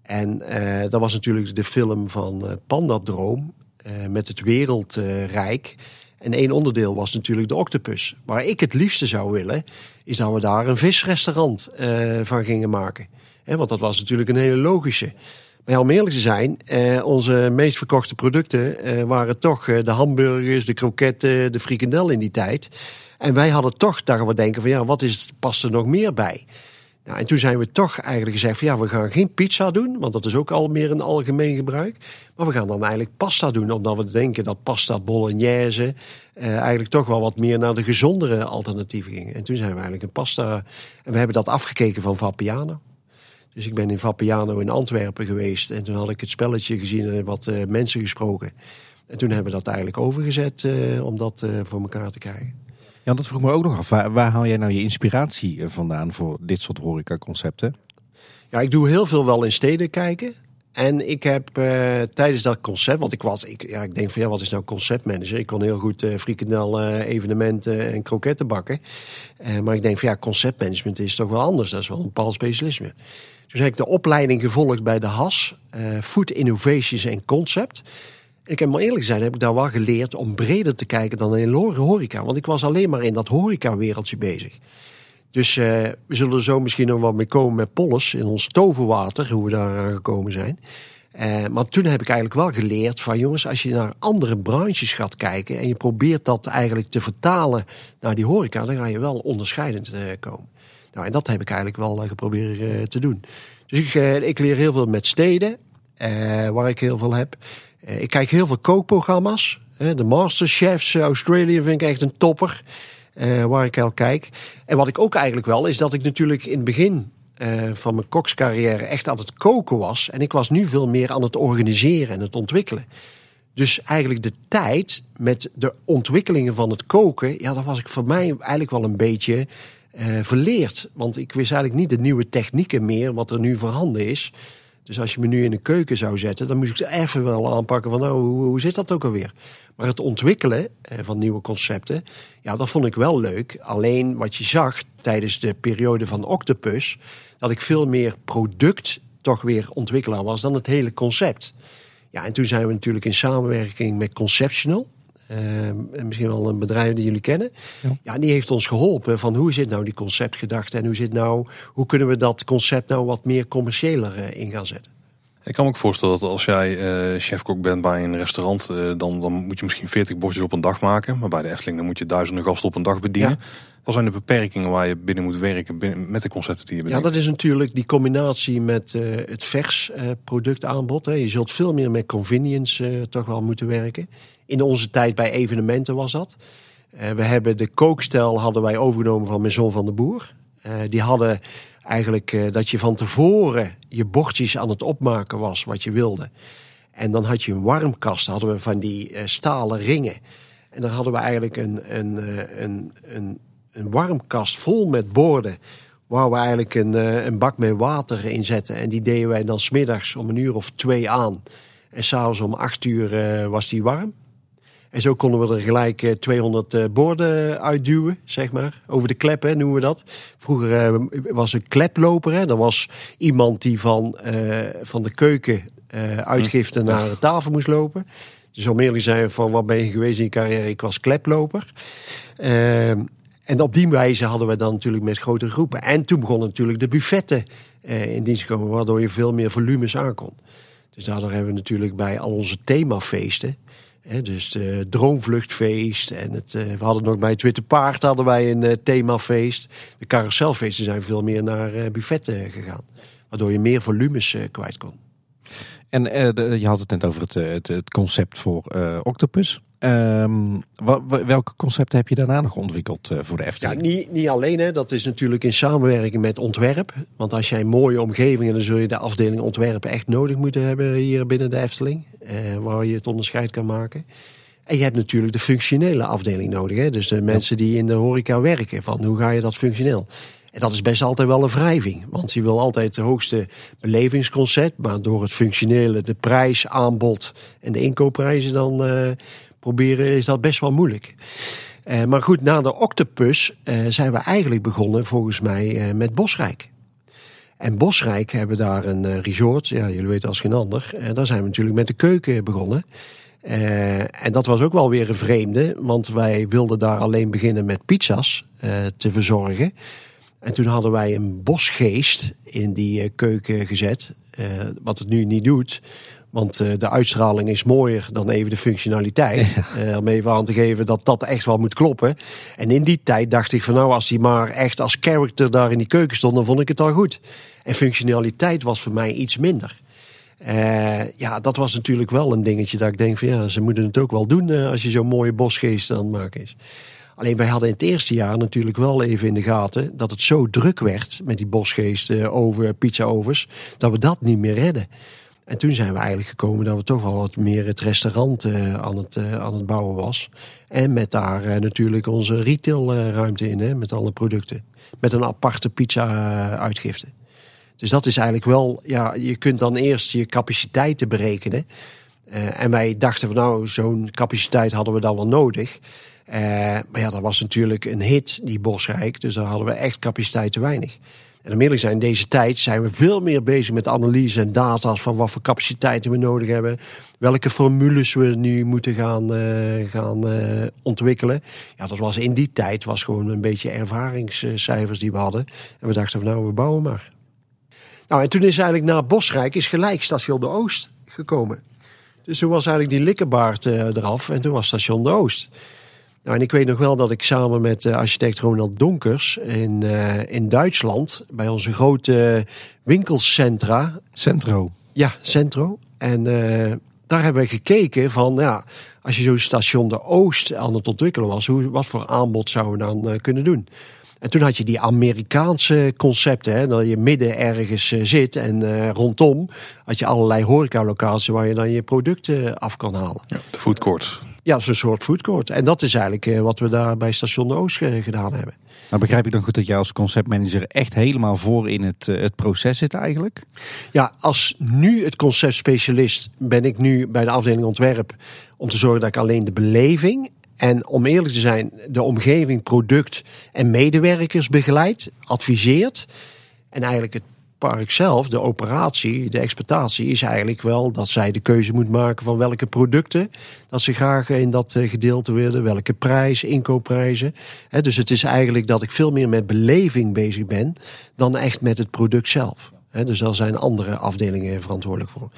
En dat was natuurlijk de film van Pandadroom met het wereldrijk. En één onderdeel was natuurlijk de octopus. Waar ik het liefste zou willen, is dat we daar een visrestaurant van gingen maken. Want dat was natuurlijk een hele logische. Maar om eerlijk te zijn, onze meest verkochte producten waren toch de hamburgers, de kroketten, de frikandel in die tijd. En wij hadden toch, we denken van past er nog meer bij? Nou, en toen zijn we toch eigenlijk gezegd van we gaan geen pizza doen, want dat is ook al meer een algemeen gebruik. Maar we gaan dan eigenlijk pasta doen, omdat we denken dat pasta bolognese eigenlijk toch wel wat meer naar de gezondere alternatieven gingen. En toen zijn we eigenlijk een pasta, en we hebben dat afgekeken van Vapiano. Dus ik ben in Vapiano in Antwerpen geweest en toen had ik het spelletje gezien en wat mensen gesproken. En toen hebben we dat eigenlijk overgezet om dat voor elkaar te krijgen. Ja, dat vroeg me ook nog af. Waar haal jij nou je inspiratie vandaan voor dit soort horecaconcepten? Ja, ik doe heel veel wel in steden kijken. En ik heb tijdens dat concept, want ik denk van wat is nou conceptmanager? Ik kon heel goed frikandel, evenementen en kroketten bakken. Maar ik denk van conceptmanagement is toch wel anders. Dat is wel een bepaald specialisme. Dus heb ik de opleiding gevolgd bij de HAS, Food Innovations en Concept. En ik heb maar eerlijk gezegd, heb ik daar wel geleerd om breder te kijken dan in horeca. Want ik was alleen maar in dat horeca-wereldje bezig. Dus we zullen er zo misschien nog wat mee komen met Polles in ons toverwater, hoe we daar aan gekomen zijn. Maar toen heb ik eigenlijk wel geleerd van jongens, als je naar andere branches gaat kijken en je probeert dat eigenlijk te vertalen naar die horeca, dan ga je wel onderscheidend komen. Nou, en dat heb ik eigenlijk wel geprobeerd te doen. Dus ik leer heel veel met steden, waar ik heel veel heb. Ik kijk heel veel kookprogramma's. De Masterchefs Australië vind ik echt een topper. Waar ik al kijk. En wat ik ook eigenlijk wel, is dat ik natuurlijk in het begin van mijn kokscarrière echt aan het koken was. En ik was nu veel meer aan het organiseren en het ontwikkelen. Dus eigenlijk de tijd met de ontwikkelingen van het koken, dat was ik voor mij eigenlijk wel een beetje verleerd. Want ik wist eigenlijk niet de nieuwe technieken meer, wat er nu voorhanden is. Dus als je me nu in een keuken zou zetten, dan moest ik even wel aanpakken van hoe zit dat ook alweer? Maar het ontwikkelen van nieuwe concepten, dat vond ik wel leuk. Alleen wat je zag tijdens de periode van Octopus, dat ik veel meer product toch weer ontwikkelaar was dan het hele concept. Ja, en toen zijn we natuurlijk in samenwerking met Conceptional. Misschien wel een bedrijf die jullie kennen. Ja, die heeft ons geholpen van hoe zit nou die conceptgedachte en hoe kunnen we dat concept nou wat meer commerciëler in gaan zetten. Ik kan me ook voorstellen dat als jij chefkok bent bij een restaurant, dan moet je misschien 40 bordjes op een dag maken. Maar bij de Efteling dan moet je duizenden gasten op een dag bedienen. Ja. Wat zijn de beperkingen waar je binnen moet werken met de concepten die je bedenkt? Ja, dat is natuurlijk die combinatie met het vers productaanbod. Je zult veel meer met convenience toch wel moeten werken. In onze tijd bij evenementen was dat. We hebben de kookstijl hadden wij overgenomen van Maison van de Boer. Die hadden eigenlijk dat je van tevoren je bordjes aan het opmaken was wat je wilde. En dan had je een warmkast, hadden we van die stalen ringen. En dan hadden we eigenlijk een warmkast vol met borden, waar we eigenlijk een bak met water in zetten. En die deden wij dan 's middags om 1:02 aan. En 's avonds om 8:00 was die warm. En zo konden we er gelijk 200 borden uitduwen, zeg maar. Over de klep, noemen we dat. Vroeger was een kleploper. Hè. Dat was iemand die van de keuken uitgifte naar de tafel moest lopen. Dus om eerlijk zijn van wat ben je geweest in je carrière? Ik was kleploper. En op die wijze hadden we dan natuurlijk met grote groepen. En toen begonnen natuurlijk de buffetten in dienst te komen, waardoor je veel meer volumes aan kon. Dus daardoor hebben we natuurlijk bij al onze themafeesten, dus de Droomvluchtfeest en we hadden nog bij het Witte Paard hadden wij een themafeest. De carouselfeesten zijn veel meer naar buffetten gegaan, waardoor je meer volumes kwijt kon. En je had het net over het concept voor Octopus. Welke concepten heb je daarna nog ontwikkeld voor de Efteling? Ja, niet alleen. Hè. Dat is natuurlijk in samenwerking met ontwerp. Want als jij een mooie omgeving, dan zul je de afdeling ontwerpen echt nodig moeten hebben hier binnen de Efteling. Waar je het onderscheid kan maken. En je hebt natuurlijk de functionele afdeling nodig. Hè. Dus de mensen die in de horeca werken. Van hoe ga je dat functioneel? En dat is best altijd wel een wrijving. Want je wil altijd de hoogste belevingsconcept. Maar door het functionele, de prijs, aanbod en de inkoopprijzen dan proberen is dat best wel moeilijk. Maar goed, na de Octopus zijn we eigenlijk begonnen volgens mij met Bosrijk. En Bosrijk hebben daar een resort, ja, jullie weten als geen ander. Daar zijn we natuurlijk met de keuken begonnen. En dat was ook wel weer een vreemde, want wij wilden daar alleen beginnen met pizza's te verzorgen. En toen hadden wij een bosgeest in die keuken gezet, wat het nu niet doet. Want de uitstraling is mooier dan even de functionaliteit. Om even aan te geven dat dat echt wel moet kloppen. En in die tijd dacht ik van nou, als die maar echt als character daar in die keuken stond, dan vond ik het al goed. En functionaliteit was voor mij iets minder. Ja, dat was natuurlijk wel een dingetje dat ik denk van ja, ze moeten het ook wel doen als je zo'n mooie bosgeest aan het maken is. Alleen wij hadden in het eerste jaar natuurlijk wel even in de gaten dat het zo druk werd met die bosgeesten over pizza-overs, dat we dat niet meer redden. En toen zijn we eigenlijk gekomen dat we toch wel wat meer het restaurant aan het bouwen was. En met daar natuurlijk onze retailruimte in, hè, met alle producten. Met een aparte pizza-uitgifte. Dus dat is eigenlijk wel, ja, je kunt dan eerst je capaciteiten berekenen. En wij dachten van nou, zo'n capaciteit hadden we dan wel nodig. Maar ja, dat was natuurlijk een hit, die Bosrijk. Dus daar hadden we echt capaciteit te weinig. En om eerlijk zijn, in deze tijd zijn we veel meer bezig met analyse en data van wat voor capaciteiten we nodig hebben. Welke formules we nu moeten gaan ontwikkelen. Ja, dat was in die tijd gewoon een beetje ervaringscijfers die we hadden. En we dachten van nou, we bouwen maar. Nou, en toen is eigenlijk na Bosrijk is gelijk Station de Oost gekomen. Dus toen was eigenlijk die likkerbaard eraf en toen was Station de Oost. Nou, en ik weet nog wel dat ik samen met architect Ronald Donkers in Duitsland bij onze grote winkelcentra. Centro. Ja, Centro. En daar hebben we gekeken van, ja, als je zo'n Station de Oost aan het ontwikkelen was, wat voor aanbod zouden we dan kunnen doen? En toen had je die Amerikaanse concepten, hè, dat je midden ergens zit en rondom had je allerlei horecalocaties waar je dan je producten af kan halen. Ja, de food courts. Ja, zo'n soort foodcourt. En dat is eigenlijk wat we daar bij Station de Oost gedaan hebben. Nou, begrijp ik dan goed dat jij als conceptmanager echt helemaal voor in het proces zit eigenlijk? Ja, als nu het conceptspecialist ben ik nu bij de afdeling ontwerp om te zorgen dat ik alleen de beleving en om eerlijk te zijn de omgeving, product en medewerkers begeleid, adviseert. En eigenlijk het park zelf, de operatie, de exploitatie is eigenlijk wel dat zij de keuze moet maken van welke producten dat ze graag in dat gedeelte willen, welke prijs, inkoopprijzen. Dus het is eigenlijk dat ik veel meer met beleving bezig ben dan echt met het product zelf. Dus daar zijn andere afdelingen verantwoordelijk voor.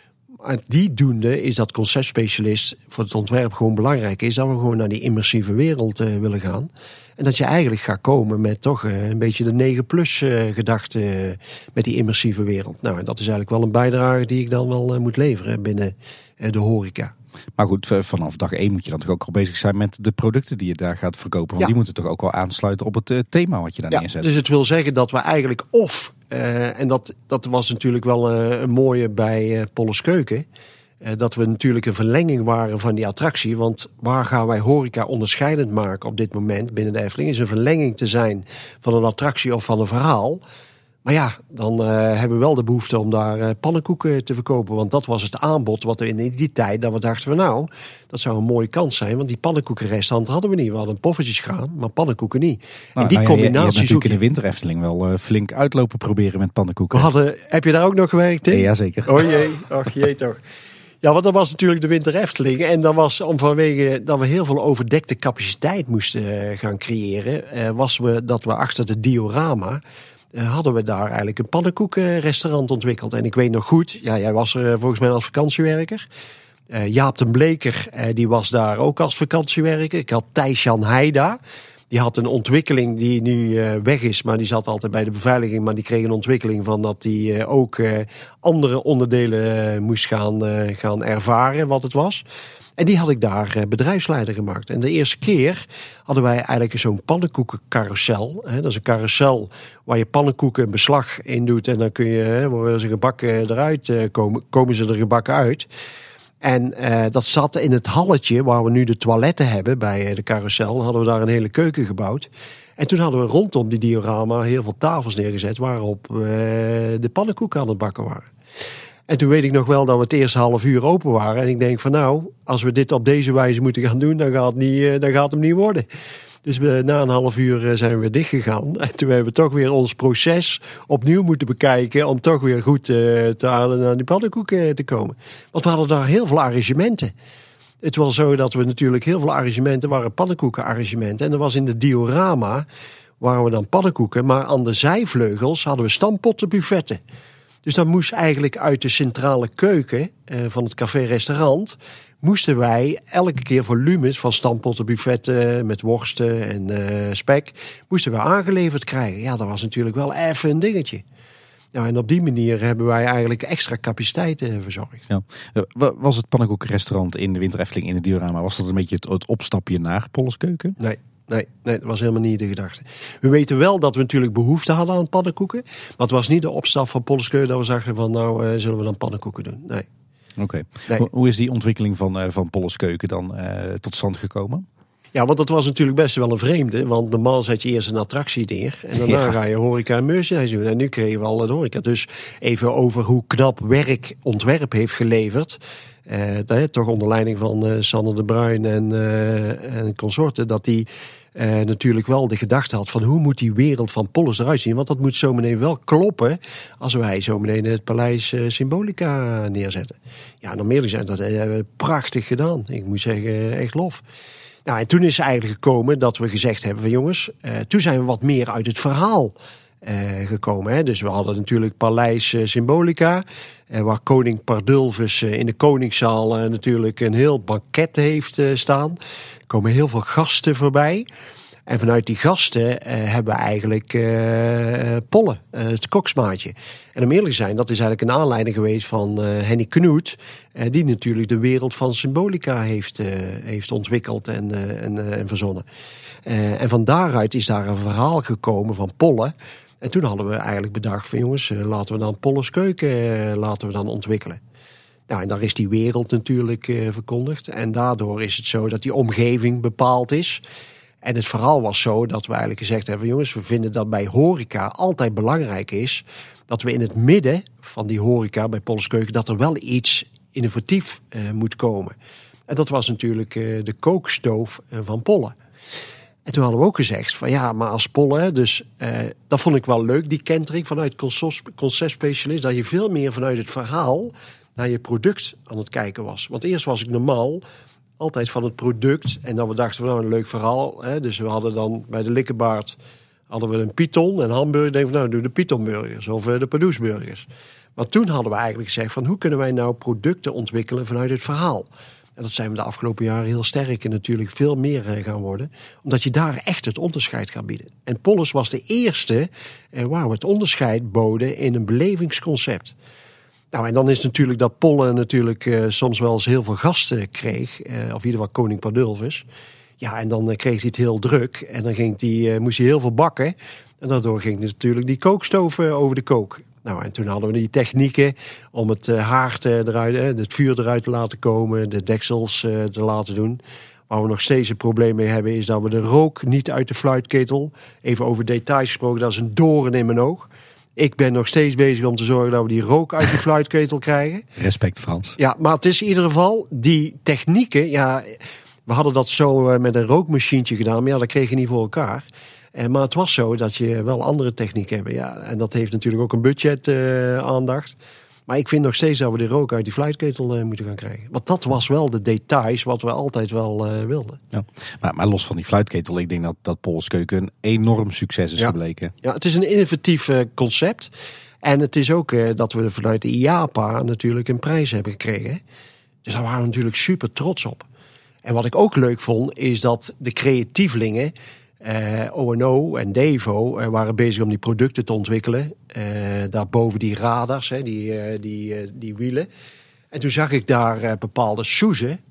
En die doende is dat conceptspecialist voor het ontwerp gewoon belangrijk is dat we gewoon naar die immersieve wereld willen gaan. En dat je eigenlijk gaat komen met toch een beetje de 9+ gedachte met die immersieve wereld. Nou, en dat is eigenlijk wel een bijdrage die ik dan wel moet leveren binnen de horeca. Maar goed, vanaf dag 1 moet je dan toch ook al bezig zijn met de producten die je daar gaat verkopen. Want die moeten toch ook wel aansluiten op het thema wat je daar neerzet. Dus het wil zeggen dat we eigenlijk en dat was natuurlijk wel een mooie bij Polles Keuken. Dat we natuurlijk een verlenging waren van die attractie. Want waar gaan wij horeca onderscheidend maken op dit moment binnen de Efteling? Is een verlenging te zijn van een attractie of van een verhaal. Maar ja, dan hebben we wel de behoefte om daar pannenkoeken te verkopen. Want dat was het aanbod wat we in die tijd, dat we dachten van nou, dat zou een mooie kans zijn. Want die pannenkoekenrestaurant hadden we niet. We hadden een poffertjeskraam, maar pannenkoeken niet. Nou, en die combinatie je hebt natuurlijk in de Winter Efteling wel flink uitlopen proberen met pannenkoeken. Heb je daar ook nog gewerkt in? Ja, zeker. Oh jee, ach jee toch. Ja, want dat was natuurlijk de Winter Efteling. En dat was vanwege dat we heel veel overdekte capaciteit moesten gaan creëren. Dat we achter de diorama hadden we daar eigenlijk een pannenkoekenrestaurant ontwikkeld. En ik weet nog goed, ja, jij was er volgens mij als vakantiewerker. Jaap den Bleker, die was daar ook als vakantiewerker. Ik had Thijs-Jan Heida. Die had een ontwikkeling die nu weg is, maar die zat altijd bij de beveiliging. Maar die kreeg een ontwikkeling van dat hij ook andere onderdelen moest gaan ervaren wat het was. En die had ik daar bedrijfsleider gemaakt. En de eerste keer hadden wij eigenlijk zo'n pannenkoekencarousel. Dat is een carousel waar je pannenkoeken een beslag in doet. En dan kun je, worden ze gebakken eruit komen ze er gebakken uit. En dat zat in het halletje waar we nu de toiletten hebben bij de carousel. Hadden we daar een hele keuken gebouwd. En toen hadden we rondom die diorama heel veel tafels neergezet waarop de pannenkoeken aan het bakken waren. En toen weet ik nog wel dat we het eerste half uur open waren. En ik denk van nou, als we dit op deze wijze moeten gaan doen, dan gaat het hem niet worden. Dus na een half uur zijn we weer dichtgegaan. En toen hebben we toch weer ons proces opnieuw moeten bekijken om toch weer goed aan die pannenkoeken te komen. Want we hadden daar heel veel arrangementen. Het was zo dat we natuurlijk heel veel arrangementen waren pannenkoekenarrangementen. En er was in de diorama waren we dan pannenkoeken, maar aan de zijvleugels hadden we stampotten buffetten. Dus dan moest eigenlijk uit de centrale keuken van het café-restaurant moesten wij elke keer volumes van stampotten, buffetten met worsten en spek moesten we aangeleverd krijgen. Ja, dat was natuurlijk wel even een dingetje. Nou, en op die manier hebben wij eigenlijk extra capaciteit verzorgd. Ja. Was het pannenkoekenrestaurant in de Winter Efteling in de diorama, was dat een beetje het opstapje naar Polles Keuken? Nee, dat was helemaal niet de gedachte. We weten wel dat we natuurlijk behoefte hadden aan pannenkoeken. Maar het was niet de opstap van Polles Keuken dat we zagen van zullen we dan pannenkoeken doen. Nee. Oké. Nee. Hoe is die ontwikkeling van Polles Keuken dan tot stand gekomen? Ja, want dat was natuurlijk best wel een vreemde. Want normaal zet je eerst een attractie neer. En daarna ga je horeca en merchandise doen. En nu kregen we al het horeca. Dus even over hoe knap ontwerp heeft geleverd. Toch onder leiding van Sander de Bruin en consorten. Dat die natuurlijk wel de gedachte had van hoe moet die wereld van Polles eruit zien. Want dat moet zo meteen wel kloppen als wij zo meteen het Paleis Symbolica neerzetten. Ja, en om eerlijk zijn, dat hebben we prachtig gedaan. Ik moet zeggen, echt lof. Nou, en toen is eigenlijk gekomen dat we gezegd hebben van jongens, toen zijn we wat meer uit het verhaal gekomen. Hè? Dus we hadden natuurlijk Paleis Symbolica, waar koning Pardulfus in de Koningszaal natuurlijk een heel banket heeft staan. Er komen heel veel gasten voorbij. En vanuit die gasten hebben we eigenlijk Polle, het koksmaatje. En om eerlijk te zijn, dat is eigenlijk een aanleiding geweest van Henny Knoet. Die natuurlijk de wereld van Symbolica heeft ontwikkeld en verzonnen. En van daaruit is daar een verhaal gekomen van Polle. En toen hadden we eigenlijk bedacht van jongens, laten we dan Polles Keuken ontwikkelen. Nou, en daar is die wereld natuurlijk verkondigd. En daardoor is het zo dat die omgeving bepaald is. En het verhaal was zo dat we eigenlijk gezegd hebben, jongens, we vinden dat bij horeca altijd belangrijk is dat we in het midden van die horeca bij Polles Keuken, dat er wel iets innovatief moet komen. En dat was natuurlijk de kookstoof van Polle. En toen hadden we ook gezegd van ja, maar als Polle, dus dat vond ik wel leuk, die kentering vanuit conceptspecialist, dat je veel meer vanuit het verhaal naar je product aan het kijken was. Want eerst was ik normaal altijd van het product. En dan we dachten, nou, een leuk verhaal. Hè? Dus we hadden dan bij de Likkebaard hadden we een python en hamburger. Denk van, nou, doe de pythonburgers of de Pardoesburgers. Maar toen hadden we eigenlijk gezegd van, hoe kunnen wij nou producten ontwikkelen vanuit het verhaal? En dat zijn we de afgelopen jaren heel sterk en natuurlijk veel meer gaan worden. Omdat je daar echt het onderscheid gaat bieden. En Polles was de eerste waar we het onderscheid boden in een belevingsconcept. Nou, en dan is natuurlijk dat Polle natuurlijk soms wel eens heel veel gasten kreeg. Of in ieder geval koning Pardulfus. Ja, en dan kreeg hij het heel druk. En dan moest hij heel veel bakken. En daardoor ging natuurlijk die kookstoof over de kook. Nou, en toen hadden we die technieken om het haard eruit, het vuur eruit te laten komen. De deksels te laten doen. Waar we nog steeds een probleem mee hebben is dat we de rook niet uit de fluitketel. Even over details gesproken, dat is een doorn in mijn oog. Ik ben nog steeds bezig om te zorgen dat we die rook uit die fluitketel krijgen. Respect, Frans. Ja, maar het is in ieder geval die technieken. Ja, we hadden dat zo met een rookmachientje gedaan, maar ja, dat kreeg je niet voor elkaar. Maar het was zo dat je wel andere technieken hebt. Ja, en dat heeft natuurlijk ook een budget aandacht. Maar ik vind nog steeds dat we de rook uit die fluitketel moeten gaan krijgen. Want dat was wel de details wat we altijd wel wilden. Ja, maar los van die fluitketel, ik denk dat Polles Keuken een enorm succes is gebleken. Ja, het is een innovatief concept. En het is ook dat we vanuit de IAPA natuurlijk een prijs hebben gekregen. Dus daar waren we natuurlijk super trots op. En wat ik ook leuk vond, is dat de creatievelingen, O&O en Devo, waren bezig om die producten te ontwikkelen. Daarboven die radars, die wielen. En toen zag ik daar bepaalde soezen,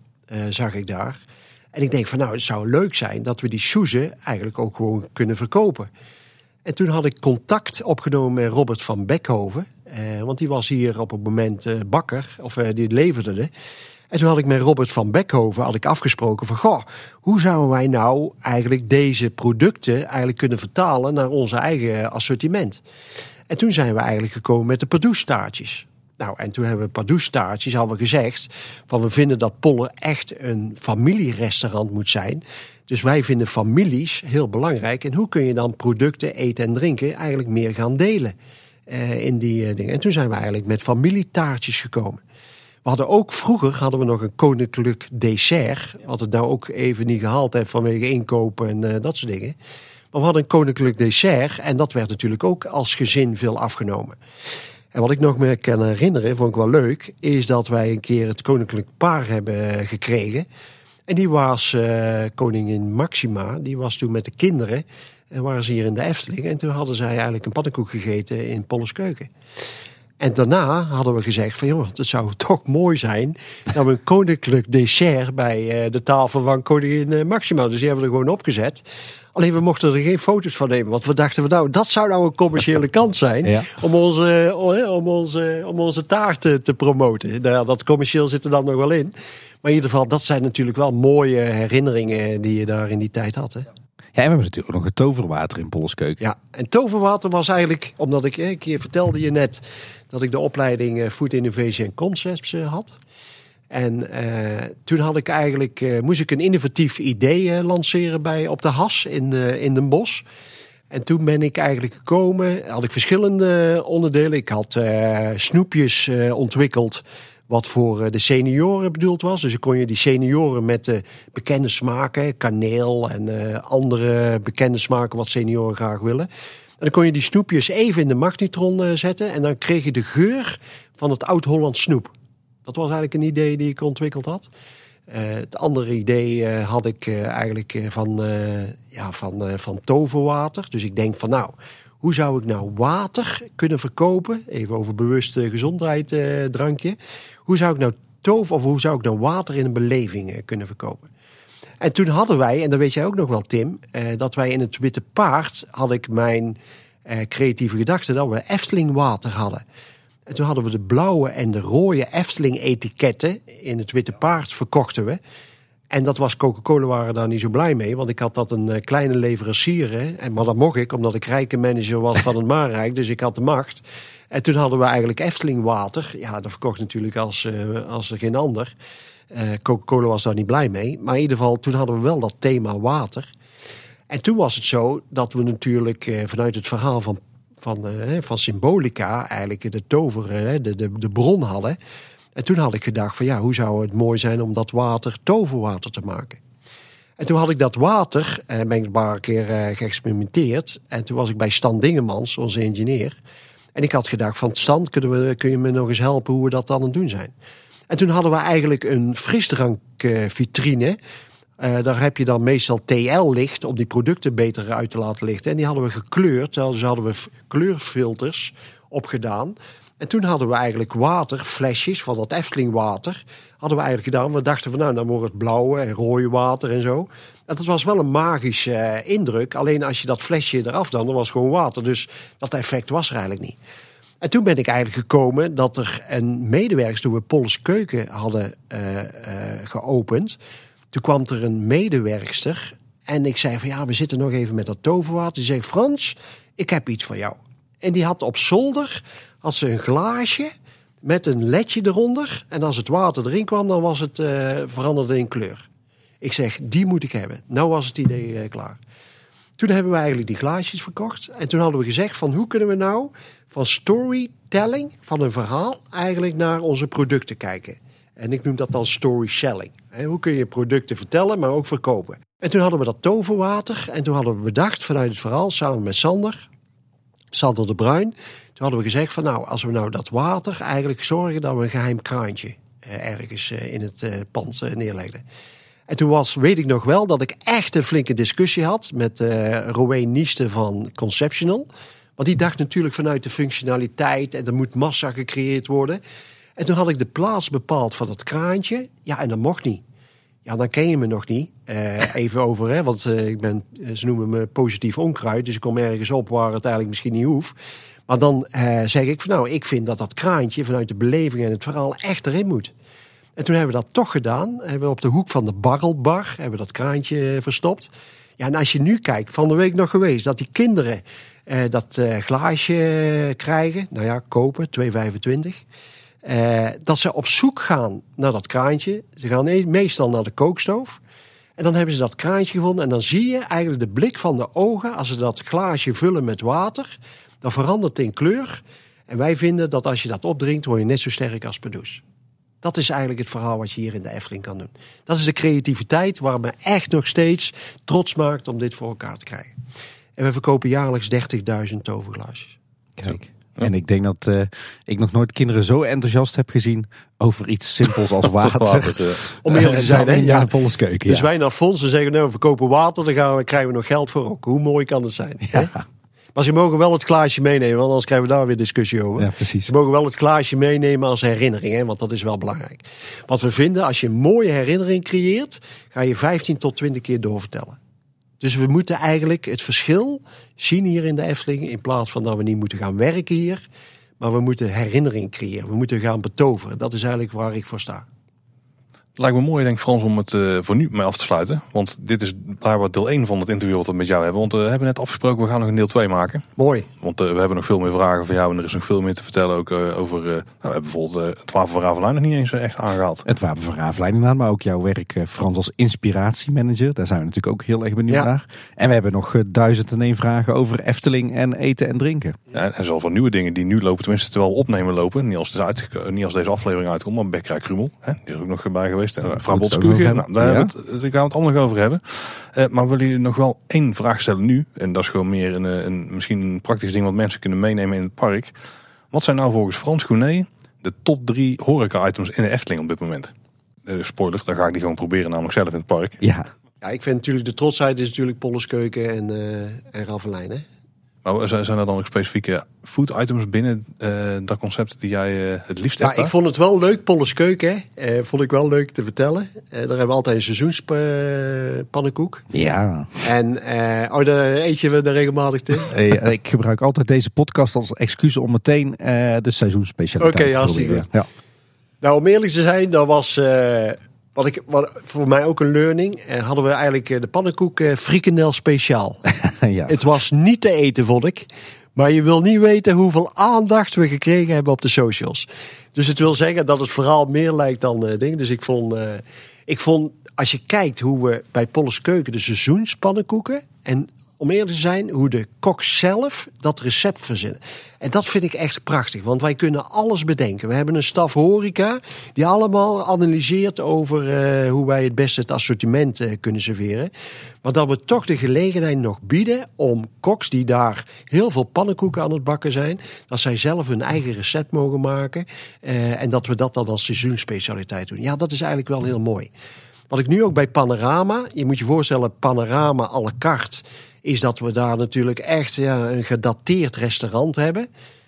En ik denk van nou, het zou leuk zijn dat we die soezen eigenlijk ook gewoon kunnen verkopen. En toen had ik contact opgenomen met Robert van Beckhoven. Want die was hier op het moment bakker, of die leverde het. En toen had ik met Robert van Beckhoven afgesproken van, goh, hoe zouden wij nou eigenlijk deze producten eigenlijk kunnen vertalen naar onze eigen assortiment? En toen zijn we eigenlijk gekomen met de Pardoes-taartjes. Nou, en toen hebben we Pardoes-taartjes hadden we gezegd van we vinden dat Pollen echt een familierestaurant moet zijn. Dus wij vinden families heel belangrijk. En hoe kun je dan producten, eten en drinken eigenlijk meer gaan delen in die dingen. En toen zijn we eigenlijk met familietaartjes gekomen. We hadden ook vroeger nog een koninklijk dessert. Wat het nou ook even niet gehaald heeft vanwege inkopen en dat soort dingen. Maar we hadden een koninklijk dessert en dat werd natuurlijk ook als gezin veel afgenomen. En wat ik nog meer kan herinneren, vond ik wel leuk, is dat wij een keer het koninklijk paar hebben gekregen. En die was koningin Maxima, die was toen met de kinderen, en waren ze hier in de Efteling. En toen hadden zij eigenlijk een pannenkoek gegeten in Polles keuken. En daarna hadden we gezegd van, joh, het zou toch mooi zijn dat we een koninklijk dessert bij de tafel van koningin Maxima. Dus die hebben we er gewoon opgezet. Alleen we mochten er geen foto's van nemen, want we dachten van, nou, dat zou nou een commerciële kans zijn om onze taart te promoten. Nou, dat commercieel zit er dan nog wel in. Maar in ieder geval, dat zijn natuurlijk wel mooie herinneringen die je daar in die tijd had. Hè? Ja, en we hebben natuurlijk ook nog het toverwater in Polles keuken. Ja, en toverwater was eigenlijk, omdat ik een keer vertelde je net dat ik de opleiding Food Innovation and Concepts had. En toen had ik eigenlijk, moest ik een innovatief idee lanceren op de Has in Den Bosch. En toen ben ik eigenlijk gekomen, had ik verschillende onderdelen. Ik had snoepjes ontwikkeld wat voor de senioren bedoeld was. Dus dan kon je die senioren met de bekende smaken, kaneel en andere bekende smaken wat senioren graag willen. En dan kon je die snoepjes even in de magnetron zetten en dan kreeg je de geur van het oud-Hollands snoep. Dat was eigenlijk een idee die ik ontwikkeld had. Het andere idee had ik eigenlijk van toverwater. Dus ik denk van nou, hoe zou ik nou water kunnen verkopen? Even over bewust gezondheid drankje. Hoe zou ik nou water in een beleving kunnen verkopen? En toen hadden wij, en dat weet jij ook nog wel Tim, dat wij in het Witte Paard had ik mijn creatieve gedachte dat we Efteling water hadden. En toen hadden we de blauwe en de rode Efteling etiketten in het Witte Paard verkochten we. En dat was Coca-Cola waren daar niet zo blij mee, want ik had dat een kleine leverancier. Maar dat mocht ik, omdat ik rijke manager was van het Maarrijk, dus ik had de macht. En toen hadden we eigenlijk Efteling water. Ja, dat verkocht natuurlijk als geen ander. Coca-Cola was daar niet blij mee. Maar in ieder geval, toen hadden we wel dat thema water. En toen was het zo dat we natuurlijk vanuit het verhaal van Symbolica eigenlijk de tover, de bron hadden. En toen had ik gedacht van ja, hoe zou het mooi zijn om dat water toverwater te maken. En toen had ik dat water, ben ik een paar keer geëxperimenteerd. En toen was ik bij Stan Dingemans, onze ingenieur. En ik had gedacht van Stan, kun je me nog eens helpen hoe we dat dan aan het doen zijn. En toen hadden we eigenlijk een frisdrankvitrine. Daar heb je dan meestal TL-licht om die producten beter uit te laten lichten. En die hadden we gekleurd, dus hadden we kleurfilters opgedaan. En toen hadden we eigenlijk waterflesjes van dat Efteling water. Hadden we eigenlijk gedaan. We dachten van nou, dan wordt het blauwe en rode water en zo. En dat was wel een magische indruk. Alleen als je dat flesje eraf dan was het gewoon water. Dus dat effect was er eigenlijk niet. En toen ben ik eigenlijk gekomen dat er een medewerker, toen we Polles Keuken hadden geopend. Toen kwam er een medewerkster. En ik zei van ja, we zitten nog even met dat toverwater. Die zei Frans, ik heb iets voor jou. En die had op zolder had ze een glaasje met een ledje eronder. En als het water erin kwam, dan was het veranderde in kleur. Ik zeg, die moet ik hebben. Nou was het idee klaar. Toen hebben we eigenlijk die glaasjes verkocht. En toen hadden we gezegd van hoe kunnen we nou van storytelling, van een verhaal, eigenlijk naar onze producten kijken. En ik noem dat dan storyselling. Hoe kun je producten vertellen, maar ook verkopen. En toen hadden we dat toverwater. En toen hadden we bedacht vanuit het verhaal, samen met Sander de Bruin. Toen hadden we gezegd van nou, als we nou dat water eigenlijk zorgen dat we een geheim kraantje ergens in het pand neerlegden. En toen weet ik nog wel dat ik echt een flinke discussie had met Rowan Nieste van Conceptional. Want die dacht natuurlijk vanuit de functionaliteit en er moet massa gecreëerd worden. En toen had ik de plaats bepaald van dat kraantje. Ja, en dat mocht niet. Ja, dan ken je me nog niet. Even over, want ze noemen me positief onkruid. Dus ik kom ergens op waar het eigenlijk misschien niet hoeft. Maar dan zeg ik van nou, ik vind dat dat kraantje vanuit de beleving en het verhaal echt erin moet. En toen hebben we dat toch gedaan. Hebben we op de hoek van de Barrelbar hebben we dat kraantje verstopt. Ja, en als je nu kijkt, van de week nog geweest, dat die kinderen dat glaasje krijgen. Nou ja, kopen, 2,25. Dat ze op zoek gaan naar dat kraantje. Ze gaan meestal naar de kookstoof. En dan hebben ze dat kraantje gevonden. En dan zie je eigenlijk de blik van de ogen. Als ze dat glaasje vullen met water. Dan verandert het in kleur. En wij vinden dat als je dat opdrinkt, word je net zo sterk als Pardoes. Dat is eigenlijk het verhaal wat je hier in de Efteling kan doen. Dat is de creativiteit waar me echt nog steeds trots maakt om dit voor elkaar te krijgen. En we verkopen jaarlijks 30.000 toverglaasjes. Kijk. En ik denk dat ik nog nooit kinderen zo enthousiast heb gezien over iets simpels als water. Om eerlijk te zijn, hè? Ja, Polles Keuken. Dus wij naar fondsen zeggen, nou, we verkopen water, dan krijgen we nog geld voor ook. Hoe mooi kan het zijn? Ja. Hè? Maar ze mogen wel het glaasje meenemen, want anders krijgen we daar weer discussie over. Ja, precies. Ze mogen wel het glaasje meenemen als herinnering, hè, want dat is wel belangrijk. Wat we vinden, als je een mooie herinnering creëert, ga je 15 tot 20 keer doorvertellen. Dus we moeten eigenlijk het verschil zien hier in de Efteling, in plaats van dat we niet moeten gaan werken hier, maar we moeten herinnering creëren. We moeten gaan betoveren. Dat is eigenlijk waar ik voor sta. Lijkt me mooi, denk ik, Frans, om het voor nu mee af te sluiten. Want dit is blijkbaar deel 1 van het interview wat we met jou hebben. Want we hebben net afgesproken, we gaan nog een deel 2 maken. Mooi. Want we hebben nog veel meer vragen van jou en er is nog veel meer te vertellen ook over... we hebben bijvoorbeeld het Wapen van Ravelijn nog niet eens echt aangehaald. Het Wapen van Ravelijn inderdaad, maar ook jouw werk, Frans, als inspiratiemanager. Daar zijn we natuurlijk ook heel erg benieuwd naar. En we hebben nog 1001 vragen over Efteling en eten en drinken. Ja, en zelfs van nieuwe dingen die nu lopen, tenminste terwijl we opnemen lopen. Niet als deze aflevering uitkomt, maar Bekkerij Krumel. Hè, die is er ook nog bij geweest. En Frabolskoegen, daar gaan we het allemaal nog over hebben. Maar we willen jullie nog wel 1 vraag stellen nu. En dat is gewoon meer misschien een praktisch ding wat mensen kunnen meenemen in het park. Wat zijn nou volgens Frans Gournay de top 3 horeca-items in de Efteling op dit moment? Spoiler, dan ga ik die gewoon proberen, namelijk zelf in het park. Ja, ik vind natuurlijk de trotsheid is natuurlijk Polles Keuken en Ravelijn, hè? Maar zijn er dan ook specifieke food items binnen dat concept die jij het liefst hebt? Ik vond het wel leuk, Polles Keuken. Vond ik wel leuk te vertellen. Daar hebben we altijd een seizoenspannenkoek. Ja. En daar eet je er regelmatig in. Ik gebruik altijd deze podcast als excuus om meteen de seizoensspecialiteit te proberen. Goed. Ja. Nou, om eerlijk te zijn, dat was... Wat voor mij ook een learning, hadden we eigenlijk de pannenkoek frikandel speciaal. Ja. Het was niet te eten, vond ik. Maar je wil niet weten hoeveel aandacht we gekregen hebben op de socials. Dus het wil zeggen dat het verhaal meer lijkt dan ding. Dus ik vond, als je kijkt hoe we bij Polles Keuken de seizoenspannenkoeken... en om eerlijk te zijn, hoe de kok zelf dat recept verzinnen. En dat vind ik echt prachtig, want wij kunnen alles bedenken. We hebben een staf horeca die allemaal analyseert over hoe wij het beste het assortiment kunnen serveren. Maar dat we toch de gelegenheid nog bieden om koks die daar heel veel pannenkoeken aan het bakken zijn, dat zij zelf hun eigen recept mogen maken. En dat we dat dan als seizoensspecialiteit doen. Ja, dat is eigenlijk wel heel mooi. Wat ik nu ook bij Panorama, je moet je voorstellen, Panorama à la carte, is dat we daar natuurlijk echt een gedateerd restaurant hebben.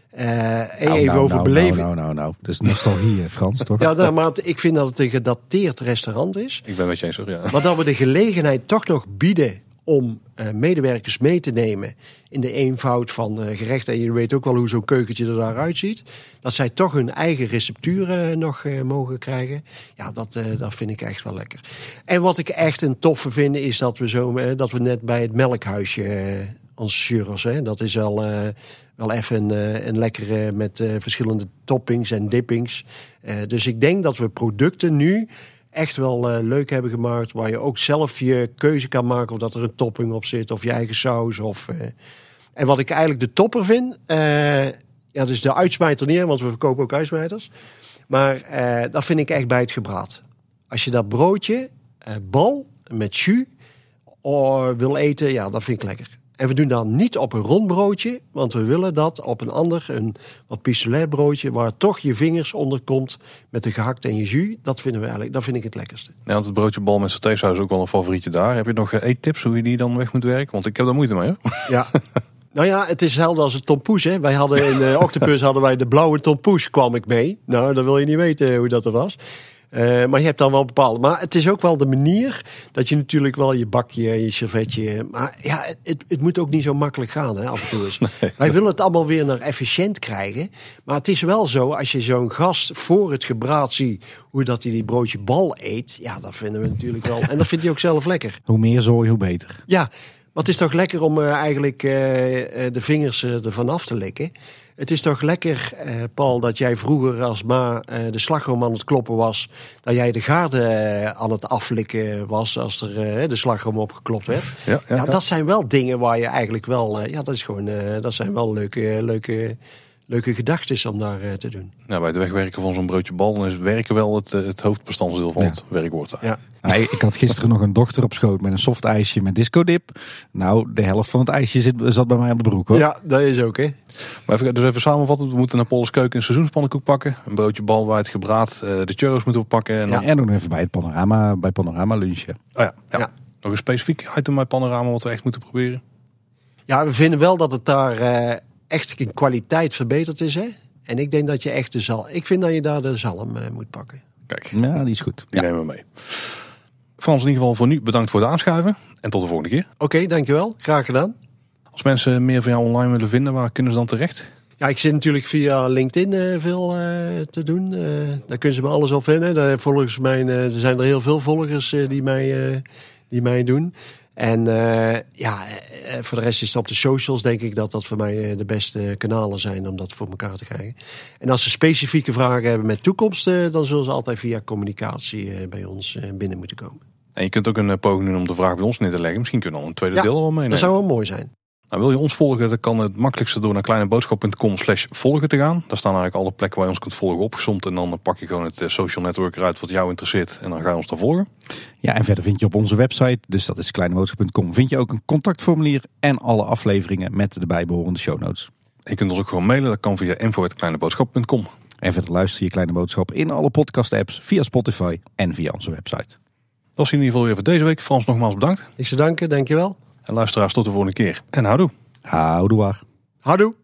Over beleving. Nou. Dus nostalgie, Frans, toch? Ja, maar ik vind dat het een gedateerd restaurant is. Ik ben met je eens, hoor. Ja. Maar dat we de gelegenheid toch nog bieden om medewerkers mee te nemen in de eenvoud van gerechten. En je weet ook wel hoe zo'n keukentje er daaruit ziet. Dat zij toch hun eigen recepturen nog mogen krijgen. Ja, dat vind ik echt wel lekker. En wat ik echt een toffe vind is dat we net bij het melkhuisje onze churros. Dat is wel even een lekkere met verschillende toppings en dippings. Dus ik denk dat we producten nu echt wel leuk hebben gemaakt, waar je ook zelf je keuze kan maken of dat er een topping op zit of je eigen saus. En wat ik eigenlijk de topper vind, dus de uitsmijter niet, want we verkopen ook uitsmijters. Maar dat vind ik echt bij het gebraad. Als je dat broodje, bal met jus wil eten, ja, dat vind ik lekker. En we doen dat niet op een rond broodje, want we willen dat op een wat pistolet broodje, waar toch je vingers onder komt met de gehakt en je jus. Dat vind ik het lekkerste. Ja, want het broodje bal met satésaus is ook wel een favorietje daar. Heb je nog eettips hoe je die dan weg moet werken? Want ik heb daar moeite mee, hoor. Ja. Nou ja, het is hetzelfde als het tompoes, hè. Wij hadden in Octopus hadden wij de blauwe tompoes, kwam ik mee. Nou, dan wil je niet weten hoe dat er was. Maar je hebt dan wel bepaalde. Maar het is ook wel de manier dat je natuurlijk wel je bakje, je servetje. Maar ja, het moet ook niet zo makkelijk gaan, hè, af en toe eens. Nee. Wij willen het allemaal weer naar efficiënt krijgen. Maar het is wel zo, als je zo'n gast voor het gebraad ziet hoe dat hij die broodje bal eet. Ja, dat vinden we natuurlijk wel. En dat vindt hij ook zelf lekker. Hoe meer zooi, hoe beter. Ja. Maar het is toch lekker om eigenlijk de vingers ervan af te likken. Het is toch lekker, Paul, dat jij vroeger als ma de slagroom aan het kloppen was. Dat jij de gaarde aan het aflikken was als er de slagroom opgeklopt werd. Ja, dat zijn wel dingen waar je eigenlijk wel... dat zijn wel leuke gedachten om daar te doen. Nou, bij het wegwerken van zo'n broodje bal dan is werken wel het hoofdbestanddeel van het werkwoord. Ja. Nee, ik had gisteren nog een dochter op schoot met een soft ijsje met discodip. Nou, de helft van het ijsje zat bij mij op de broek, hoor. Ja, dat is ook, hè. Maar even samenvatten. We moeten naar Polles Keuken een seizoenspannenkoek pakken. Een broodje bal waar het gebraad. De churros moeten we pakken. En, en nog even bij het Panorama lunchen. Oh ja. Nog een specifiek item bij Panorama wat we echt moeten proberen. Ja, we vinden wel dat het daar echt in kwaliteit verbeterd is, hè. En ik denk dat je echt ik vind dat je daar de zalm moet pakken. Kijk. Ja, die is goed. Die nemen we mee. Frans, in ieder geval voor nu bedankt voor het aanschuiven. En tot de volgende keer. Oké, dankjewel. Graag gedaan. Als mensen meer van jou online willen vinden, waar kunnen ze dan terecht? Ja, ik zit natuurlijk via LinkedIn veel te doen. Daar kunnen ze me alles op vinden. Er zijn er heel veel volgers die mij doen. En voor de rest is het op de socials, denk ik dat voor mij de beste kanalen zijn om dat voor elkaar te krijgen. En als ze specifieke vragen hebben met toekomst, dan zullen ze altijd via communicatie bij ons binnen moeten komen. En je kunt ook een poging doen om de vraag bij ons neer te leggen. Misschien kunnen we dan een tweede deel wel meenemen. Dat zou wel mooi zijn. Nou, wil je ons volgen, dan kan het makkelijkste door naar kleineboodschap.com/volgen te gaan. Daar staan eigenlijk alle plekken waar je ons kunt volgen opgesomd. En dan pak je gewoon het social network eruit wat jou interesseert. En dan ga je ons daar volgen. Ja, en verder vind je op onze website, dus dat is kleineboodschap.com, vind je ook een contactformulier en alle afleveringen met de bijbehorende show notes. En je kunt ons ook gewoon mailen, dat kan via info@kleineboodschap.com. En verder luister je Kleine Boodschap in alle podcast apps, via Spotify en via onze website. Dat is in ieder geval weer voor deze week. Frans, nogmaals bedankt. Ik zou danken, dankjewel. En luisteraars, tot de volgende keer. En houdoe. Houdoe waar. Houdoe.